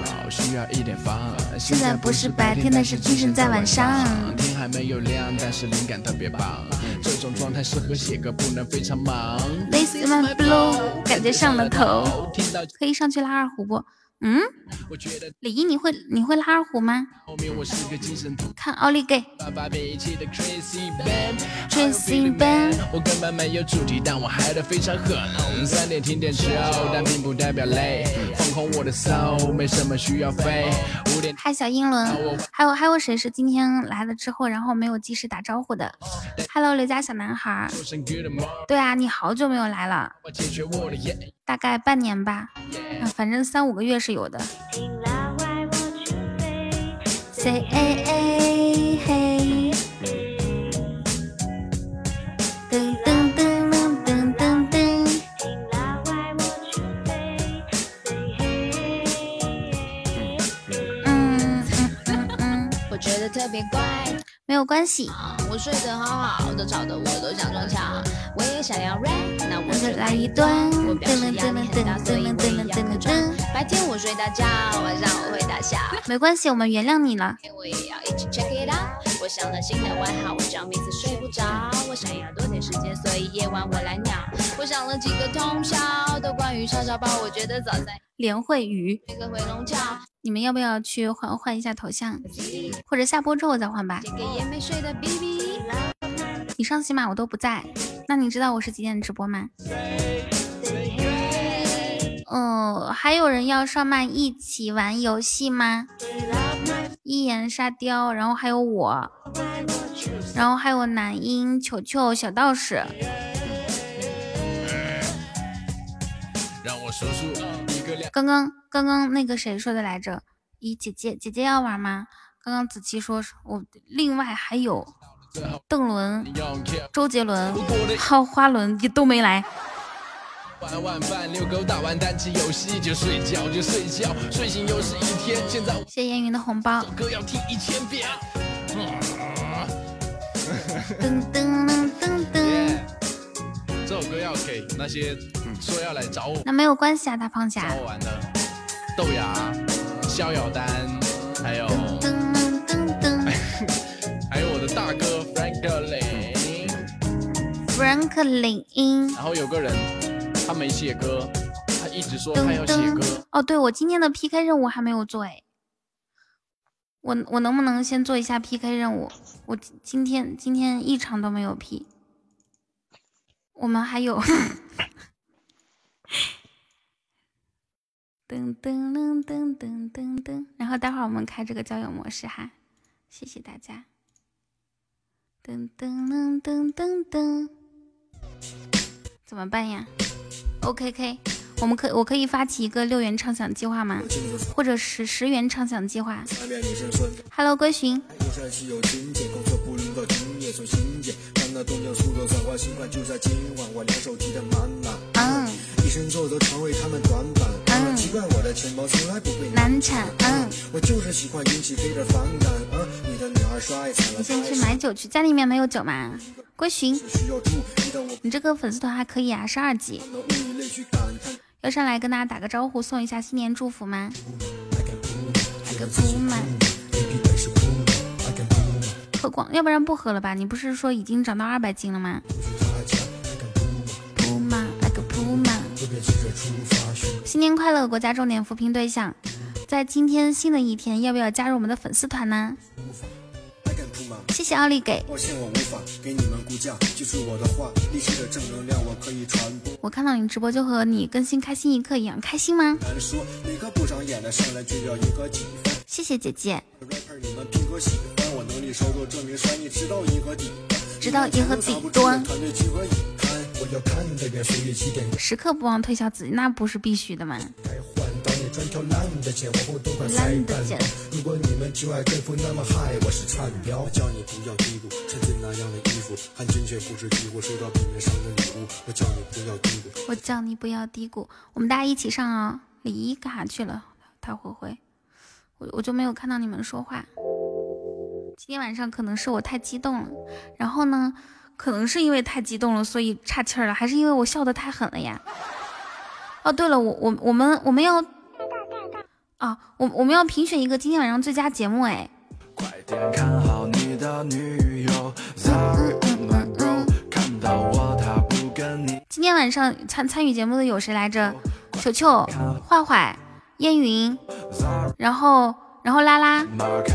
现在不是白天，但是精神在晚上。天还没有亮，但是灵感特别棒。这种状态适合写歌，不能非常忙。This is my blue， 感觉上了头。可以上去拉二胡不？嗯，李一，你会你会拉二胡吗？看奥利给 Tracy Band， 我根本没有主题，但我嗨得非常狠。三点听点球，但并不代表累。放空我的 soul， 没什么需要飞。嗨，小英伦，还有还有谁是今天来了之后，然后没有及时打招呼的 ？Hello， 刘家小男孩。对啊，你好久没有来了，大概半年吧，啊、反正三五个月是有的。Say A A hey， 噔噔噔噔噔噔。嗯嗯嗯嗯，我觉得特别乖。没有关系，我睡得好好的，吵得我都想撞墙。我也想要 rap， 那我就来一段。我表示压力很大，所以我也要客串。白天我睡大觉，晚上我会大笑。没关系，我们原谅你了。我也要一起 check it out。我想了新的外号，我叫名字睡不着。我想要多点时间，所以夜晚我来鸟。我想了几个通宵的关于叉烧包，我觉得早在连会鱼。那个回笼觉。你们要不要去换换一下头像，或者下播之后再换吧。你上喜马我都不在，那你知道我是几点直播吗？嗯，还有人要上麦一起玩游戏吗？一言沙雕，然后还有我，然后还有男音、球球、小道士。让我说出一个两。刚刚刚刚那个谁说的来着？咦，姐姐姐姐要玩吗？刚刚子期说，我另外还有邓伦、周杰伦、好花轮也都没来。玩晚饭遛狗打完单机游戏就睡觉就睡觉，睡醒又是一天。现在谢谢烟云的红包。歌要听一千遍。噔噔噔噔噔。 这首歌要给那些说要来找我， 那没有关系啊，大胖侠。 找我玩的豆芽、逍遥丹，还有噔噔噔噔， 还有我的大哥 Franklin Franklin。 然后有个人他没写歌，他一直说他要写歌。 哦，对，我今天的 P K 任务还没有做哎，我我能不能先做一下 P K 任务？我今天今天一场都没有 P。我们还有噔噔噔噔噔噔噔，然后待会儿我们开这个交友模式哈，谢谢大家。噔噔噔噔噔噔，怎么办呀 ？O K K， 我们可我可以发起一个六元畅享计划吗？或者是十元畅享计划 ？Hello， 归寻。嗯，一身皱皱常为他们短板。嗯，奇怪我的钱包从来不会难产。嗯，我就是喜欢引起别人反感。嗯，你的女儿帅惨了。你先去买酒去，家里面没有酒吗？归寻，你这个粉丝团还可以啊，是二级。要上来跟大家打个招呼，送一下新年祝福吗？打个不满。喝光，要不然不喝了吧？你不是说已经涨到二百斤了吗？普马，来个普马。新年快乐，国家重点扶贫对象，在今天新的一天，要不要加入我们的粉丝团呢？谢谢奥利给。我看到你直播就和你更新开心一刻一样，开心吗？谢谢姐姐。直到银河底端，时刻不忘推销自己，那不是必须的吗？烂的钱。如果你们就爱对付那么嗨，我是差点标，叫你不要低估，穿进那样的衣服，看见却不知低估，收到表面上的礼物，我叫你不要低估。 我叫你不要嘀咕，我们大家一起上啊！李一干啥去了？他会会，我我就没有看到你们说话。今天晚上可能是我太激动了，然后呢，可能是因为太激动了，所以岔气儿了，还是因为我笑得太狠了呀？哦，对了，我我我们我们要啊，我我们要评选一个今天晚上最佳节目哎。快点看好你的女友。今天晚上参参与节目的有谁来着？球球、坏坏、烟云，然后然后拉拉。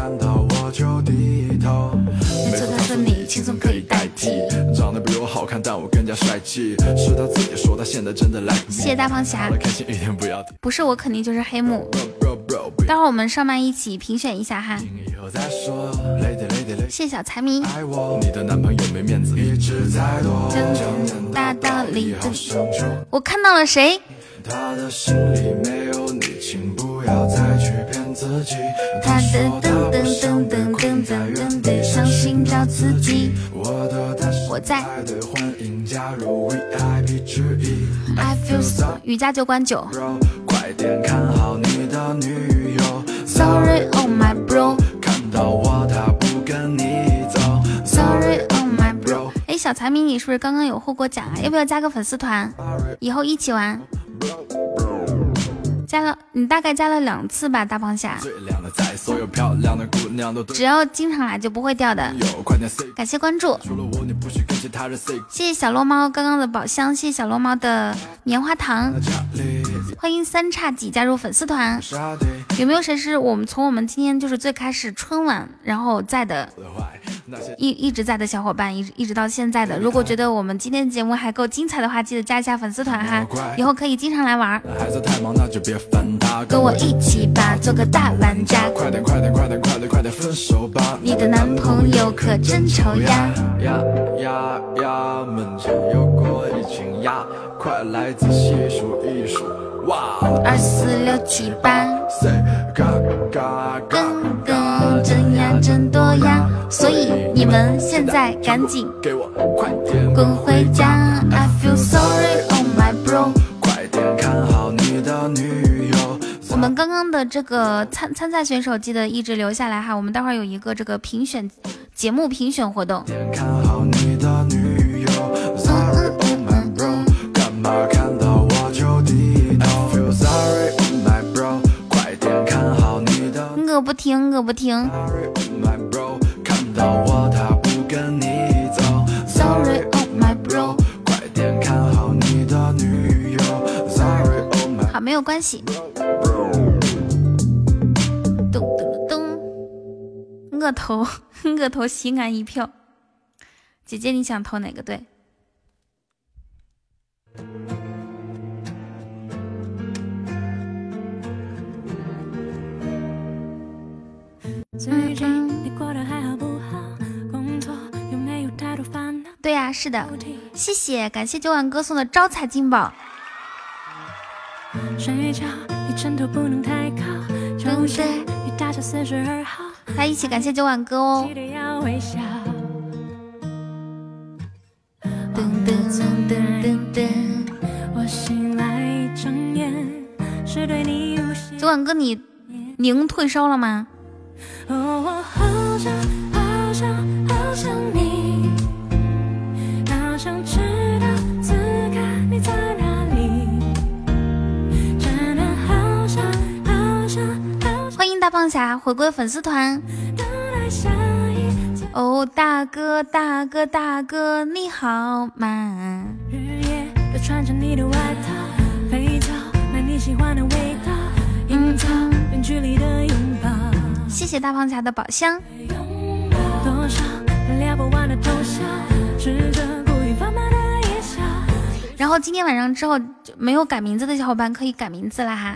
没错，他说你轻松可以代替。长得比我好看，但我更加帅气。是他自己说，他现在真的 like me。谢谢大胖侠。开心一点不要停。不是我，肯定就是黑幕。待会儿我们上麦一起评选一下哈。谢谢小财迷。你的男朋友没面子，一直在躲。大道理。我看到了谁？他的心里没有你，请不要再去骗自己。他的噔噔噔噔噔噔噔噔，想寻找刺激。我在。I feel so。雨加九管九。快点看好你的女友。Sorry, oh my bro。看到我他不跟你走。Sorry, oh my bro。哎，小财迷，你是不是刚刚有获过奖啊？要不要加个粉丝团？以后一起玩。加了，你大概加了两次吧，大胖侠。只要经常来就不会掉的。感谢关注，谢谢小螺猫刚刚的宝箱，谢谢小螺猫的棉花糖，欢迎三叉戟加入粉丝团。有没有谁是我们从我们今天就是最开始春晚然后在的一一直在的小伙伴，一一直到现在的？如果觉得我们今天节目还够精彩的话，记得加一下粉丝团哈，以后可以经常来玩。跟我一起吧，做个大玩家。快点快点快点快点快点分手吧！你的男朋友可真丑呀！呀呀呀！门前有过一群鸭，快来仔细数一数。哇！二四六七八，跟跟真呀真多呀！所以你们现在赶紧给我快点滚回家 ！I feel sorry, oh my bro。快点看好你的女友。我们刚刚的这个参参赛选手记得一直留下来哈，我们待会儿有一个这个评选节目评选活动。看好你的女友 Sorry, oh my bro。干嘛看到我就低头 Feel sorry, oh my bro。快点看好你的我不听我不听 Sorry, oh my bro。看到我他不跟你走 Sorry, oh my bro。快点看好你的女友 Sorry, oh my bro。好，没有关系。咚咚咚，我投我投西安一票。姐姐，你想投哪个队？最近你过得还好不好？工作有没有太多烦恼？对呀、啊，是的，谢谢，感谢九碗哥送的招财金宝。睡觉你枕头不能太靠，就睡你大小四十二号。来一起感谢九碗哥哦。噔噔噔噔噔，我醒来一睁眼，是对你无限。九碗哥，你您退烧了吗？哦，我好想好想好想你，好想知道此刻你在哪里，真的好想好想好想。欢迎大胖侠回归粉丝团。哦，大哥大哥大哥你好吗？日夜都穿着你的外套，肥皂买你喜欢的味道，营造远距离的拥抱。谢谢大胖侠的宝箱。多少聊不完的偷笑，试着故意放慢的一笑。然后今天晚上之后没有改名字的小伙伴可以改名字了哈。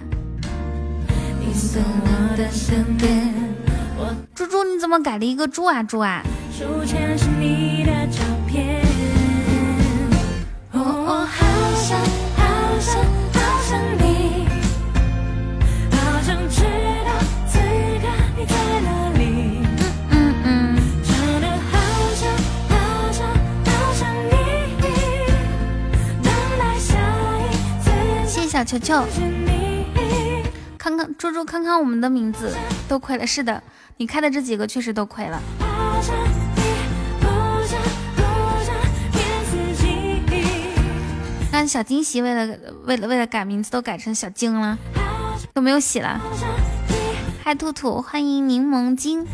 猪猪，你怎么改了一个猪啊猪啊？书签是你的照片。哦，我好想好想好想你，好想知道此刻你在哪里。嗯嗯嗯，真的好想好想好想你，等待下一小球球，康康猪猪康康，我们的名字都亏了。是的，你开的这几个确实都亏了。看小惊喜为了为了为了改名字都改成小精了，都没有喜了。嗨兔兔，欢迎柠檬精。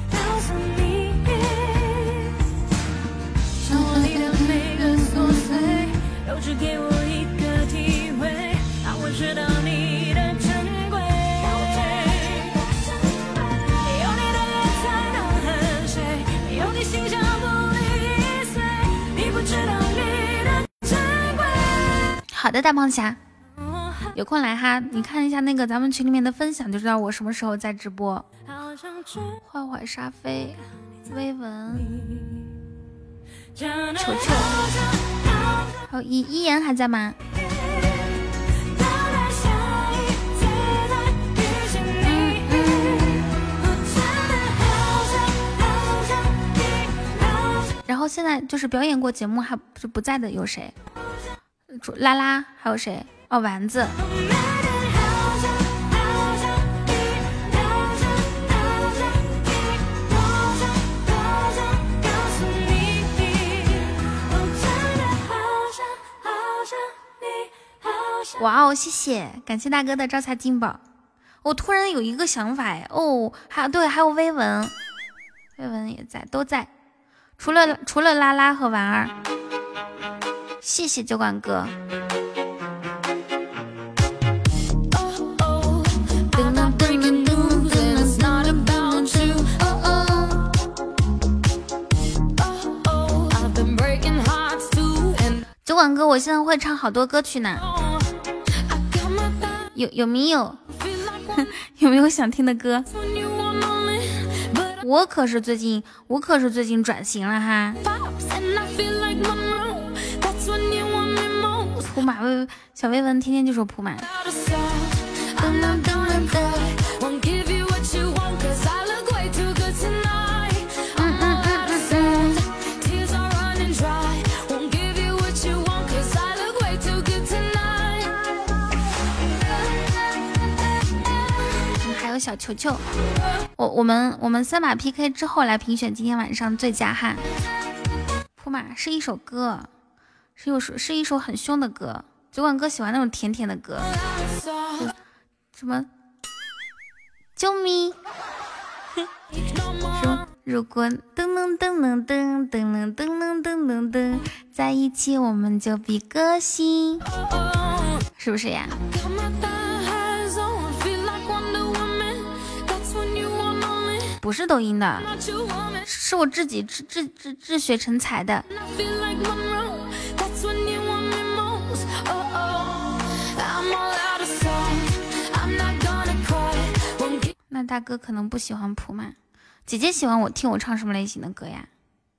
好的，大胖侠，有空来哈，你看一下那个咱们群里面的分享，就知道我什么时候在直播。坏坏沙飞，微文，球球，还有一一言还在吗？然后现在就是表演过节目还就不在的有谁？拉拉，还有谁？哦，丸子。哇哦，谢谢，感谢大哥的招财进宝。我突然有一个想法哎，哦，还有对，还有微文，微文也在，都在，除了除了拉拉和丸儿。谢谢酒馆哥。酒馆哥，我现在会唱好多歌曲呢。有有没有有没有想听的歌？我可是最近我可是最近转型了哈。普马微小微文天天就说普马。还有小球球，我我们我们三把 P K 之后来评选今天晚上最佳哈。普马是一首歌。是一首是一首很凶的歌，酒馆哥喜欢那种甜甜的歌，什么救命，什么如果噔噔噔噔噔噔噔噔噔噔噔噔在一起我们就比歌星，是不是呀？不是抖音的，是我自己自自自自学成才的。那大哥可能不喜欢普马，姐姐喜欢我听我唱什么类型的歌呀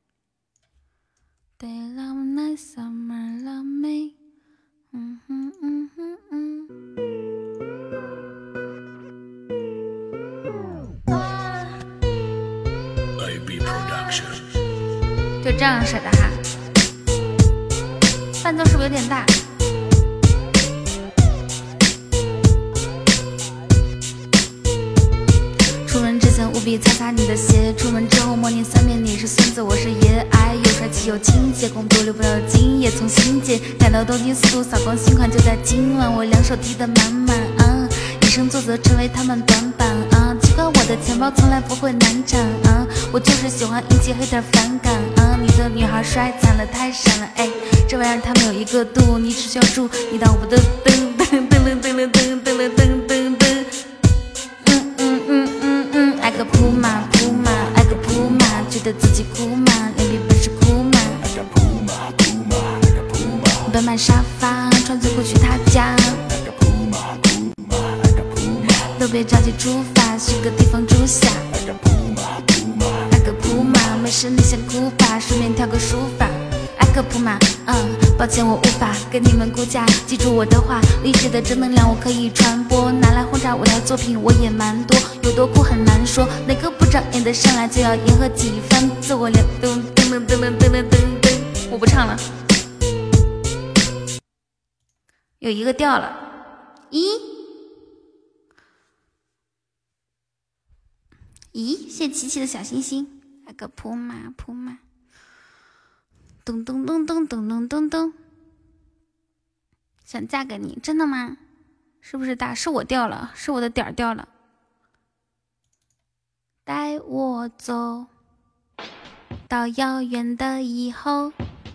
？Day love night summer love me， 嗯哼嗯哼嗯。就这样式的哈，伴奏是不是有点大？出门之前务必擦擦你的鞋，出门之后默念三遍你是孙子我是爷，哎又帅气又亲切，公主留不了今夜从新界赶到东京，速度扫光新款就在今晚，我两手提得满满啊，以身作则成为他们短板啊，奇怪我的钱包从来不会难产啊，我就是喜欢引起黑点反感啊，你的女孩帅惨了太闪了哎，这玩意儿他们有一个度，你只需要注意到我的噔噔噔噔噔噔噔噔噔噔，嗯嗯嗯嗯嗯，爱个普马普马，爱个普马，觉得自己酷嘛，脸皮本是酷嘛，爱个普马普马，爱个普马，奔满沙发，穿最裤去他家，爱个普马普马，爱个普马，都别着急出发，去个地方住下，爱个普马普马，爱个普马，没事你先哭吧，顺便跳个书法。个普马，嗯，抱歉我无法跟你们估价，记住我的话，励志的正能量我可以传播，拿来轰炸舞台作品我也蛮多，有多酷很难说，哪个不长眼的上来就要迎合几番自我亮，噔噔噔噔噔噔噔噔，我不唱了，有一个掉了， 咦咦，谢琪琪的小星星，来个扑马扑马，咚咚咚咚咚咚咚咚。想嫁给你，真的吗？是不是大？是我掉了，是我的点儿掉了。带我走到遥远的以后。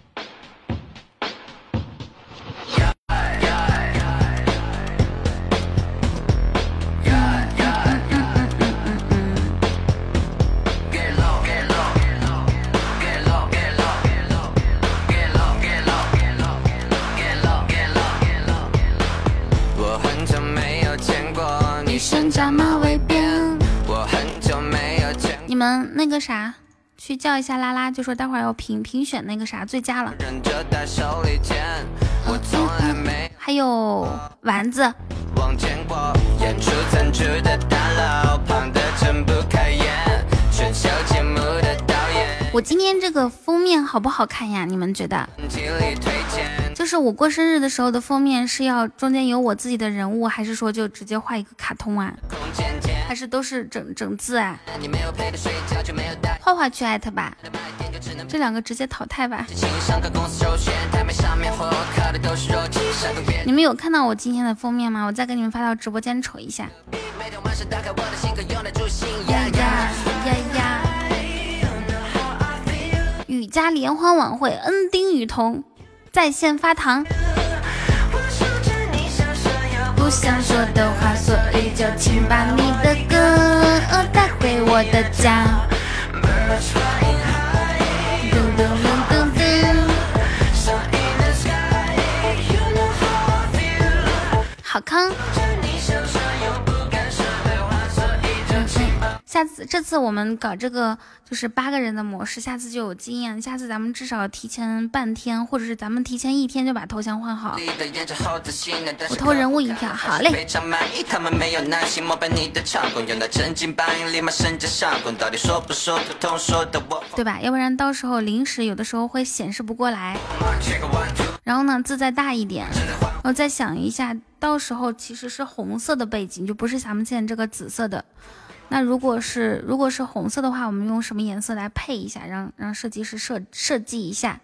你们那个啥，去叫一下拉拉，就说待会儿要评评选那个啥最佳了。还有丸子。我今天这个封面好不好看呀？你们觉得？就是我过生日的时候的封面是要中间有我自己的人物，还是说就直接画一个卡通啊？还是都是整整字啊？画画去艾特吧，这两个直接淘汰吧。你们有看到我今天的封面吗？我再给你们发到直播间瞅一下。呀呀呀呀！雨家联欢晚会，恩丁雨桐在线发糖。不想说的话，所以就请把你的歌带回我的家。噔噔噔噔噔，好康。下次这次我们搞这个就是八个人的模式，下次就有经验。下次咱们至少提前半天，或者是咱们提前一天就把头像换好。我投人物一票，好嘞。对吧？要不然到时候临时有的时候会显示不过来。然后呢，字再大一点。我再想一下，到时候其实是红色的背景，就不是咱们现在这个紫色的。那如果是如果是红色的话，我们用什么颜色来配一下，让让设计师设设计一下。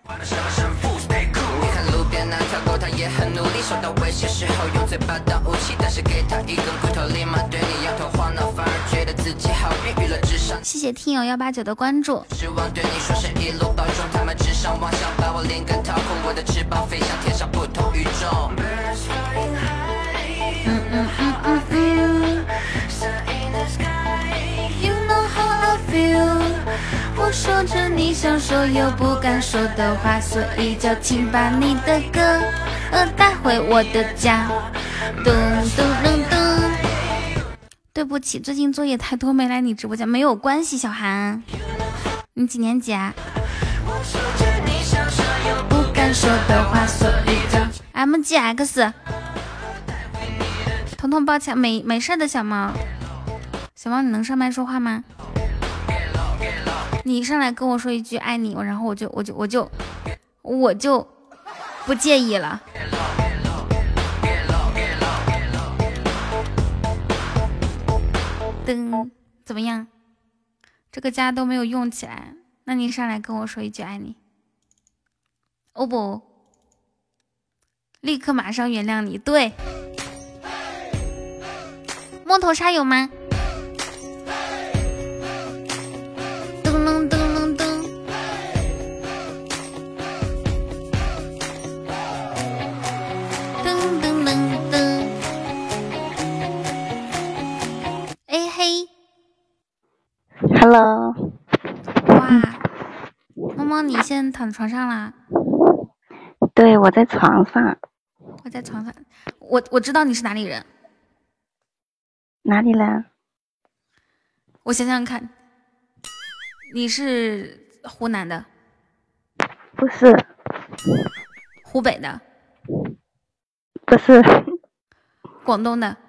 谢谢听友幺八九的关注。嗯嗯嗯嗯嗯。我说着你想说又不敢说的话，所以就请把你的歌带回我的家。咚咚咚咚。对不起，最近作业太多没来你直播间。没有关系，小韩，你几年级啊？不敢说的话，所以就 M G X。 彤彤抱歉，没没事的小猫。小猫，你能上麦说话吗？你上来跟我说一句爱你，然后我就我就我就我就不介意了。噔，怎么样？这个家都没有用起来，那你上来跟我说一句爱你。哦不，立刻马上原谅你。对，摸头杀有吗？ Hello， 哇，猫猫，你现在躺在床上啦？ 对，我在床上。 我在床上，我我知道你是哪里人。 哪里人？ 我想想看，你是湖南的？ 不是。 湖北的？ 不是。 广东的？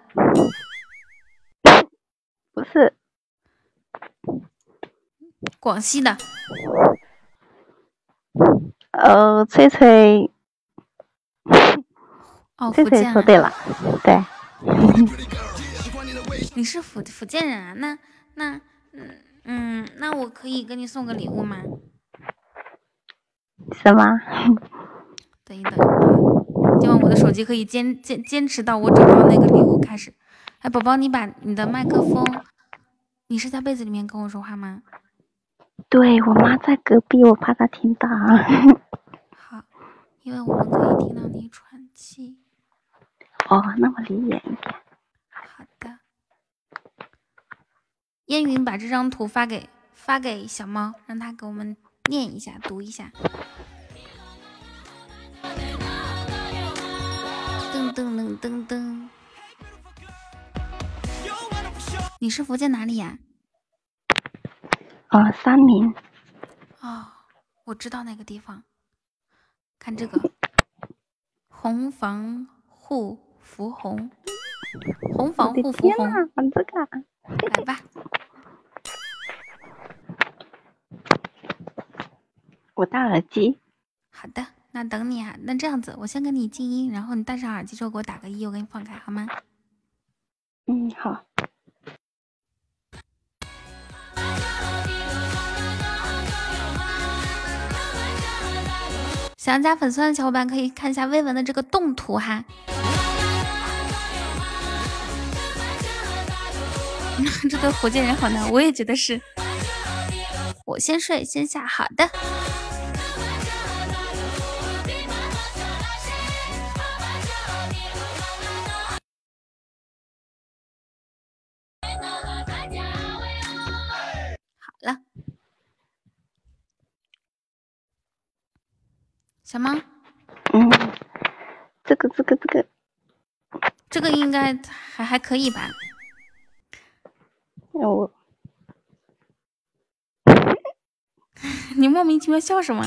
不是。 广西的。 呃，翠翠。 哦， 翠翠说对了，对。 你是福福建人啊？那那嗯嗯，那我可以给你送个礼物吗？ 什么？ 等一等，今晚我的手机可以坚坚坚持到我找到那个礼物开始。哎，宝宝，你把你的麦克风，你是在被子里面跟我说话吗？ 对，我妈在隔壁，我怕她听到。 好，因为我们可以听到你喘气。 哦，那我离远一点。 好的。烟云把这张图发给发给小猫，让他给我们念一下，读一下。噔噔噔噔噔。你是福建哪里呀？ 啊、呃，三明。 哦，我知道那个地方。看这个，红房护福红，红房护福红。 这个。 来吧。 我戴耳机。 好的，那等你啊。那这样子，我先给你静音，然后你戴上耳机之后给我打个一，我给你放开，好吗？ 嗯，好。 想要加粉丝的小伙伴可以看一下微文的这个动图哈。这对福建人好难，我也觉得是。我先睡先下，好的。好了，小猫。 嗯，这个这个这个， 这个应该还还可以吧？ 我， 你莫名其妙笑什么？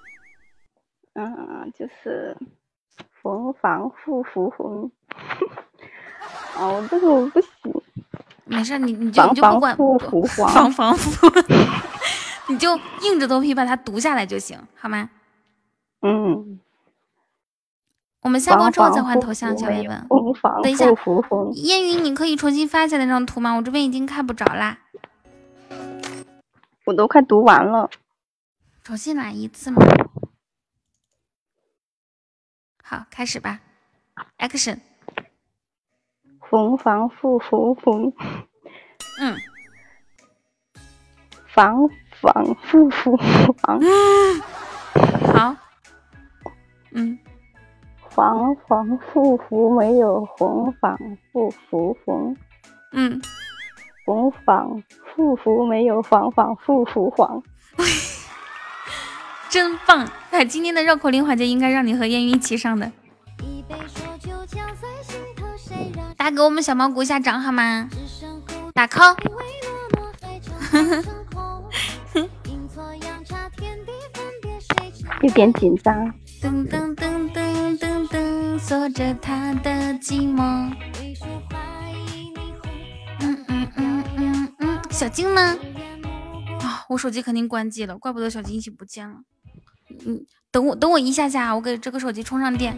嗯，就是逢房护福红。哦，这个我不行。 没事，你你就你就不管防防护，你就硬着头皮把它读下来就行，好吗？ 嗯。 我们下播之后再换头像，小薇文。等一下，烟云，你可以重新发一下那张图吗？我这边已经看不着啦。 我都快读完了。 重新来一次嘛。好，开始吧。Action。 逢房护福红。 嗯。 防防护福房。 好。嗯。 防防护福没有红防护福红。 嗯。 红防护福没有防防护福黄。 真棒！哎，今天的绕口令环节应该让你和烟云一起上的。大家给我们小猫鼓一下掌好吗？打 call。 有点紧张。 噔噔噔噔噔噔，锁着他的寂寞。嗯嗯嗯嗯嗯，小金呢？啊，我手机肯定关机了，怪不得小金一起不见了。嗯，等我等我一下下，我给这个手机充上电。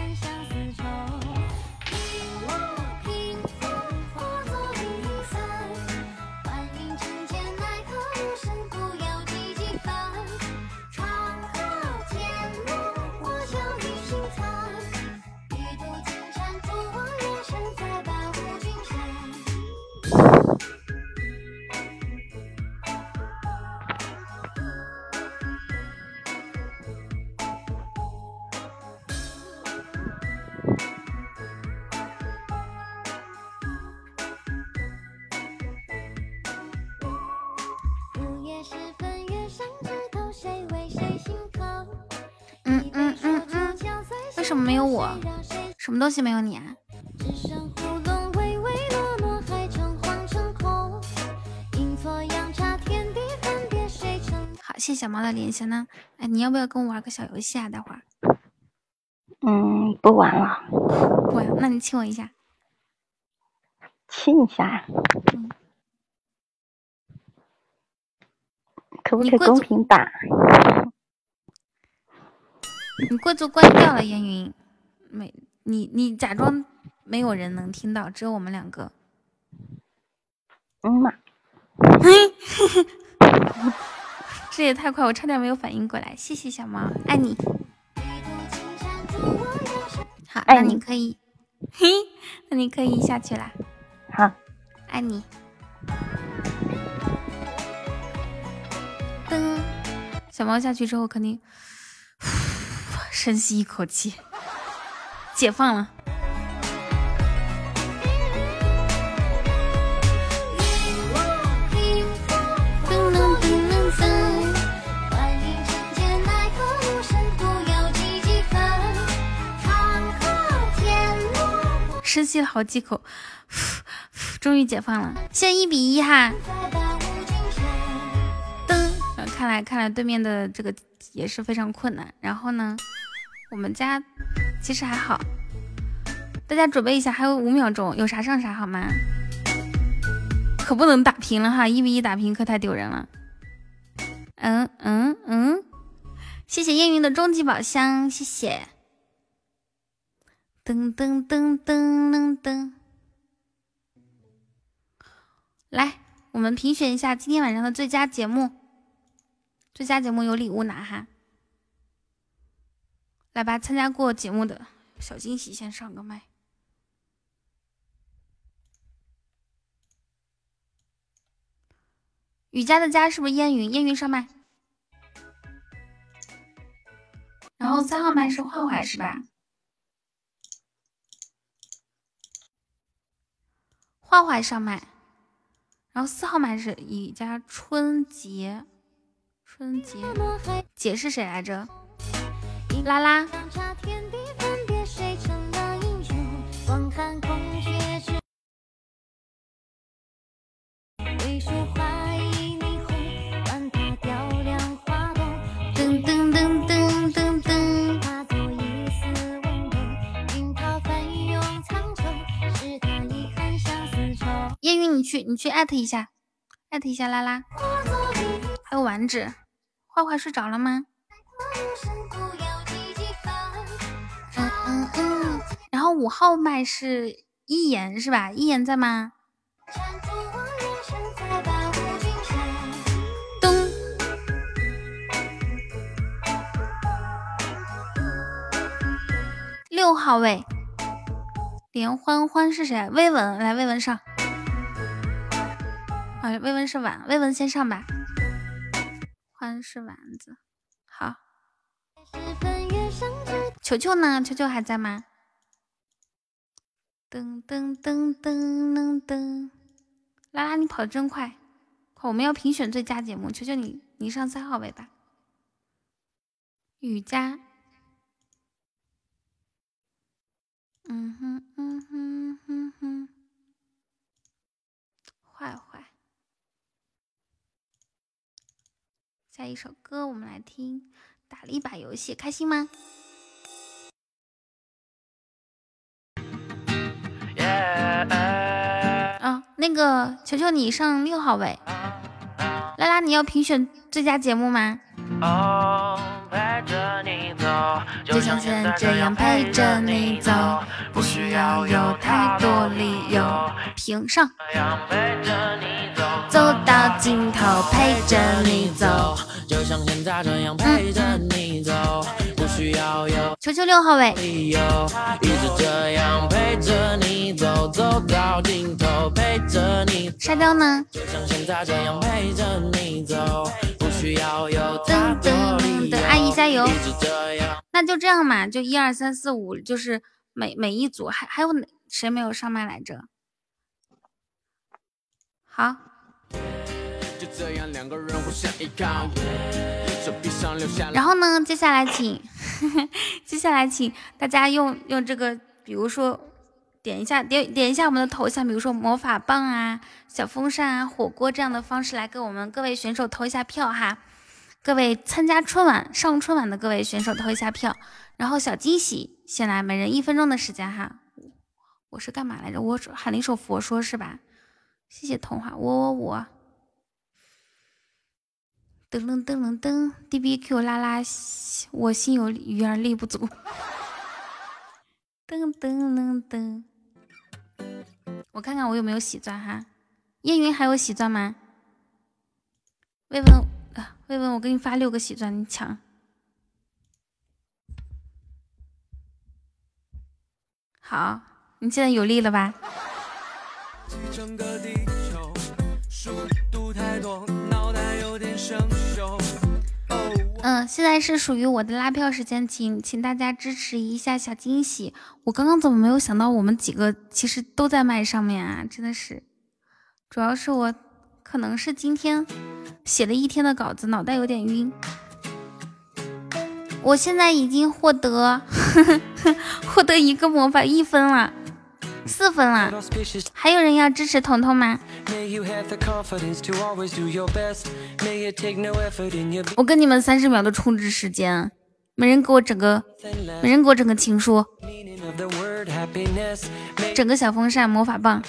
嗯嗯嗯嗯，为什么没有我？什么东西没有你啊？好，谢谢小猫的连线呢。哎，你要不要跟我玩个小游戏啊？待会儿。 嗯，不玩了。 不玩，那你亲我一下。 亲一下。 嗯。 可不可以公平打？ 你贵族关掉了，烟云。没，你你假装没有人能听到，只有我们两个。 嗯嘛， 这也太快，我差点没有反应过来。谢谢小猫，爱你。好，那你可以，嘿，那你可以下去啦。 好， 爱你。噔，小猫下去之后肯定深吸一口气，解放了。深吸了好几口，终于解放了。现在一比一哈。噔，看来看来对面的这个也是非常困难。然后呢，我们家其实还好。大家准备一下，还有五秒钟，有啥上啥好吗？可不能打平了哈，一比一打平可太丢人了。嗯嗯嗯，谢谢燕云的终极宝箱，谢谢。噔噔噔噔噔噔，来，我们评选一下今天晚上的最佳节目。最佳节目有礼物拿哈，来吧，参加过节目的小惊喜先上个麦。雨家的家是不是烟云？烟云上麦。然后三号麦是坏坏是吧？坏坏上麦，然后四号麦是雨家春节，春节姐是谁来着？拉拉。噔噔噔噔噔噔。烟云，你去你去艾特一下，艾特一下拉拉，还有丸子。坏坏睡着了吗？嗯嗯嗯。然后五号麦是一言是吧？一言在吗？咚。六号位连欢欢是谁？薇文，来薇文上。啊，薇文是丸，薇文先上吧。欢是丸子，好。球球呢？球球还在吗？噔噔噔噔噔噔，拉拉你跑得真快！快，我们要评选最佳节目，球球你你上三号位吧。雨佳，嗯哼嗯哼哼哼，坏坏。下一首歌我们来听，打了一把游戏，开心吗？ Yeah. 啊，那个球球你上六号位，拉拉你要评选最佳节目吗？哦，陪着你走，就像现在这样陪着你走，不需要有太多理由。评上，走到尽头陪着你走，就像现在这样陪着你走，不需要有球球六号位，理由，一直这样陪着你走，走到尽头陪着你。沙雕呢？就像现在这样陪着你走，不需要有太多理由。阿姨加油！那就这样嘛，就一二三四五，就是每每一组还还有谁没有上麦来着？好。然后呢，接下来请，呵呵接下来请大家用用这个，比如说点一下点点一下我们的头像，比如说魔法棒啊、小风扇啊、火锅这样的方式来给我们各位选手投一下票哈。各位参加春晚上春晚的各位选手投一下票，然后小惊喜先来，每人一分钟的时间哈。我是干嘛来着？我喊了一首佛说是吧？谢谢童话，我我我。噔噔噔噔噔 ，D B Q 拉拉，我心有余而力不足。噔噔噔噔， 我看看我有没有喜钻哈。烟云还有喜钻吗？魏文啊，魏文，我给你发六个喜钻，你抢。好，你现在有力了吧？嗯，现在是属于我的拉票时间，请请大家支持一下小惊喜。我刚刚怎么没有想到我们几个其实都在麦上面啊？真的是，主要是我可能是今天写了一天的稿子，脑袋有点晕。我现在已经获得呵呵获得一个魔法一分了，四分了。还有人要支持彤彤吗？我跟你们三十秒的充值时间，没人给我整个，没人给我整个情书，整个小风扇魔法棒。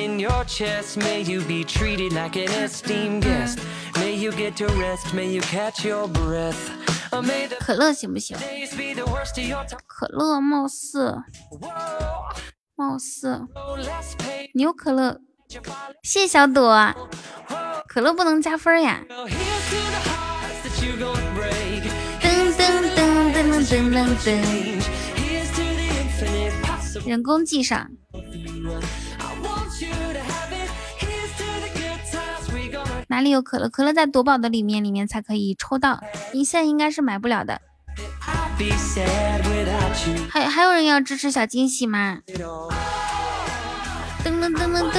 可乐行不行？可乐貌似貌似你有可乐，谢谢小朵。可乐不能加分呀。噔噔噔噔噔噔噔，人工记上。哪里有可乐？可乐在夺宝的里面里面才可以抽到，你现在应该是买不了的。还还有人要支持小惊喜吗？噔噔噔噔噔，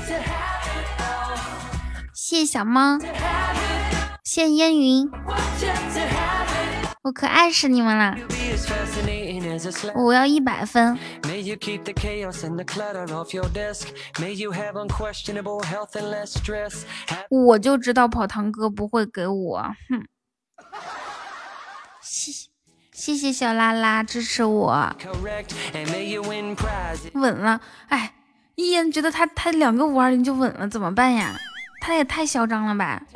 谢谢小猫，谢谢烟云，我可爱死你们了。我要一百分。我就知道跑堂哥不会给我，哼。谢谢谢谢小拉拉支持我，稳了。哎，一言觉得他他两个五二零就稳了，怎么办呀？他也太嚣张了吧！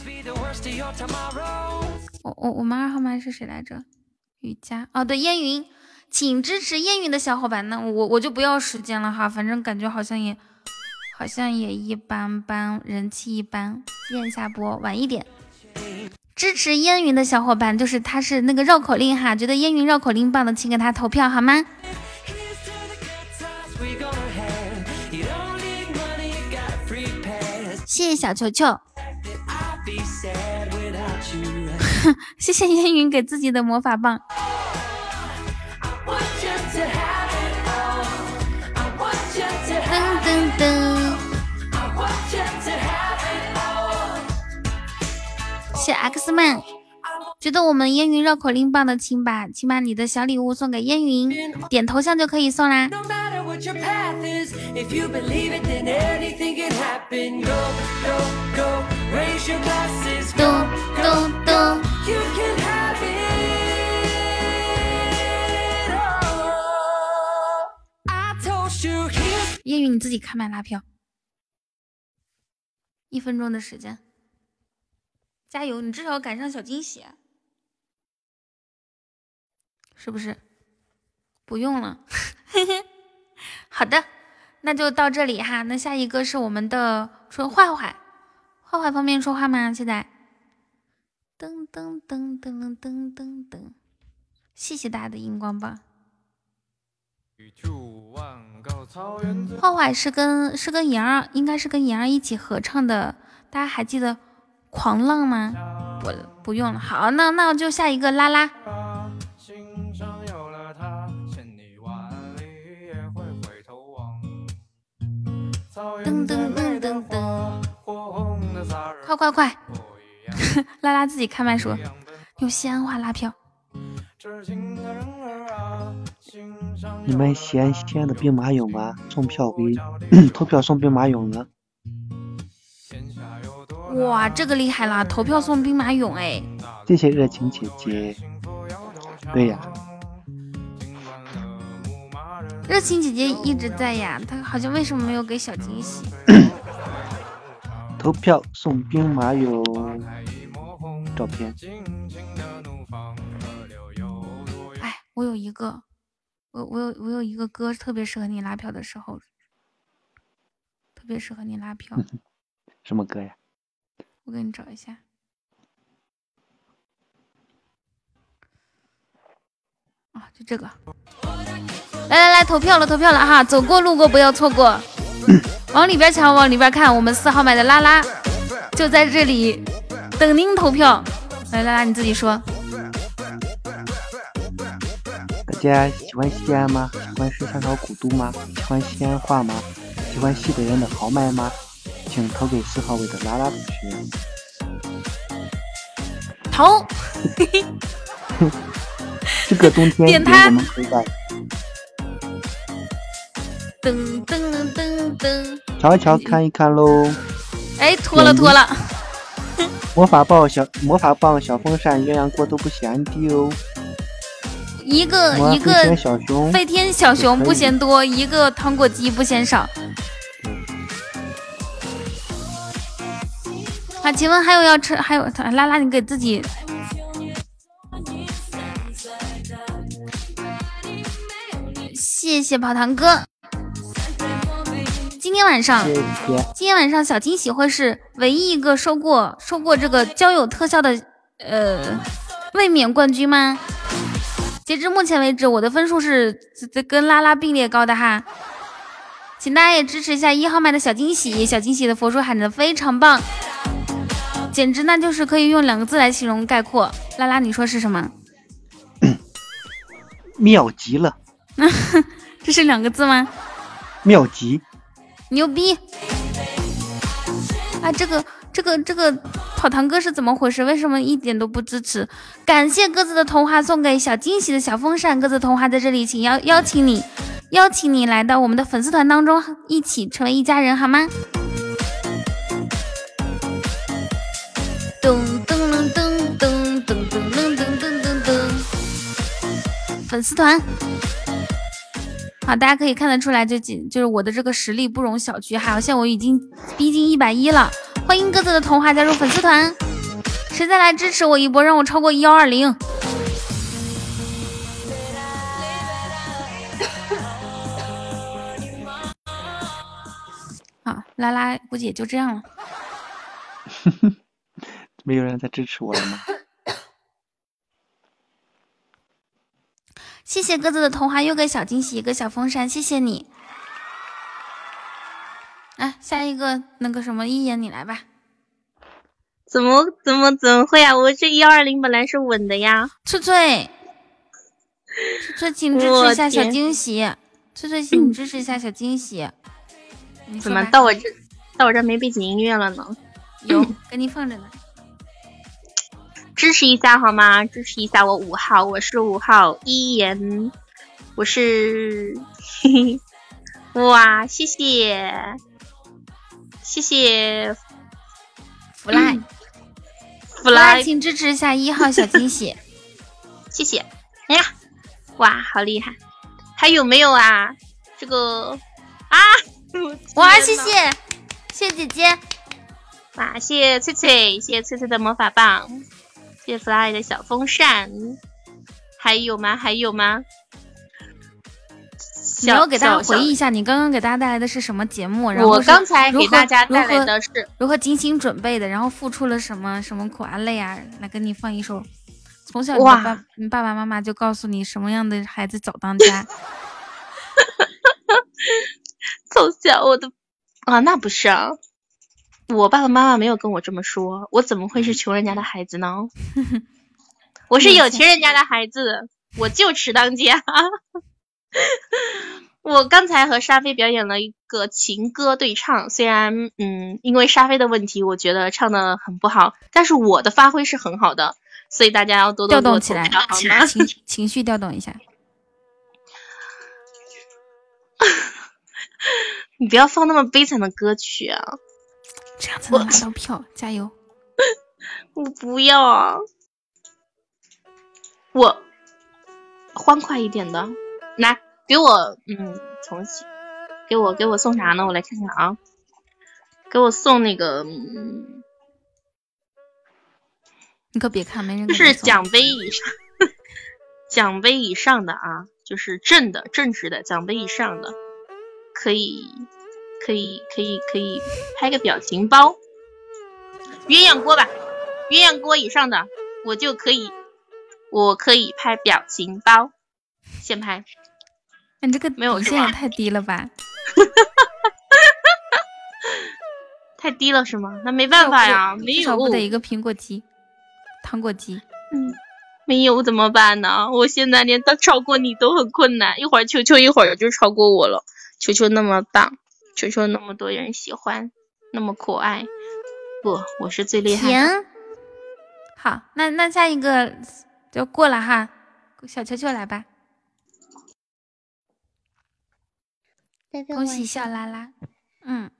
我我我们二号麦是谁来着？雨佳哦，对，烟云，请支持烟云的小伙伴。那我我就不要时间了哈，反正感觉好像也好像也一般般，人气一般。验一下播，晚一点。支持烟云的小伙伴，就是他是那个绕口令哈，觉得烟云绕口令棒的，请给他投票好吗？谢谢小球球。谢谢烟云给自己的魔法棒。噔噔噔，谢 X man， 觉得我们烟云绕口令棒的，请把请把你的小礼物送给烟云，点头像就可以送啦。咚咚咚，烟云你自己开麦拉票，一分钟的时间，加油，你至少要赶上小惊喜，是不是？不用了。好的，那就到这里哈。那下一个是我们的说坏坏，坏坏方便说话吗？现在噔噔噔噔噔噔噔，谢谢大家的荧光棒。坏坏是跟是跟妍儿，应该是跟妍儿一起合唱的，大家还记得狂浪吗？不不用了。好，那那就下一个拉拉。噔噔噔噔噔，快快快！拉拉自己开麦说，用西安话拉票。 你们西安西安的兵马俑吧，送票回投票送兵马俑了。 哇，这个厉害了，投票送兵马俑哎！ 谢谢热情姐姐。对呀。 热情姐姐一直在呀，她好像为什么没有给小惊喜？ 投票送兵马俑照片。 哎，我有一个，我我有我有一个歌特别适合你拉票的时候。 别适合你拉票。 什么歌呀？ 我给你找一下。啊，就这个。来来来，投票了，投票了哈！走过路过不要错过，往里边抢，往里边看，我们四号买的拉拉就在这里等您投票。来，拉拉你自己说。 大家喜欢西安吗？喜欢是香港古都吗？喜欢西安话吗？喜欢西北人的豪迈吗？请投给四号位的拉拉同学。 投。 这个冬天点他。 我们陪伴。 噔噔噔噔。 瞧一瞧，看一看喽。 哎，脱了脱了。 魔法棒小魔法棒小风扇鸳鸯锅都不嫌低哦。 一个一个飞天小熊不嫌多，一个糖果机不嫌少。啊，请问还有要吃？还有拉拉，你给自己。谢谢跑堂哥。今天晚上， 谢谢今天晚上小惊喜会是唯一一个收过收过这个交友特效的呃卫冕冠军吗？截至目前为止，我的分数是跟拉拉并列高的哈，请大家也支持一下一号麦的小惊喜，小惊喜的佛珠喊得非常棒，简直那就是可以用两个字来形容概括。拉拉，你说是什么？ 妙极了。 这是两个字吗？ 妙极。 牛逼！啊，这个这个这个跑堂哥是怎么回事？为什么一点都不支持？感谢鸽子的童话送给小惊喜的小风扇，鸽子童话在这里，请邀邀请你，邀请你来到我们的粉丝团当中，一起成为一家人，好吗？噔噔噔噔噔噔噔噔噔噔噔，粉丝团。好，大家可以看得出来，就就是我的这个实力不容小觑，好像我已经逼近一百一了。欢迎鸽子的童话加入粉丝团，谁再来支持我一波，让我超过幺二零。好，拉拉估计也就这样了。 没有人再支持我了吗？ 谢谢鸽子的童话又给小惊喜一个小风扇，谢谢你。哎，下一个那个什么一言你来吧。 怎么怎么怎么会啊？我这幺二零本来是稳的呀。 翠翠，翠翠，请支持一下小惊喜。翠翠，请支持一下小惊喜。你怎么到我这到我这没背景音乐了呢？ 有，给你放着呢。 支持一下好吗？支持一下我五号，我是五号一言，我是嘿嘿，哇，谢谢谢谢弗莱、嗯、 弗莱， 请支持一下一号小惊喜， 谢谢。哎呀，哇，好厉害！还有没有啊？这个啊， 哇，谢谢谢谢姐姐， 哇，谢谢翠翠，谢谢翠翠的魔法棒。谢谢 Fly 的小风扇，还有吗？还有吗？ 你要给大家回忆一下，你刚刚给大家带来的是什么节目？然后我刚才给大家带来的是如何, 如何精心准备的，然后付出了什么什么苦啊累啊，来给你放一首。从小你爸爸你爸爸妈妈就告诉你什么样的孩子早当家。 从小我的啊，那不是啊。我爸爸妈妈没有跟我这么说，我怎么会是穷人家的孩子呢？我是有钱人家的孩子，我就吃当家。我刚才和沙飞表演了一个情歌对唱，虽然嗯，因为沙飞的问题，我觉得唱的很不好，但是我的发挥是很好的，所以大家要多多调动起来，好吗？情情绪调动一下。 你不要放那么悲惨的歌曲啊！ 这样才能拿到票，加油！ 我不要啊！我欢快一点的，来给我嗯重启，给我给我送啥呢？我来看看啊，给我送那个，嗯、 你可别看，没人给。是奖杯以上，奖杯以上的啊，就是正的正直的奖杯以上的，可以。 可以可以可以拍个表情包。鸳鸯锅吧，鸳鸯锅以上的我就可以，我可以拍表情包，现拍。 你这个没有底线也太低了吧？ 太低了是吗？那没办法呀，没有至少不得一个苹果肌、糖果肌。 嗯，没有怎么办呢？我现在连超过你都很困难，一会儿球球一会儿就超过我了。球球那么棒，球球那么多人喜欢，那么可爱，不，我是最厉害的。 好，那那下一个就过了哈，小球球来吧。恭喜小拉拉，嗯。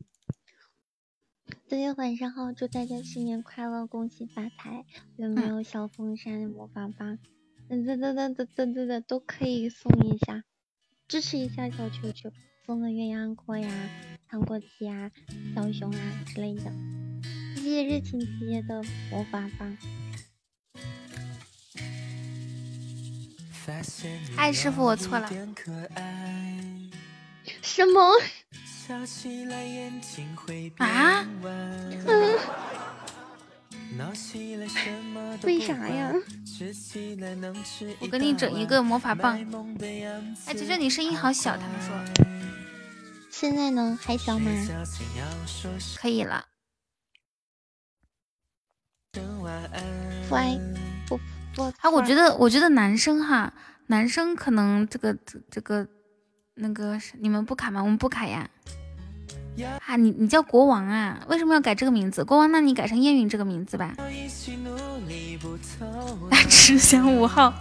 大家晚上好，祝大家新年快乐，恭喜发财！有没有小风扇、魔法棒？等等等等等等等等都可以送一下，支持一下小球球，送个鸳鸯锅呀、糖果机呀、小熊啊之类的。谢谢日晴企业的魔法棒。 哎，师傅，我错了。 什么？ 啊？ 嗯，为啥呀？ 我给你整一个魔法棒。哎，球球，你声音好小，他们说。 现在呢？还小吗？ 可以了。 喂，不不， 啊，我觉得，我觉得男生哈，男生可能这个这这个那个，你们不卡吗？我们不卡呀。啊，你你叫国王啊？为什么要改这个名字？国王，那你改成燕云这个名字吧。吃香五号。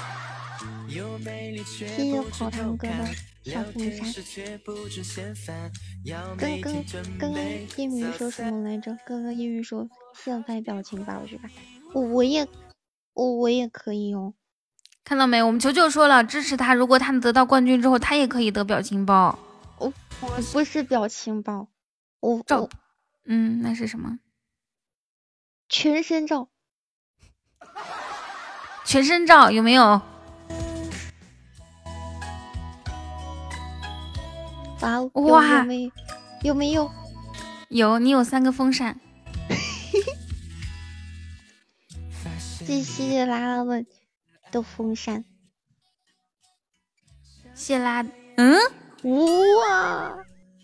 谢谢跑堂哥的小风扇。刚刚刚刚燕云说什么来着？刚刚燕云说现拍表情包是吧？我我也我我也可以哦。 看到没？我们球球说了支持他，如果他得到冠军之后，他也可以得表情包。 我我不是表情包，我照，嗯，那是什么？ 全身照。 全身照有没有？ 哇哇， 有没有？有没有？ 有，你有三个风扇。 谢谢拉拉的的风扇。 谢拉，嗯。 哇！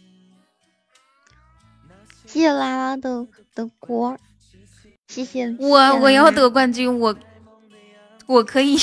谢谢拉拉的的锅，谢谢我谢我要得冠军，我我可以，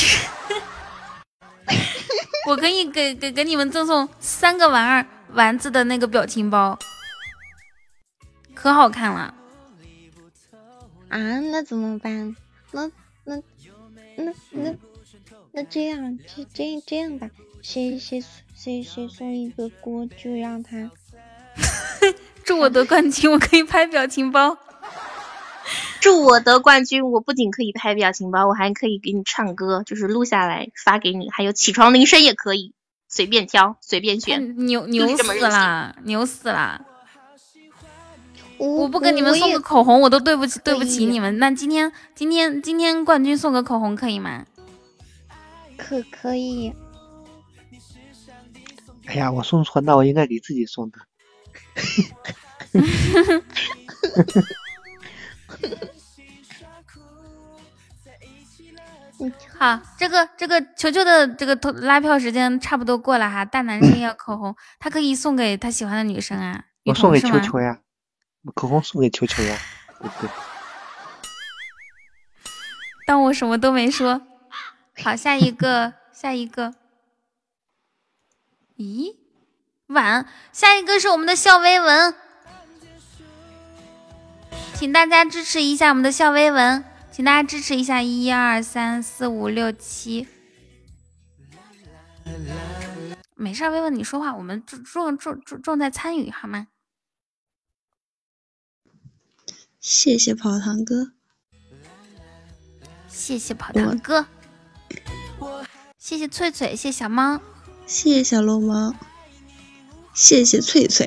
我可以给给给你们赠送三个丸儿丸子的那个表情包，可好看了啊！那怎么办？那那那那那这样这这这样吧，谁谁谁谁送一个锅，就让他祝我得冠军，我可以拍表情包。 祝我得冠军，我不仅可以拍表情包，我还可以给你唱歌，就是录下来发给你，还有起床铃声也可以，随便挑，随便选。 牛牛死了，牛死了！我不跟你们送个口红，我都对不起对不起你们。那今天今天今天冠军送个口红可以吗？ 可可以。 哎呀，我送错，那我应该给自己送的。 好，这个这个球球的这个拉票时间差不多过了哈。大男生要口红，他可以送给他喜欢的女生啊。 我送给球球呀，口红送给球球呀，对不对？ 当我什么都没说。好，下一个，下一个。咦，晚，下一个是我们的笑微文，请大家支持一下我们的笑微文，请大家支持一下，一二三四五六七。没事，微文你说话，我们重重重重重在参与好吗？ 谢谢跑堂哥， 谢谢跑堂哥，谢谢翠翠，谢谢小猫。 谢谢小龙猫，谢谢翠翠。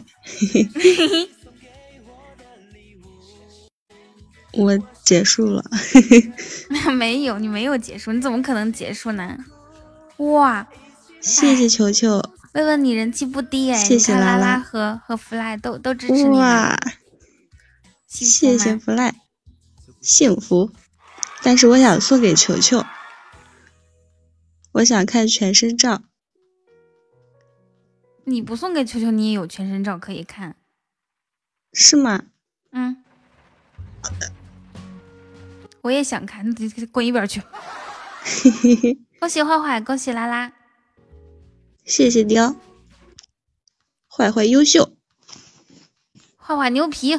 我结束了。 没有，你没有结束，你怎么可能结束呢？哇！ 谢谢球球， 问问你人气不低哎， 谢谢拉拉和和 Fly 都都支持你。 哇，谢谢 Fly， 幸福。但是我想送给球球，我想看全身照。 你不送给球球，你也有全身照可以看， 是吗？ 嗯，我也想看，你滚一边去。恭喜坏坏，恭喜拉拉， 谢谢雕，坏坏优秀， 坏坏牛皮。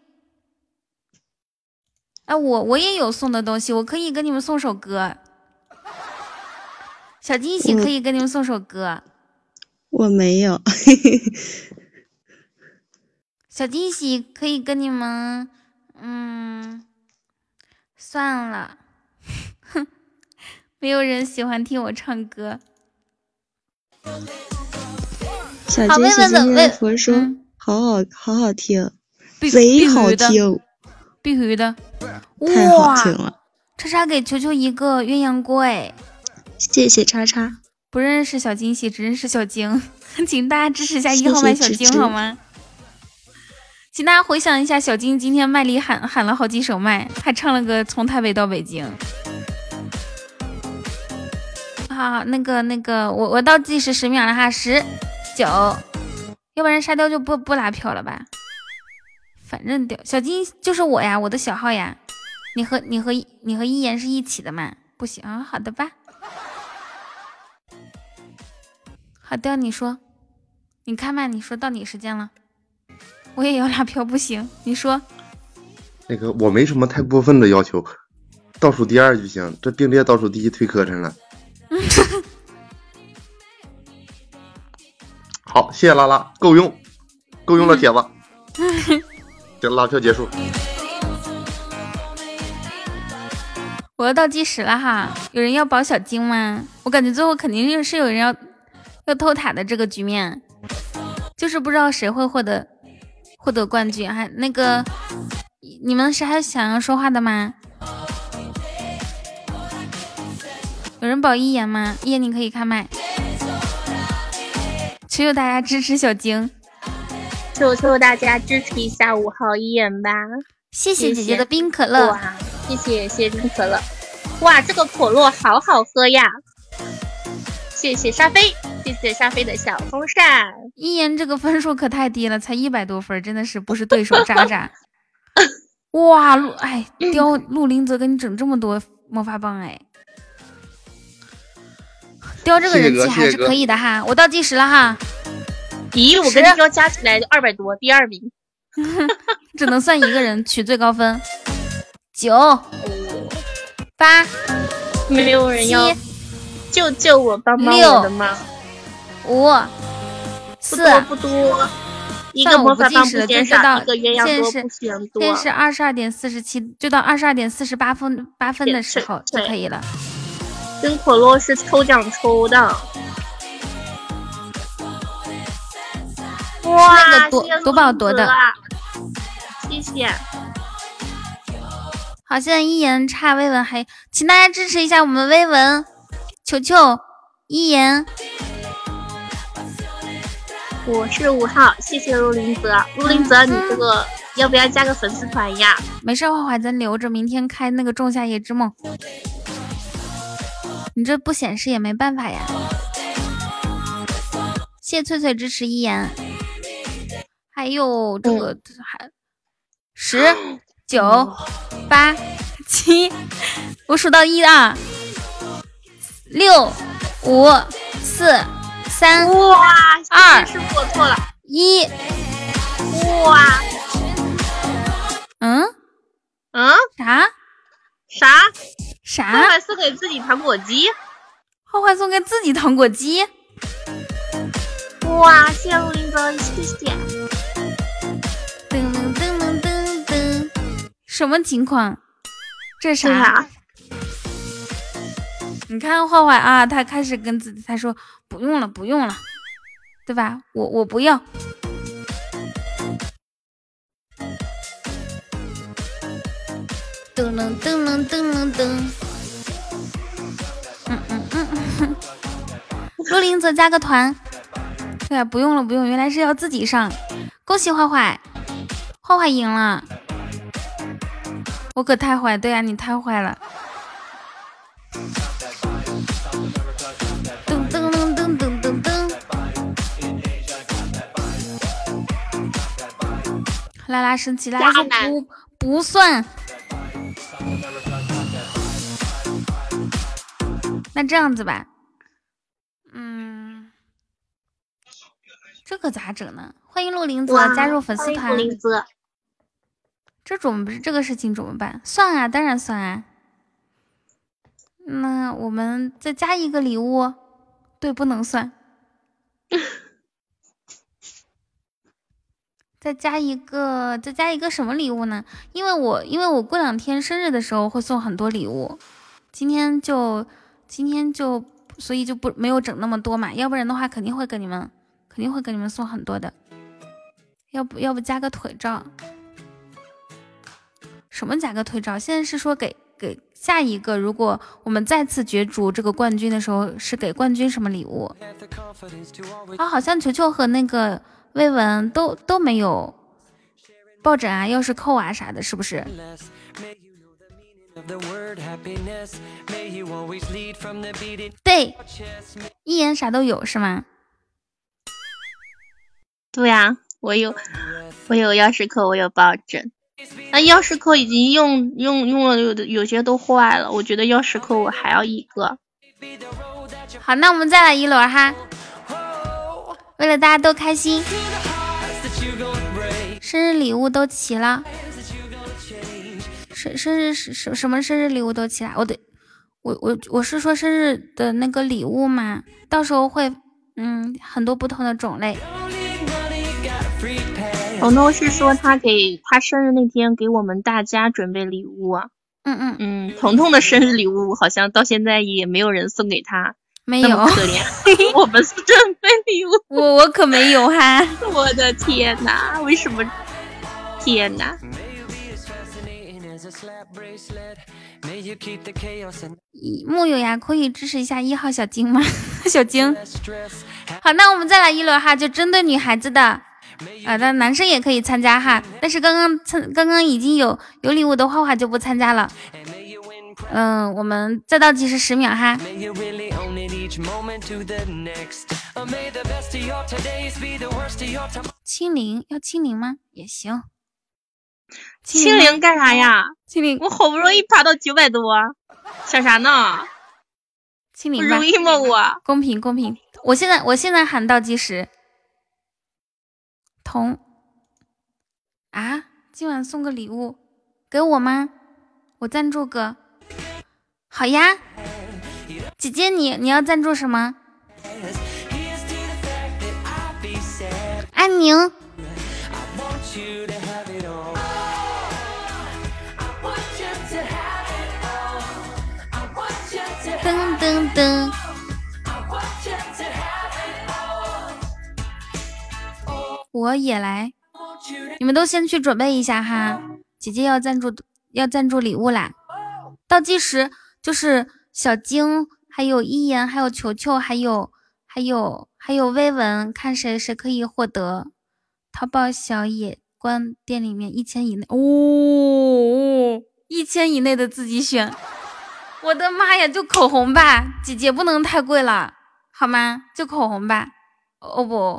哎，我我也有送的东西，我可以跟你们送首歌，小惊喜可以跟你们送首歌。 我没有。 小惊喜可以跟你们，嗯，算了，哼，没有人喜欢听我唱歌。 小惊喜今天的佛说、嗯、好好好好听，贼好听， 必须的， 太好听了。 叉叉给球球一个鸳鸯锅，哎， 谢谢叉叉。 不认识小惊喜，只认识小晶，请大家支持一下一号麦小晶好吗？请大家回想一下，小晶今天麦里喊喊了好几首麦，还唱了个从台北到北京。好，那个那个，我我倒计时十秒了哈，十九，要不然沙雕就不不拉票了吧？反正屌小金就是我呀，我的小号呀。你和你和你和一言是一起的嘛？不行啊，好的吧。好的，你说，你看嘛，你说到你时间了，我也要拉票，不行，你说。 那个我没什么太过分的要求，倒数第二就行，这并列倒数第一忒磕碜了。好，谢谢拉拉，够用，够用了，铁子。这拉票结束。 我要倒计时了哈，有人要保小金吗？我感觉最后肯定是有人要要偷塔的这个局面，就是不知道谁会获得获得冠军。还那个，你们是还想要说话的吗？有人保一言吗？一言你可以开麦。求求大家支持小晶， 求求大家支持一下五号一言吧。 谢谢姐姐的冰可乐， 哇，谢谢谢谢冰可乐，哇，这个可乐好好喝呀！谢谢沙飞，谢谢沙飞的小风扇。 一言这个分数可太低了，才一百多分，真的是不是对手渣渣。哇，陆哎雕陆林泽给你整这么多魔法棒哎。雕这个人气还是可以的哈，我倒计时了哈。 咦，我跟雕加起来就二百多，第二名。 只能算一个人取最高分。九、八， 没有人要救救我，帮帮我的吗？ 五、四， 不多，一个魔法棒不减少，一个鸳鸯锅不嫌多。 现在是二十二点四十七，就到二十二点四十八分八分的时候就可以了。 跟可乐是抽奖抽的。哇， 那个多多宝夺的， 谢谢。 好，现在一言差微文还，请大家支持一下我们微文，球球一言。 我是五号，谢谢陆林泽。陆林泽，你这个要不要加个粉丝团呀？ 没事，花花咱留着，明天开那个仲夏夜之梦。你这不显示也没办法呀。谢谢翠翠支持一言。还有这个还十九八七，我数到一啊，六五四三哇二是我错了一， 哇， 嗯嗯啥啥啥？ 坏坏送给自己糖果机， 坏坏送给自己糖果机， 哇，谢谢陆林泽，谢谢。 噔噔噔噔噔，什么情况？这是啥？ 啥你看坏坏啊，他开始跟自己他说不用了，不用了，对吧？我我不要。噔噔噔噔噔噔噔。嗯嗯嗯嗯。陆林泽加个团， 对啊，不用了不用，原来是要自己上。恭喜坏坏，坏坏赢了。我可太坏，对啊，你太坏了。噔噔噔噔噔噔噔。拉拉生气，拉拉说不不算。那这样子吧，嗯，这个咋整呢？欢迎陆林泽加入粉丝团。陆林泽，这种不是这个事情怎么办？算啊，当然算啊。那我们再加一个礼物，对，不能算。再加一个，再加一个什么礼物呢？因为我因为我过两天生日的时候会送很多礼物，今天就今天就所以就不没有整那么多嘛，要不然的话肯定会给你们肯定会给你们送很多的。要不要不加个腿照？什么加个腿照？现在是说给给下一个，如果我们再次角逐这个冠军的时候，是给冠军什么礼物？啊，好像球球和那个薇文都都没有抱枕啊、钥匙扣啊啥的，是不是？对，一言啥都有是吗？ 对啊，我有我有钥匙扣，我有抱枕。那钥匙扣已经用用用了，有的有些都坏了，我觉得钥匙扣我还要一个。 好，那我们再来一轮哈，为了大家都开心，生日礼物都齐了。生生日什什么生日礼物都齐了？我得我我我是说生日的那个礼物嘛，到时候会嗯很多不同的种类。 彤彤是说他给他生日那天给我们大家准备礼物啊。 嗯嗯嗯，彤彤的生日礼物好像到现在也没有人送给他， 没有， 那么可怜。我们是准备礼物， 我我可没有哈。 我的天哪，为什么？天哪！ 木有呀，可以支持一下一号小金吗？小金。好，那我们再来一轮哈，就针对女孩子的。啊，那男生也可以参加哈，但是刚刚参刚刚已经有有礼物的画画就不参加了。嗯，我们再倒计时十秒哈。清零要清零吗？也行。 清零干啥呀？ 清零， 我好不容易爬到九百多，想啥呢？ 清零不容易吗？我公平公平，我现在我现在喊倒计时。同啊，今晚送个礼物给我吗？我赞助个。好呀，姐姐你你要赞助什么？安宁。噔噔噔。我也来，你们都先去准备一下哈，姐姐要赞助要赞助礼物啦。倒计时就是小晶，还有一言，还有球球，还有还有还有薇文，看谁谁可以获得淘宝小野关店里面一千以内哦，一千以内的自己选。我的妈呀，就口红吧，姐姐不能太贵了，好吗？就口红吧。哦不。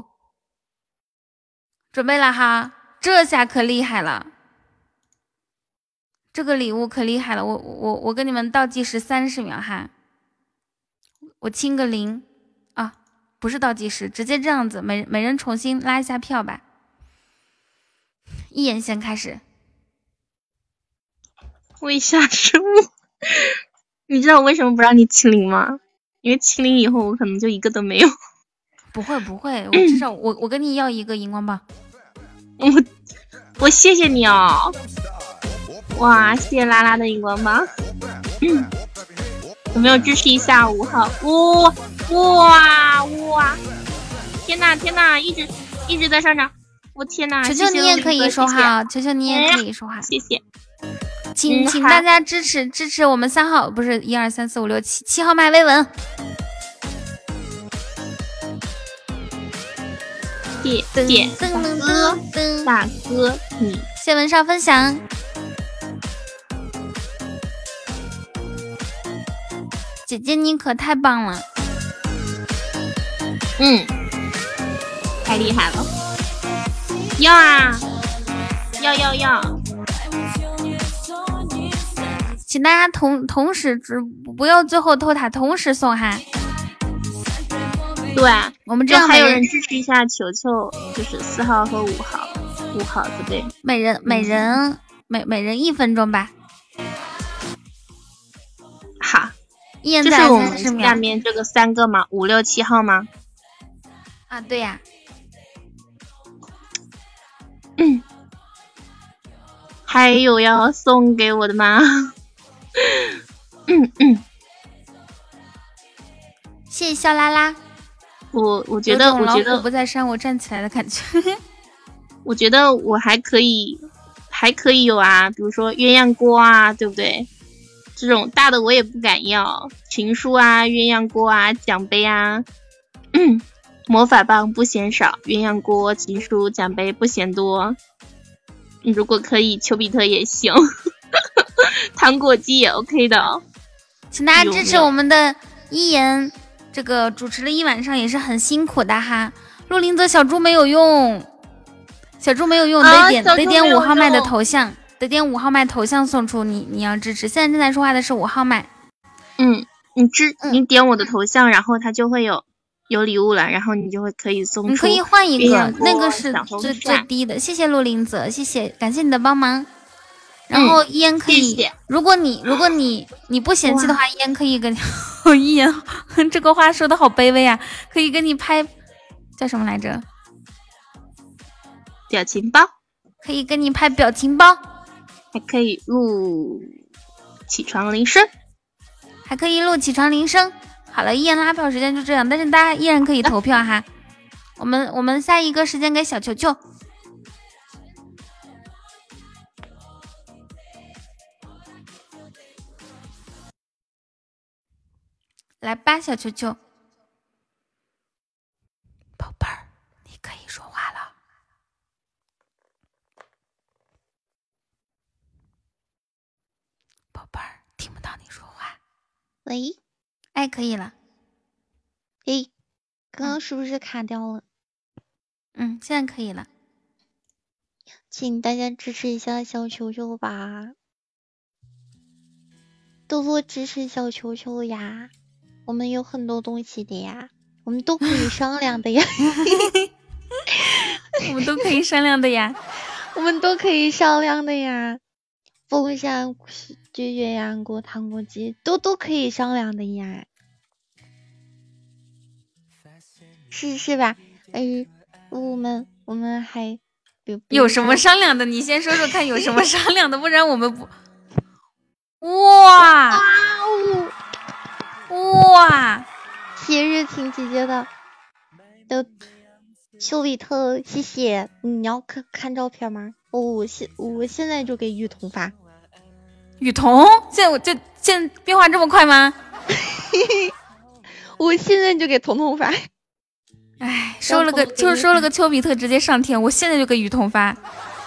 准备了哈，这下可厉害了，这个礼物可厉害了。我我我跟你们倒计时三十秒哈，我清个零啊，不是倒计时，直接这样子，每每人重新拉一下票吧。一言先开始。 为啥失误？你知道我为什么不让你清零吗？因为清零以后我可能就一个都没有。 不会不会，我至少我我跟你要一个荧光棒。 我我谢谢你哦，哇，谢谢拉拉的荧光棒。嗯，有没有支持一下五号？哇哇哇！天哪天哪，一直一直在上涨，我天哪！ 球球你也可以说话，球球你也可以说话， 谢谢。 请请大家支持支持我们三号，不是一二三四五六七七号麦薇文。 谢谢大哥大哥你。 谢文少分享。姐姐你可太棒了。 嗯，太厉害了。要啊，要要要。 请大家同同时只不要最后偷塔，同时送哈。 对， 我们这样还有人支持一下球球，就是四号和五号，五号对不对？ 每人每人每每人一分钟吧。 好， 一人这是我们下面这个三个吗？五六七号吗？ 啊，对呀。 嗯，还有要送给我的吗？嗯嗯， 谢谢笑拉拉。 我我觉得，我觉得不在山，我站起来的感觉。 我觉得我还可以，还可以有啊，比如说鸳鸯锅啊，对不对？这种大的我也不敢要，情书啊，鸳鸯锅啊，奖杯啊，嗯，魔法棒不嫌少，鸳鸯锅、情书、奖杯不嫌多。如果可以，丘比特也行，糖果机也 OK 的。 请大家支持我们的一言。这个主持了一晚上也是很辛苦的哈，陆林泽小猪没有用，小猪没有用，得点、啊、得点五号麦的头像，得点五号麦头像送出你，你要支持。现在正在说话的是五号麦， 嗯，你支、嗯、你点我的头像，然后它就会有有礼物了，然后你就会可以送出。 你可以换一个，那个是最最低的。谢谢陆林泽，谢谢，感谢你的帮忙。然后一言可以， 嗯、谢谢如果你如果你你不嫌弃的话，一言可以跟你一言这个话说的好卑微啊，可以跟你拍叫什么来着？ 表情包， 可以跟你拍表情包， 还可以录起床铃声， 还可以录起床铃声。好了，一言拉票时间就这样，但是大家依然可以投票哈。我们我们下一个时间给小球球。来吧，小球球，宝贝儿，你可以说话了。宝贝儿，听不到你说话。 喂， 哎，可以了。 诶，刚刚是不是卡掉了？ 嗯，现在可以了。 请大家支持一下小球球吧，多多支持小球球呀！我们有很多东西的呀，我们都可以商量的呀。 我们都可以商量的呀， 我们都可以商量的呀。风扇、就鸳鸯锅、糖果机都都可以商量的呀，是是吧？哎，我们我们还有什么商量的？你先说说看，有什么商量的？不然我们不。哇！哇！ 谢日婷姐姐的的丘比特，谢谢。你要看看照片吗？哦，我现我现在就给雨桐发。 雨桐，现在我这现在变化这么快吗？ 我现在就给彤彤发。 哎，收了个就收了个丘比特，直接上天。我现在就给雨桐发。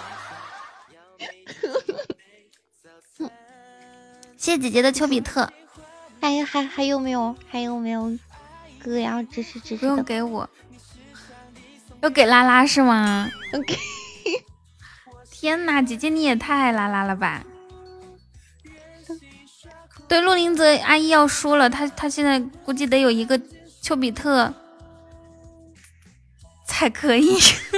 谢谢姐姐的丘比特。 还还还有没有？还有没有哥要支持支持？ 不用给我，要给拉拉是吗 ？OK。 天哪，姐姐你也太爱拉拉了吧！对，陆林泽阿姨要输了，她她现在估计得有一个丘比特才可以。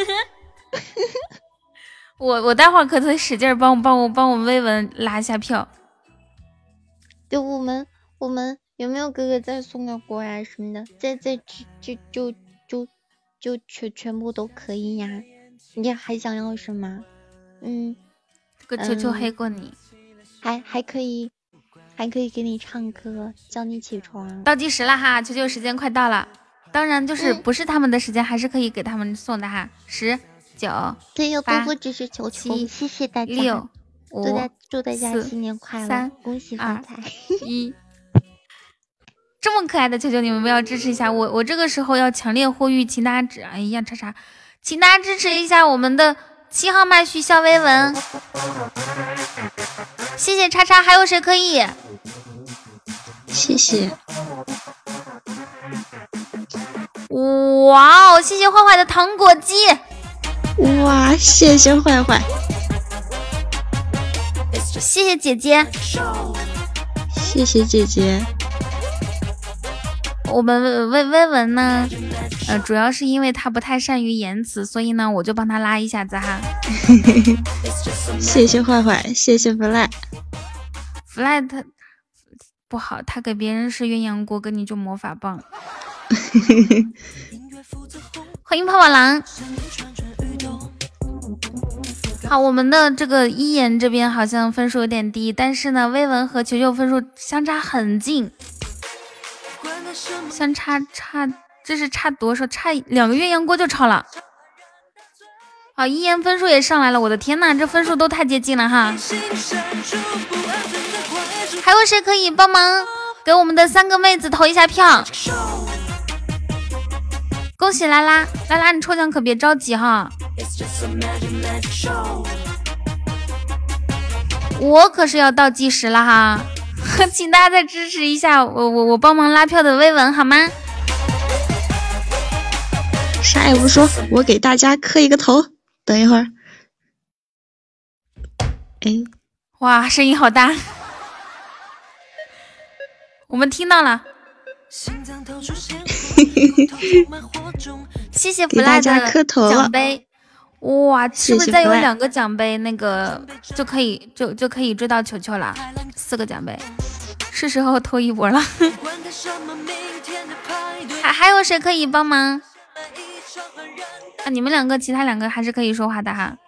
我我待会儿可得使劲帮我帮我帮我薇文拉一下票。 对，我们我们有没有哥哥再送个锅呀什么的？再再就就就就全全部都可以呀。你还想要什么？嗯， 这个球球黑过你， 嗯、还还可以还可以给你唱歌，叫你起床。 倒计时了哈，球球时间快到了。当然就是不是他们的时间，嗯、还是可以给他们送的哈。十九对，要多多支持球球，谢谢大家。 六五祝大祝大家新年快乐， 三恭喜发财。 一，这么可爱的球球，你们不要支持一下我。我这个时候要强烈呼吁，请大家支，哎呀，叉叉， 请大家支持一下我们的七号麦序肖微文，谢谢叉叉，还有谁可以？ 谢谢。 哇哦，谢谢坏坏的糖果机， 哇，谢谢坏坏， 谢谢姐姐， 谢谢姐姐。 我们微微文呢，呃，主要是因为他不太善于言辞，所以呢，我就帮他拉一下子哈。 谢谢坏坏，谢谢 fly fly 他不好，他给别人是鸳鸯锅，跟你就魔法棒。欢迎泡泡狼。好，我们的这个一言这边好像分数有点低，但是呢，微文和球球分数相差很近，相差差，这是差多少？差两个鸳鸯锅就超了。好，一言分数也上来了，我的天呐，这分数都太接近了哈！还有谁可以帮忙给我们的三个妹子投一下票？恭喜拉拉，拉拉，你抽奖可别着急哈，我可是要倒计时了哈，请大家再支持一下我我我帮忙拉票的微文好吗？ 啥也不说，我给大家磕一个头，等一会儿。哎， 哇，声音好大，我们听到了。谢谢 fly 的奖杯，哇，是不是再有两个奖杯，那个就可以就就可以追到球球了？四个奖杯，是时候偷一波了。还还有谁可以帮忙？啊，你们两个，其他两个还是可以说话的哈。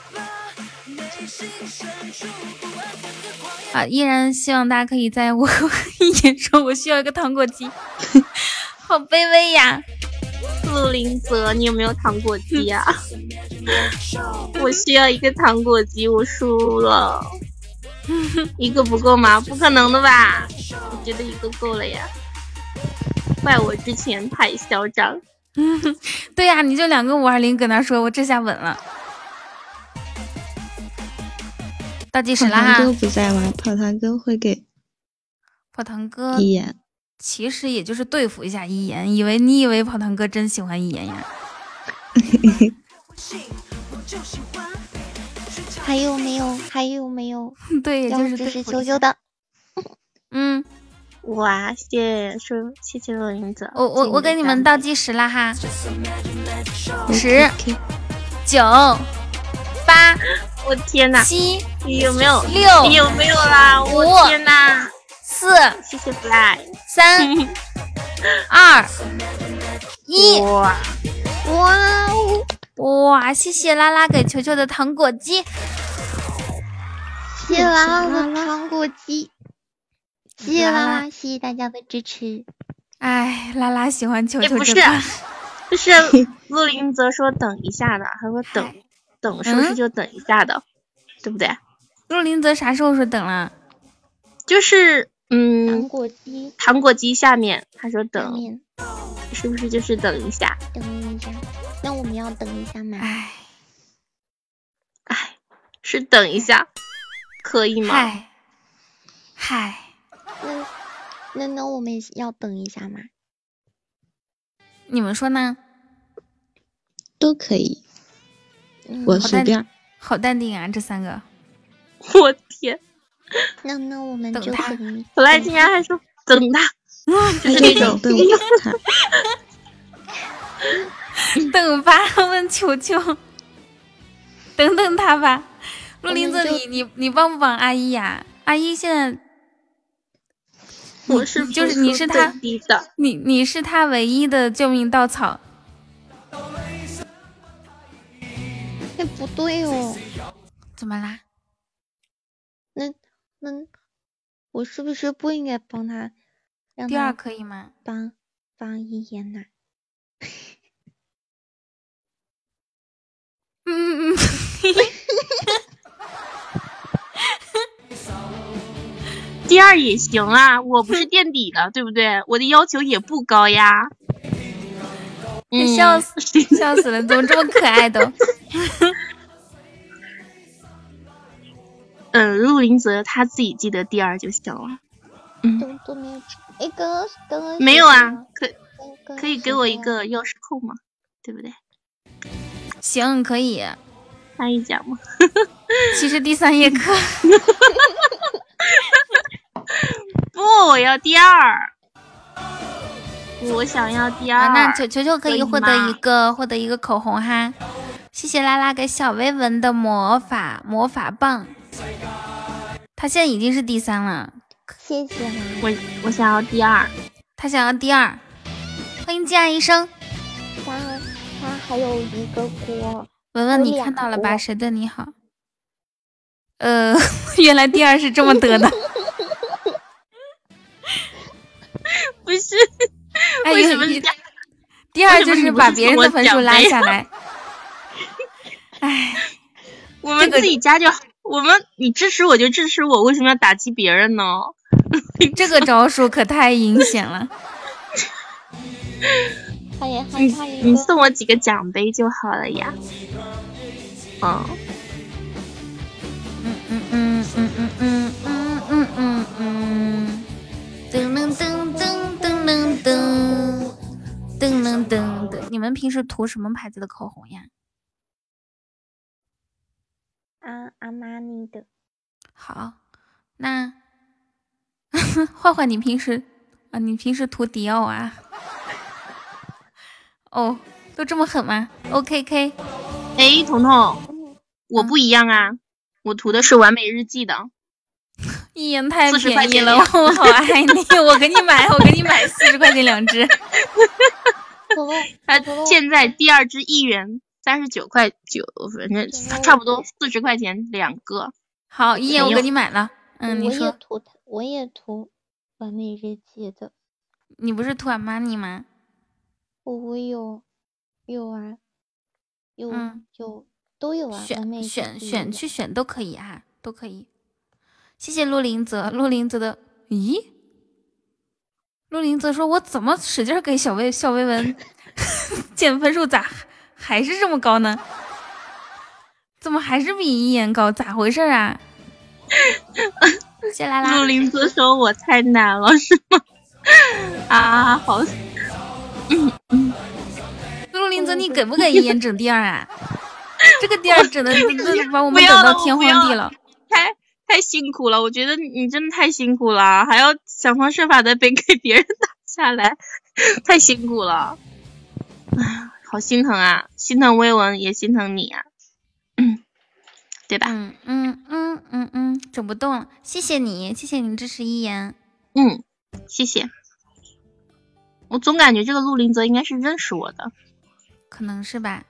啊，依然希望大家可以在我一言说，我需要一个糖果机，好卑微呀。 陆林泽，你有没有糖果机啊？我需要一个糖果机，我输了。一个不够吗？不可能的吧？我觉得一个够了呀。怪我之前太嚣张。 对呀、啊，你就两个五二零搁那说，我这下稳了。倒计时啦！ 泡糖哥不在吗？泡糖哥会给泡糖哥一言， 其实也就是对付一下一言，以为你以为泡糖哥真喜欢一言呀？ 还有没有？还有没有？ 对，就是支持球球的。 嗯， 哇，谢说谢谢洛林子。 我我我给你们倒计时啦哈，十、九、八。 我天哪！ 七， 你有没有六？ 你有没有啦？ 五， 我天哪！ 四， 谢谢 fly。 三，二，一。 哇哇哇！谢谢拉拉给球球的糖果机， 谢谢拉拉的糖果机，谢谢拉拉，谢谢大家的支持。 哎，拉拉喜欢球球， 不是，就是陆林泽说等一下的，他说等。等是不是就等一下的、嗯、对不对？ 陆林泽啥时候说等了？ 就是嗯， 糖果机， 糖果机下面他说等，是不是就是等一下？ 等一下，那我们要等一下吗？ 哎， 哎，是等一下，可以吗？ 嗨，嗨， 那那那我们要等一下吗？ 你们说呢？ 都可以。我随便， 好淡定啊，这三个， 我天！ 那那我们就等他。 本来竟然还说等他，就是那种等他， 等吧，问球球，等等他吧。陆林子，你你你帮不帮阿姨呀？阿姨现在， 我是就是你是他，你你是他唯一的救命稻草。 哎，不对哦， 怎么啦？ 那那我是不是不应该帮他？让他第二可以吗？ 帮帮一言呢？ 嗯嗯。 第二也行啊，我不是垫底的，对不对？我的要求也不高呀。 嗯、笑死笑死了，怎么这么可爱的？ 嗯，陆林泽他自己记得第二就行了。嗯， 都都没有。哎，刚刚刚刚没有啊？可可以给我一个钥匙扣吗？对不对？ 行，可以。 翻译讲吗？ 其实第三页课。 不，我要第二。我想要第二。 啊、那球球球可以获得一个获得一个口红哈。谢谢拉拉给小薇文的魔法魔法棒。他现在已经是第三了。 谢谢啦。 我我想要第二。 他想要第二。欢迎静爱一生。 他他还有一个锅。 文文，你看到了吧？谁对你好？呃，原来第二是这么得的。 不是， 哎、 为什么第二就是把别人的分数拉下来？哎， 我们自己家就好。我们你支持我就支持我，为什么要打击别人呢？ 这个招数可太阴险了。 他也害怕一个。 你送我几个奖杯就好了呀。嗯。 嗯嗯嗯嗯嗯嗯嗯嗯嗯嗯。噔噔噔噔噔噔噔噔噔噔噔。你们平时涂什么牌子的口红呀？ 阿阿玛尼的。 好，那坏坏，你平时啊，你平时涂迪奥啊？哦，都这么狠吗 ？O K K。 哎，彤彤，我不一样啊，我涂的是完美日记的。 一言太便宜了，我好爱你，我给你买，我给你买四十块钱两支。 它现在第二支一元三十九块九，反正差不多四十块钱两个。 好，一言我给你买了。嗯，你说。 我也涂，我也涂完美日记的。 你不是涂阿玛尼吗？ 我我有有啊，有、嗯、有都有啊， 选选选去选都可以啊，都可以。谢谢陆林泽，陆林泽的，咦？陆林泽说：“我怎么使劲给小薇小薇文减分数，咋还是这么高呢？怎么还是比一言高？咋回事啊？”谢啦啦。 陆林泽说：“我太难了，是吗？”啊，好。嗯嗯。 陆林泽，你给不给一言整第二啊？这个第二整的把我们整到天荒地老。 太太辛苦了，我觉得你真的太辛苦了，还要想方设法的被给别人打下来，太辛苦了。哎，好心疼啊，心疼薇文也心疼你啊，嗯，对吧？ 嗯嗯嗯嗯嗯，整不动了，谢谢你，谢谢你支持一言。 嗯，谢谢。我总感觉这个陆林泽应该是认识我的， 可能是吧。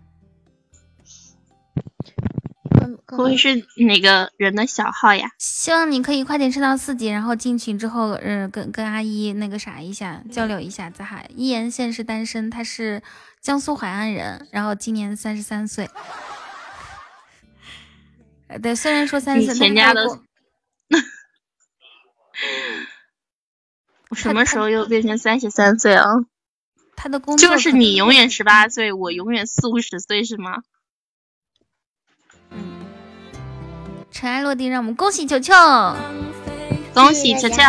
会不会是哪个人的小号呀？ 希望你可以快点升到四级，然后进群之后，呃，跟跟阿姨那个啥一下，交流一下子哈。一言现是单身，他是江苏淮安人，然后今年三十三岁。呃，对，虽然说三十岁， 全家的。我什么时候又变成三十三岁啊？ 他的工作就是你永远十八岁，我永远四五十岁是吗？ 嗯，尘埃落定，让我们恭喜球球， 恭喜球球，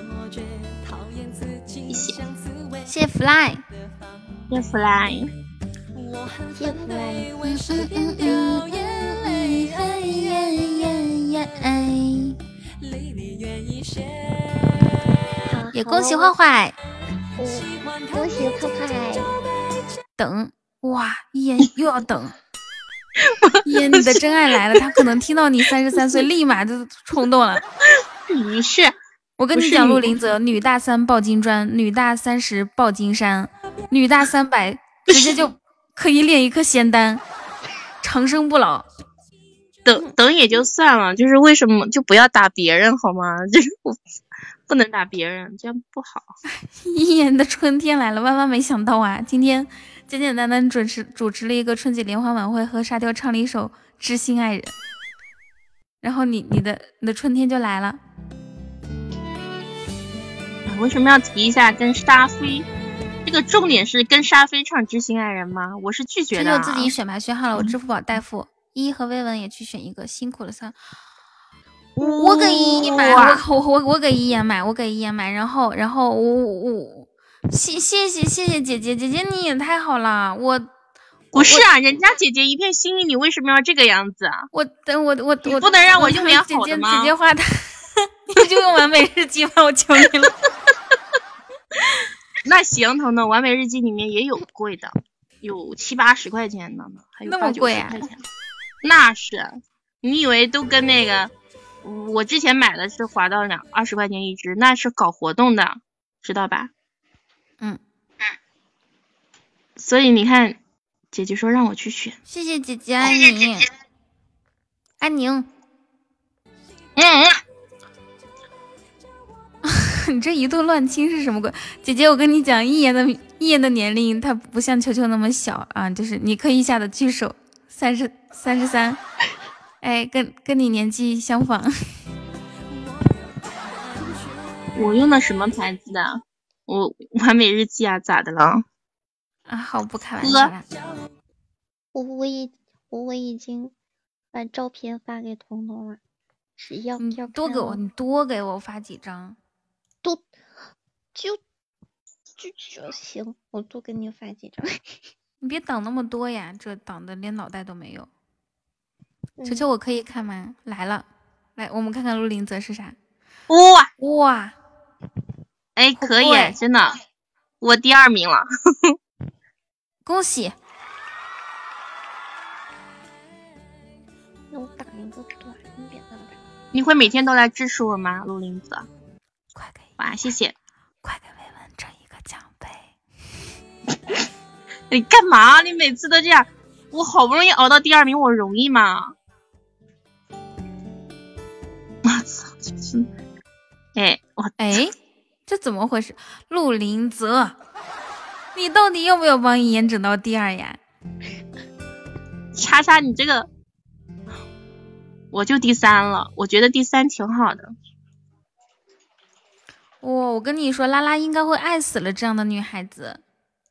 谢谢， 谢谢 Fly， 谢谢 Fly， 谢谢 Fly， 也恭喜坏坏， 恭喜坏坏， 等哇，一言又要等。一言，你的真爱来了，他可能听到你三十三岁，立马就冲动了。 不是， 我跟你讲，陆林泽，女大三抱金砖，女大三十抱金山，女大三百直接就可以炼一颗仙丹，长生不老。 等等也就算了，就是为什么就不要打别人好吗？就是我不能打别人，这样不好。 一言的春天来了，万万没想到啊！今天简简单单主持主持了一个春节联欢晚会，和沙雕唱了一首《知心爱人》，然后你你的你的春天就来了。 为什么要提一下跟沙飞这个重点是跟沙飞唱《知心爱人》吗？我是拒绝的、啊。 这就自己选吧，选好了，我支付宝代付。依依和薇文也去选一个，辛苦了三。我给依依买，我我我我给依依买，我给依依买，然后然后我我谢谢谢谢谢姐姐姐姐你也太好了，我不是啊，人家姐姐一片心意，你为什么要这个样子啊？ 我等我我我不能让我用点好的吗？ 姐姐姐姐话她，你就用完美日记吧，我求你了。 那行，彤彤，完美日记里面也有贵的，有七八十块钱的呢，还有八九十块钱。那是，你以为都跟那个，我之前买的是划到两二十块钱一支，那是搞活动的，知道吧？ 嗯， 所以你看，姐姐说让我去选， 谢谢姐姐，爱你，安宁。 嗯嗯。 你这一顿乱亲是什么鬼？姐姐，我跟你讲，一言的一言的年龄，他不像球球那么小啊，就是你可以一下子举手，三十三十三，哎，跟跟你年纪相仿。 我用的什么牌子的？我完美日记啊，咋的了？ 啊，好不开玩笑啦。 我我已我我已经把照片发给彤彤了，是要你要多给我，你多给我发几张。 多就就就行，我多给你发几张。 你别挡那么多呀，这挡的连脑袋都没有。嗯、球球，我可以看吗？来了，来，我们看看陆林泽是啥？ 哇哇， 哎，可以，真的，我第二名了， 恭喜！ 那我打一个短一点的吧。 你会每天都来支持我吗，陆林泽？ 快给哇，谢谢！ 快给薇文整一个奖杯！ 你干嘛？你每次都这样，我好不容易熬到第二名，我容易吗？我操！哎，我哎，这怎么回事？陆林泽，你到底要不要帮一言整到第二呀？ 莎莎，你这个，我就第三了，我觉得第三挺好的。 哇、哦，我跟你说，拉拉应该会爱死了这样的女孩子。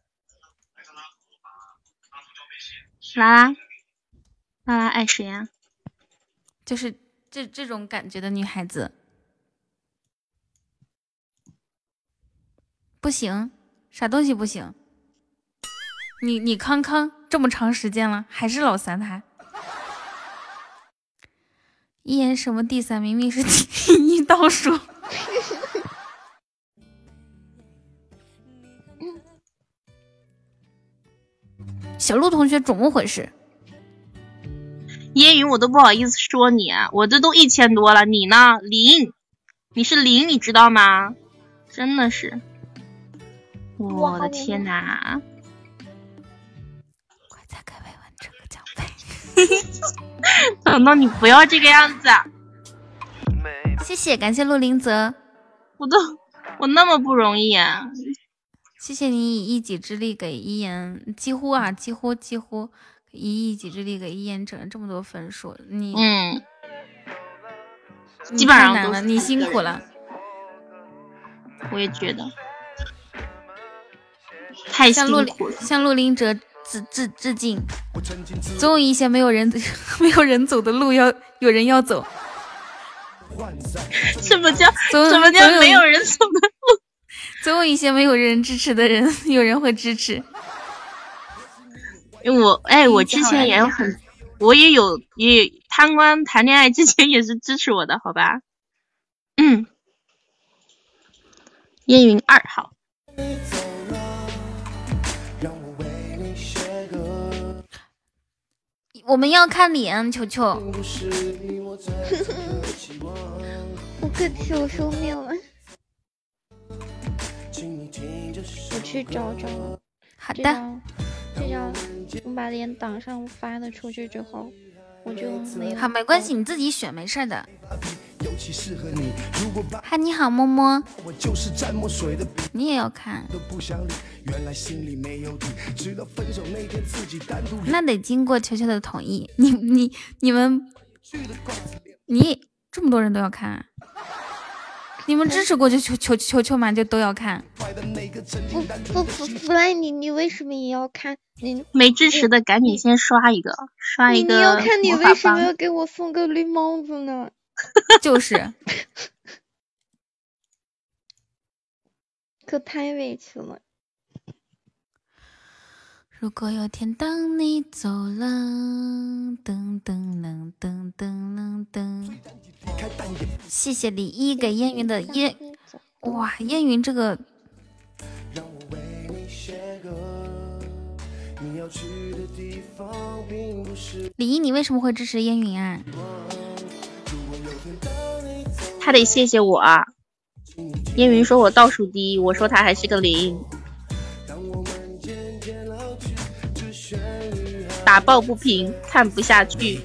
拉拉，拉拉爱谁呀、啊？ 就是这这种感觉的女孩子。不行，啥东西不行？你你康康这么长时间了，还是老三胎？一言什么第三，明明是第一倒数。小鹿同学怎么回事？ 烟云我都不好意思说你啊，我这都一千多了，你呢？零，你是零，你知道吗？真的是，我的天哪！ 快再给薇文整个奖杯！ 彤彤，你不要这个样子。 谢谢，感谢陆林泽。 我都我那么不容易啊！ 谢谢你以一己之力给一言，几乎啊，几乎几乎以一己之力给一言整了这么多分数，你嗯， 你基本上太难了，你辛苦了。 我也觉得太辛苦了， 向陆林哲致致致敬。总有一些没有人没有人走的路要有人要走。 什么叫什么叫没有人走的路？ 总有一些没有人支持的人，有人会支持。 我哎，我之前也有很，我也有也贪官谈恋爱之前也是支持我的，好吧？嗯，烟云二号。 我们要看脸，球球。 我可求生命了。我去找找。 好的。 这张我把脸挡上发了出去之后，我就没有。 好，没关系，你自己选，没事的。嗨，你好，摸摸。你也要看？那得经过球球的同意。你你你们，你这么多人都要看、啊？ 你们支持过就求求求求嘛，就都要看。 不不不，弗莱你你为什么也要看？你没支持的赶紧先刷一个，刷一个。 你要看你为什么要给我送个绿帽子呢？ 就是， 可太委屈了。 如果有天当你走了，噔噔噔噔噔噔，谢谢李一给烟云的烟，哇，烟云这个，李一你为什么会支持烟云啊？ 他得谢谢我啊！烟云说我倒数第一，我说他还是个零。打抱不平，看不下去。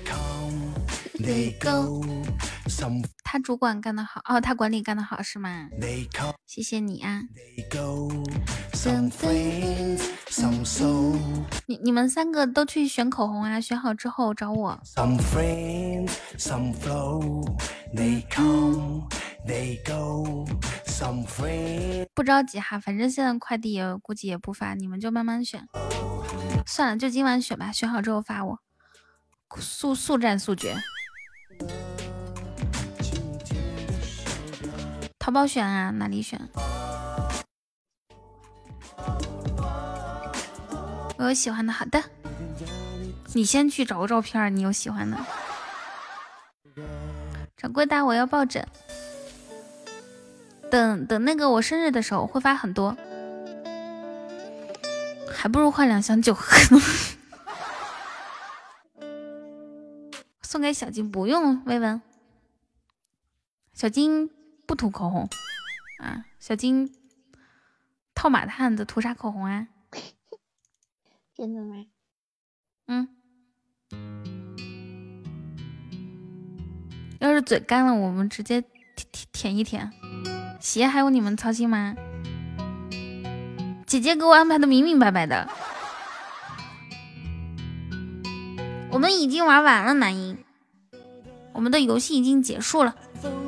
他主管干得好哦，他管理干得好是吗？谢谢你啊。你你们三个都去选口红啊，选好之后找我。不着急哈，反正现在快递也估计也不发，你们就慢慢选。算了，就今晚选吧，选好之后发我，速速战速决。淘宝选啊，哪里选？我有喜欢的，好的。你先去找个照片，你有喜欢的。掌柜的，我要抱枕。等等那个我生日的时候会发很多，还不如换两箱酒喝呢。送给小金不用，薇薇。小金不涂口红啊，小金套马探子涂啥口红啊？ 真的吗？ 嗯。要是嘴干了，我们直接舔舔舔一舔。鞋还有你们操心吗？姐姐给我安排的明明白白的。我们已经玩完了，南音，我们的游戏已经结束了。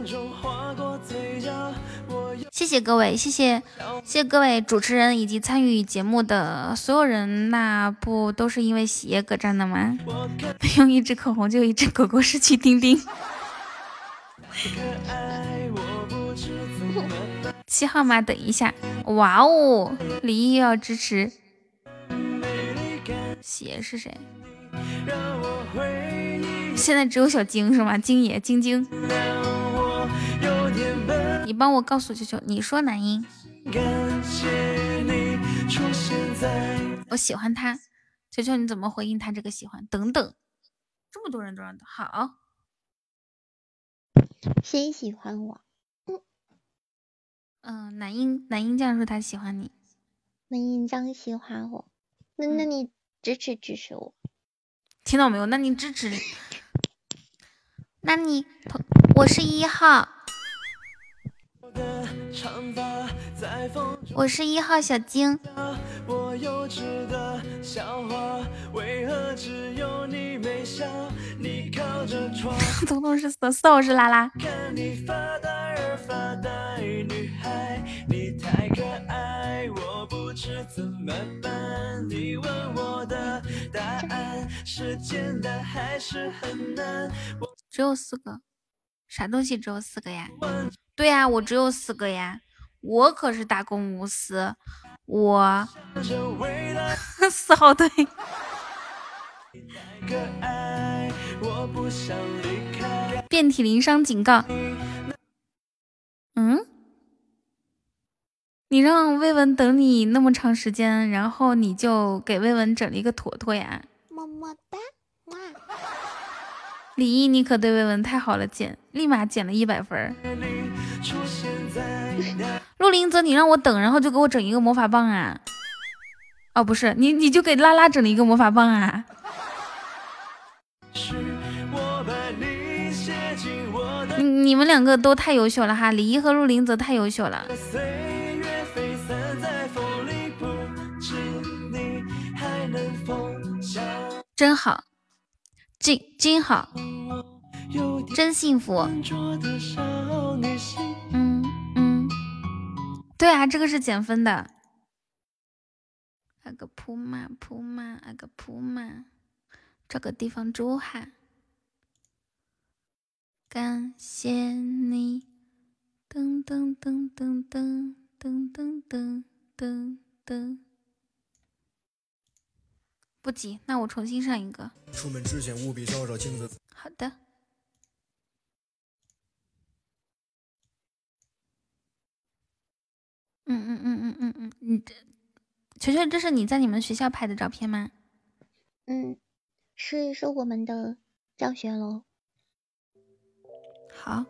谢谢各位，谢谢谢谢各位主持人以及参与节目的所有人，那不都是因为喜爷哥站的吗？用一支口红就一只狗狗失去丁丁。七号码等一下，哇哦，李毅要支持。喜爷是谁？现在只有小金是吗？金爷晶晶，你帮我告诉球球，你说男音，我喜欢他，球球你怎么回应他这个喜欢？等等，这么多人都让他好， 谁喜欢我？ 嗯、呃，男音男音这样说他喜欢你， 男音这样喜欢我，那那你支持支持我？ 听到没有？那你支持？那你我是一号，我是一号小晶。东东是四，四号是拉拉。只有四个，啥东西只有四个呀？对呀，我只有四个呀，我可是大公无私，我四号队。遍体鳞伤警告。嗯，你让薇文等你那么长时间，然后你就给薇文整了一个坨坨呀。 么么哒，哇！ 李毅，你可对薇文太好了，减立马减了一百分。陆林泽，你让我等，然后就给我整一个魔法棒啊！哦，不是，你你就给拉拉整了一个魔法棒啊！你你们两个都太优秀了哈，李毅和陆林泽太优秀了。真好，真真好，真幸福。嗯， 对啊，这个是减分的。那个铺马铺马，那个铺马，找个地方住哈。感谢你，噔噔噔噔噔噔噔噔噔噔。不急，那我重新上一个。出门之前务必照照镜子。好的。嗯嗯嗯嗯嗯嗯，你这球球，这是你在你们学校拍的照片吗？ 嗯，是是我们的教学楼。 好。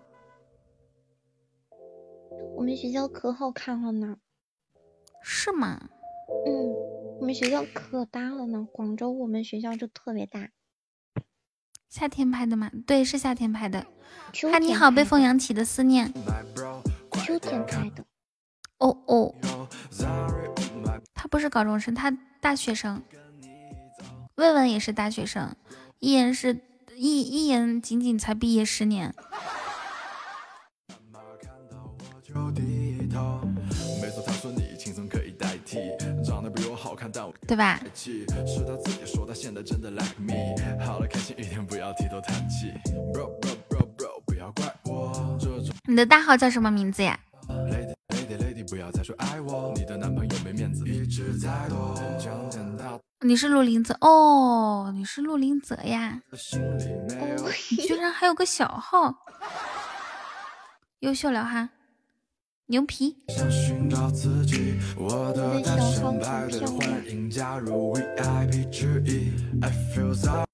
我们学校可好看了呢。 是吗？ 嗯，我们学校可大了呢，广州我们学校就特别大。 夏天拍的吗？对，是夏天拍的。 秋嗨，你好，被风扬起的思念。 秋天拍的。 哦哦，他不是高中生，他大学生。问问也是大学生，一言是一一言仅仅才毕业十年。对吧？你的大号叫什么名字呀？你是陆林泽哦，你是陆林泽呀？哦，你居然还有个小号，优秀了哈，牛皮！ 我的小号很漂亮。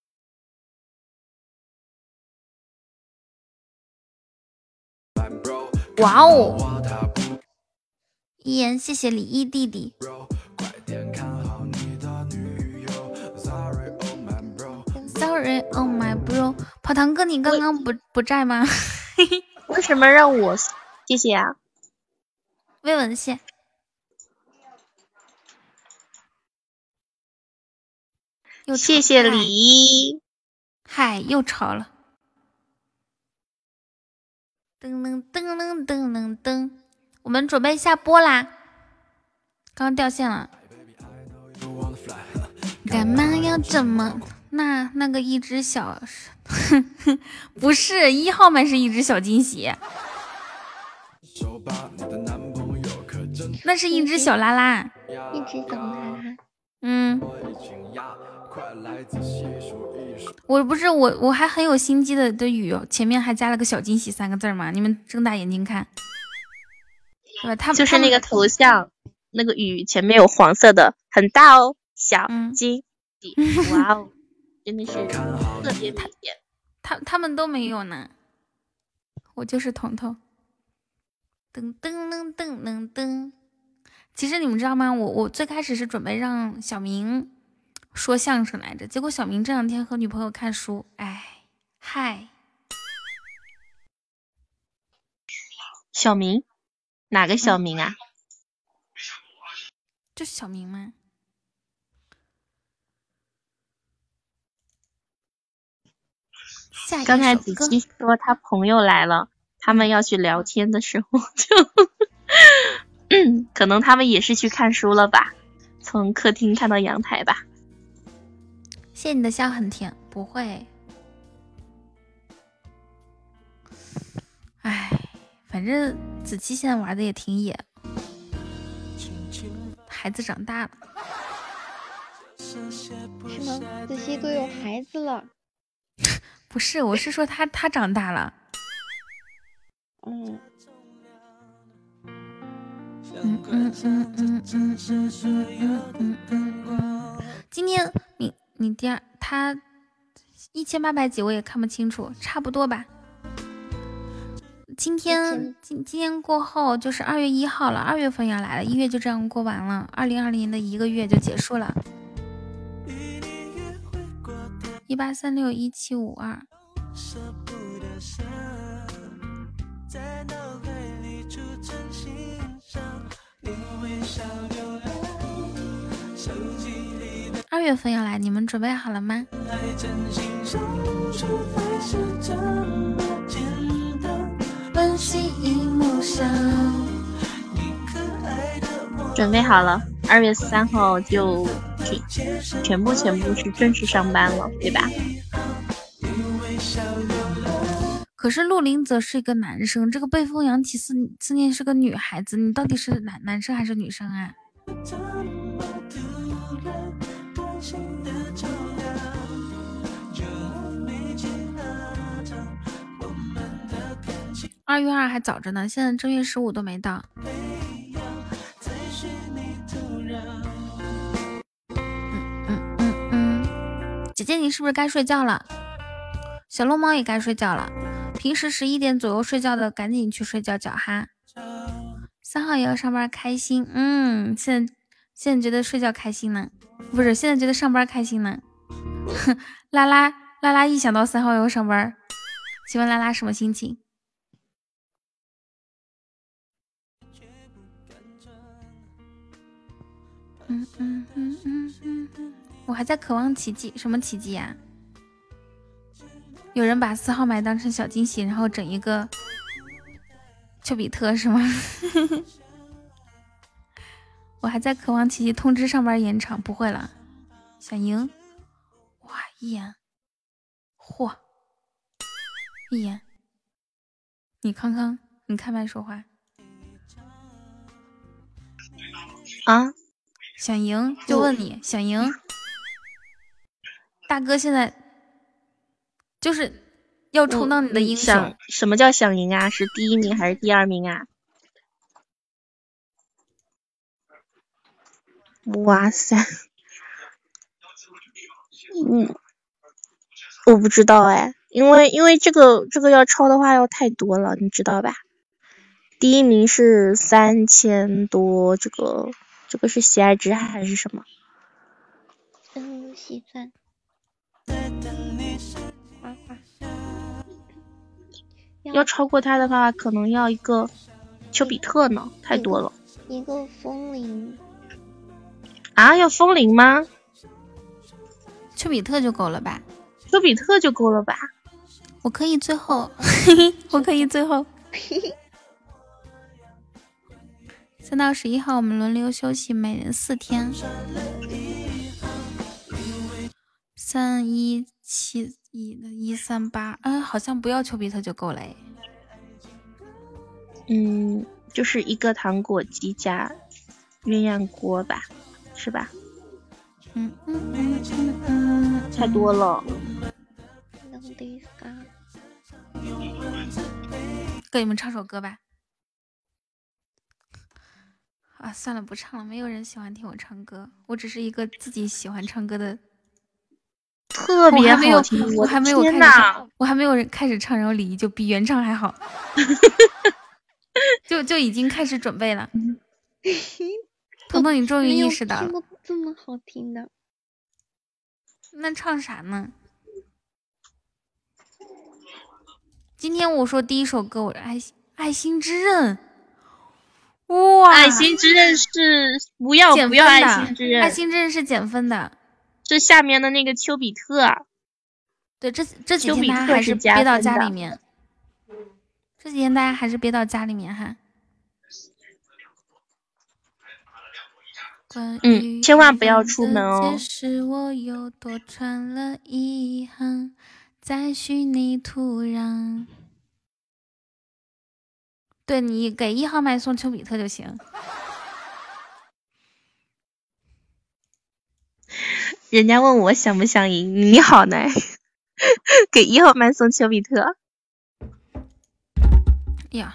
哇哦！一言，谢谢李一弟弟。Sorry, oh my bro， 跑堂哥，你刚刚不不在吗？ 为什么让我谢谢啊？ 魏文谢。又谢谢李一。 嗨，又吵了。噔噔噔噔噔噔噔，我们准备下播啦！刚刚掉线了。干嘛要这么？那那个一只小，不是一号麦是一只小惊喜，那是一只小拉拉， 一只小拉拉。 嗯，我不是我我还很有心机的的语，前面还加了个小惊喜三个字嘛，你们睁大眼睛看，对吧？他就是那个头像，那个雨前面有黄色的，很大哦，小惊喜，嗯、哇哦，真的是特别特别。 他他们都没有呢，我就是彤彤。噔噔噔噔噔噔。其实你们知道吗？我我最开始是准备让小明说相声来着，结果小明这两天和女朋友看书，哎，嗨。 小明？哪个小明啊？ 这是小明吗？ 刚才子期说他朋友来了，他们要去聊天的时候就嗯，可能他们也是去看书了吧，从客厅看到阳台吧。 谢谢你的笑很甜，不会。哎，反正子期现在玩的也挺野，孩子长大了。 是吗？子期都有孩子了。 不是，我是说他他长大了。 嗯。 嗯嗯嗯嗯嗯嗯嗯嗯嗯。今天你你第二他一千八百几我也看不清楚，差不多吧。今天今今天过后就是二月一号了，二月份要来了，一月就这样过完了，二零二零年的一个月就结束了。一八三六一七五二。二月份要来，你们准备好了吗？温馨一幕上，你可爱准备好了，二月三号就全全部全部是正式上班了，对吧？ 可是陆林泽是一个男生，这个背风扬起思思念是个女孩子，你到底是男男生还是女生啊？二月二还早着呢，现在正月十五都没到。嗯嗯嗯嗯，姐姐你是不是该睡觉了？小龙猫也该睡觉了。平时十一点左右睡觉的，赶紧去睡觉觉哈。三号也要上班，开心。嗯，现在现在觉得睡觉开心呢，不是现在觉得上班开心呢。拉拉拉拉一想到三号要上班，请问拉拉什么心情？嗯嗯嗯嗯嗯嗯，我还在渴望奇迹，什么奇迹呀？有人把四号买当成小惊喜，然后整一个丘比特是吗？我还在渴望奇迹，通知上班延长，不会了。想赢，哇，一眼，嚯，一眼，你康康，你开麦说话啊？ 想赢就问你想赢，大哥现在就是要充到你的英雄。 什么叫想赢啊？是第一名还是第二名啊？哇塞，嗯，我不知道哎，因为因为这个这个要超的话要太多了，你知道吧？第一名是三千多，这个这个是喜爱值还是什么？ 嗯，喜钻。 要超过他的话，可能要一个丘比特呢，太多了。 一个风铃啊？要风铃吗？ 丘比特就够了吧？ 丘比特就够了吧？ 我可以最后，我可以最后。三到十一号我们轮流休息，每人四天。三一七一一三八，嗯，好像不要丘比特就够了哎。 嗯，就是一个糖果机加鸳鸯锅吧，是吧？ 嗯嗯嗯嗯嗯， 太多了。 给你们唱首歌吧。啊，算了，不唱了，没有人喜欢听我唱歌，我只是一个自己喜欢唱歌的。 特别好听， 我还没有开始唱，我还没有人开始唱，然后李毅就比原唱还好，就就已经开始准备了。彤彤，你终于意识到了， 这么好听的， 那唱啥呢？今天我说第一首歌，我爱爱心之刃。哇， 爱心之刃是不要不要爱心之刃， 爱心之刃是减分的。 这下面的那个丘比特， 对，这这几天大家还是憋到家里面，这几天大家还是憋到家里面哈。 嗯，千万不要出门哦。 是我又多穿了一行，在虚拟土壤。对，你给一号麦送丘比特就行。 人家问我想不想赢，你好呢？给一号麦送丘比特。 呀，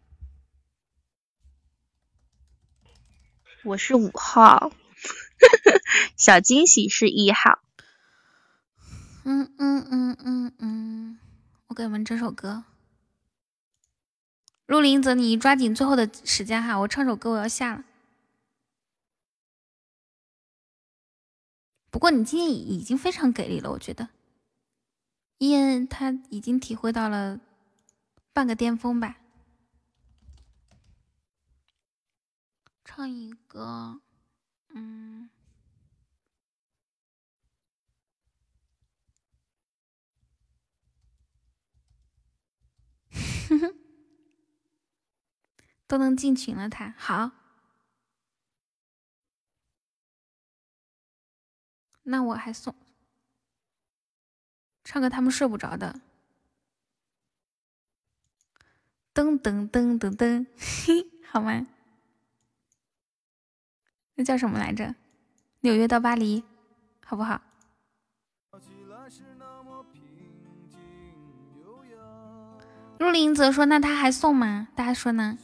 我是五号，小惊喜是一号。 嗯嗯嗯嗯嗯，我给你们这首歌。陆林泽，你抓紧最后的时间哈，我唱首歌我要下了。不过你今天已经非常给力了，我觉得。伊恩他已经体会到了半个巅峰吧。唱一个，嗯，哼哼，都能进群了他，好。 那我还送唱个他们睡不着的。噔噔噔噔噔，嘿，好吗？那叫什么来着？纽约到巴黎，好不好？陆林泽说：“那他还送吗？大家说呢？”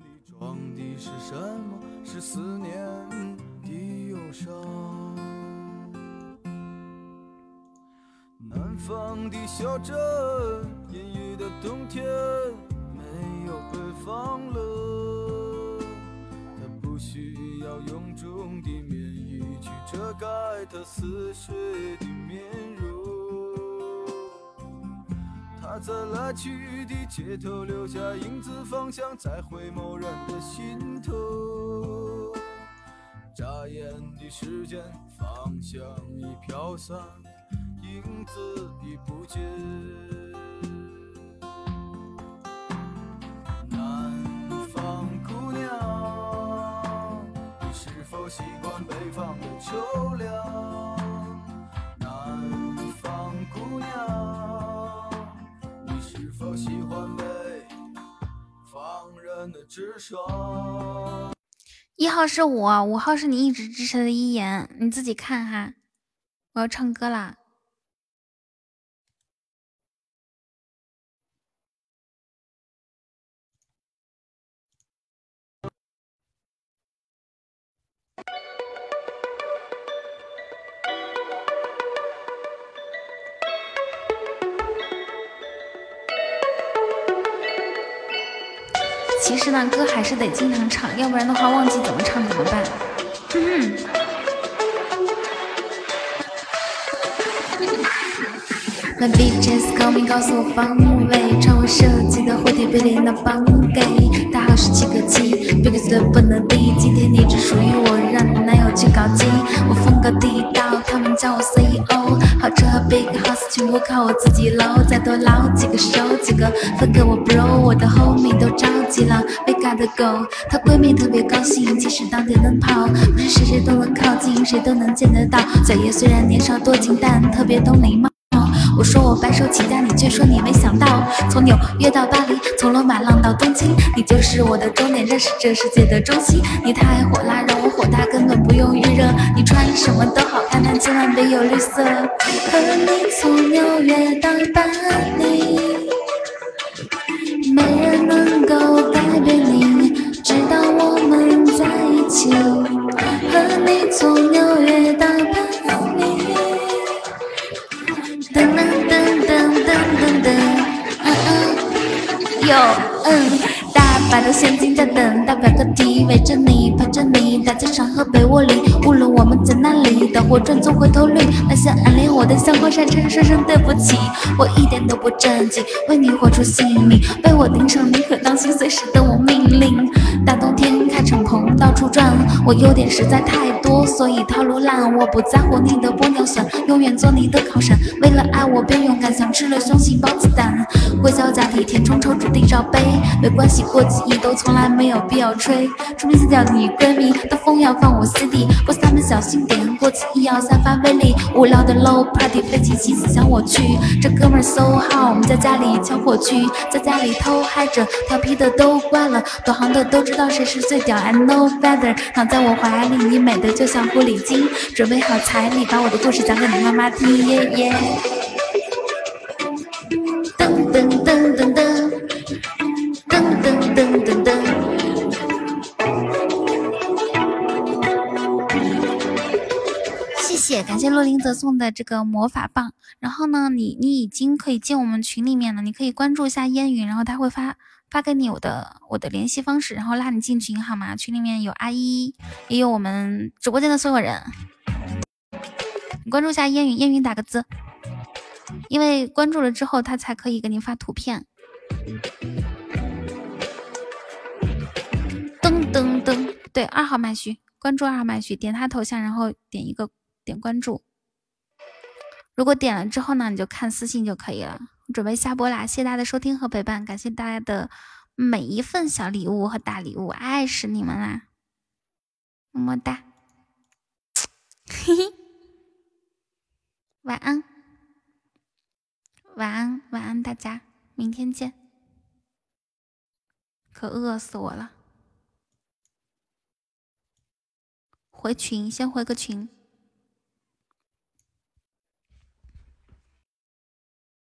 南方的小镇，阴郁的冬天，没有北方冷。它不需要臃肿的棉衣去遮盖它似水的面容。它在来去的街头留下影子，方向在回眸人的心头。眨眼的时间，方向已飘散。影子已不见，南方姑娘，你是否习惯北方的秋凉？南方姑娘，你是否喜欢北方人的直爽？一号是我，五号是你一直支持的一言，你自己看哈。我要唱歌啦。其实呢，歌还是得经常唱，要不然的话忘记怎么唱怎么办？嗯那 B J S 高明告诉我方位，穿我设计的蝴蝶贝里那绑给。大号是七个七 ，Big 的不能低，今天你只属于我，让你男友去搞基。我风格地道，他们叫我 C E O， 豪车和 Big House 全部靠我自己搂，再多捞几个手几个分给我 Bro， 我的 homie 都着急了 ，Vega 的狗，她闺蜜特别高兴，即使当天能跑，不是谁谁都能靠近，谁都能见得到。小爷虽然年少多情，但特别懂礼貌。我说我白手起家，你却说你没想到。从纽约到巴黎，从罗马浪到东京，你就是我的终点，认识这世界的中心。你太火辣，让我火大，根本不用预热。你穿什么都好看，但千万别有绿色。和你从纽约到巴黎，没人能够改变你，直到我们在一起。和你从纽约到巴黎。噔噔噔噔噔噔噔，嗯嗯，有嗯，大把的现金在等，大表哥弟围着你陪着你，大街上和被窝里，无论我们在哪里，灯火转总回头率，那些暗恋我的小火山城说声对不起，我一点都不正经，为你豁出性命，被我盯上你可当心，随时等我命令。大冬天开敞篷到处转，我优点实在太多，所以套路烂。我不在乎你的玻尿酸，永远做你的靠山。为了爱我别勇敢，像吃了雄性包子蛋。硅胶假体填充抽纸地罩杯，没关系过几亿都从来没有必要吹。出名字叫你闺蜜的风要放我 C D， boss 他们小心点，过几亿要散发威力。无聊的 low party 飞起心思想我去，这哥们儿 so hot， 我们在家里敲火炬，在家里偷嗨着，调皮的都乖了，懂行的都知道谁是最屌 I know better， 躺在我怀里，你美的就像狐狸精，准备好彩礼，把我的故事讲给你妈妈听，耶耶。噔噔噔噔噔，噔噔噔噔噔。谢谢，感谢洛林泽送的这个魔法棒。然后呢，你你已经可以进我们群里面了，你可以关注一下烟云，然后他会发发给你我的我的联系方式，然后拉你进群好吗？群里面有阿一，也有我们直播间的所有人。你关注一下烟云，烟云打个字，因为关注了之后他才可以给你发图片。噔噔噔，对，二号麦序，关注二号麦序，点他头像，然后点一个点关注。如果点了之后呢，你就看私信就可以了。我准备下播啦，谢谢大家的收听和陪伴，感谢大家的每一份小礼物和大礼物，爱死你们啦，么么哒。嘿嘿。 晚安，晚安，晚安，大家，明天见。可饿死我了，回群，先回个群。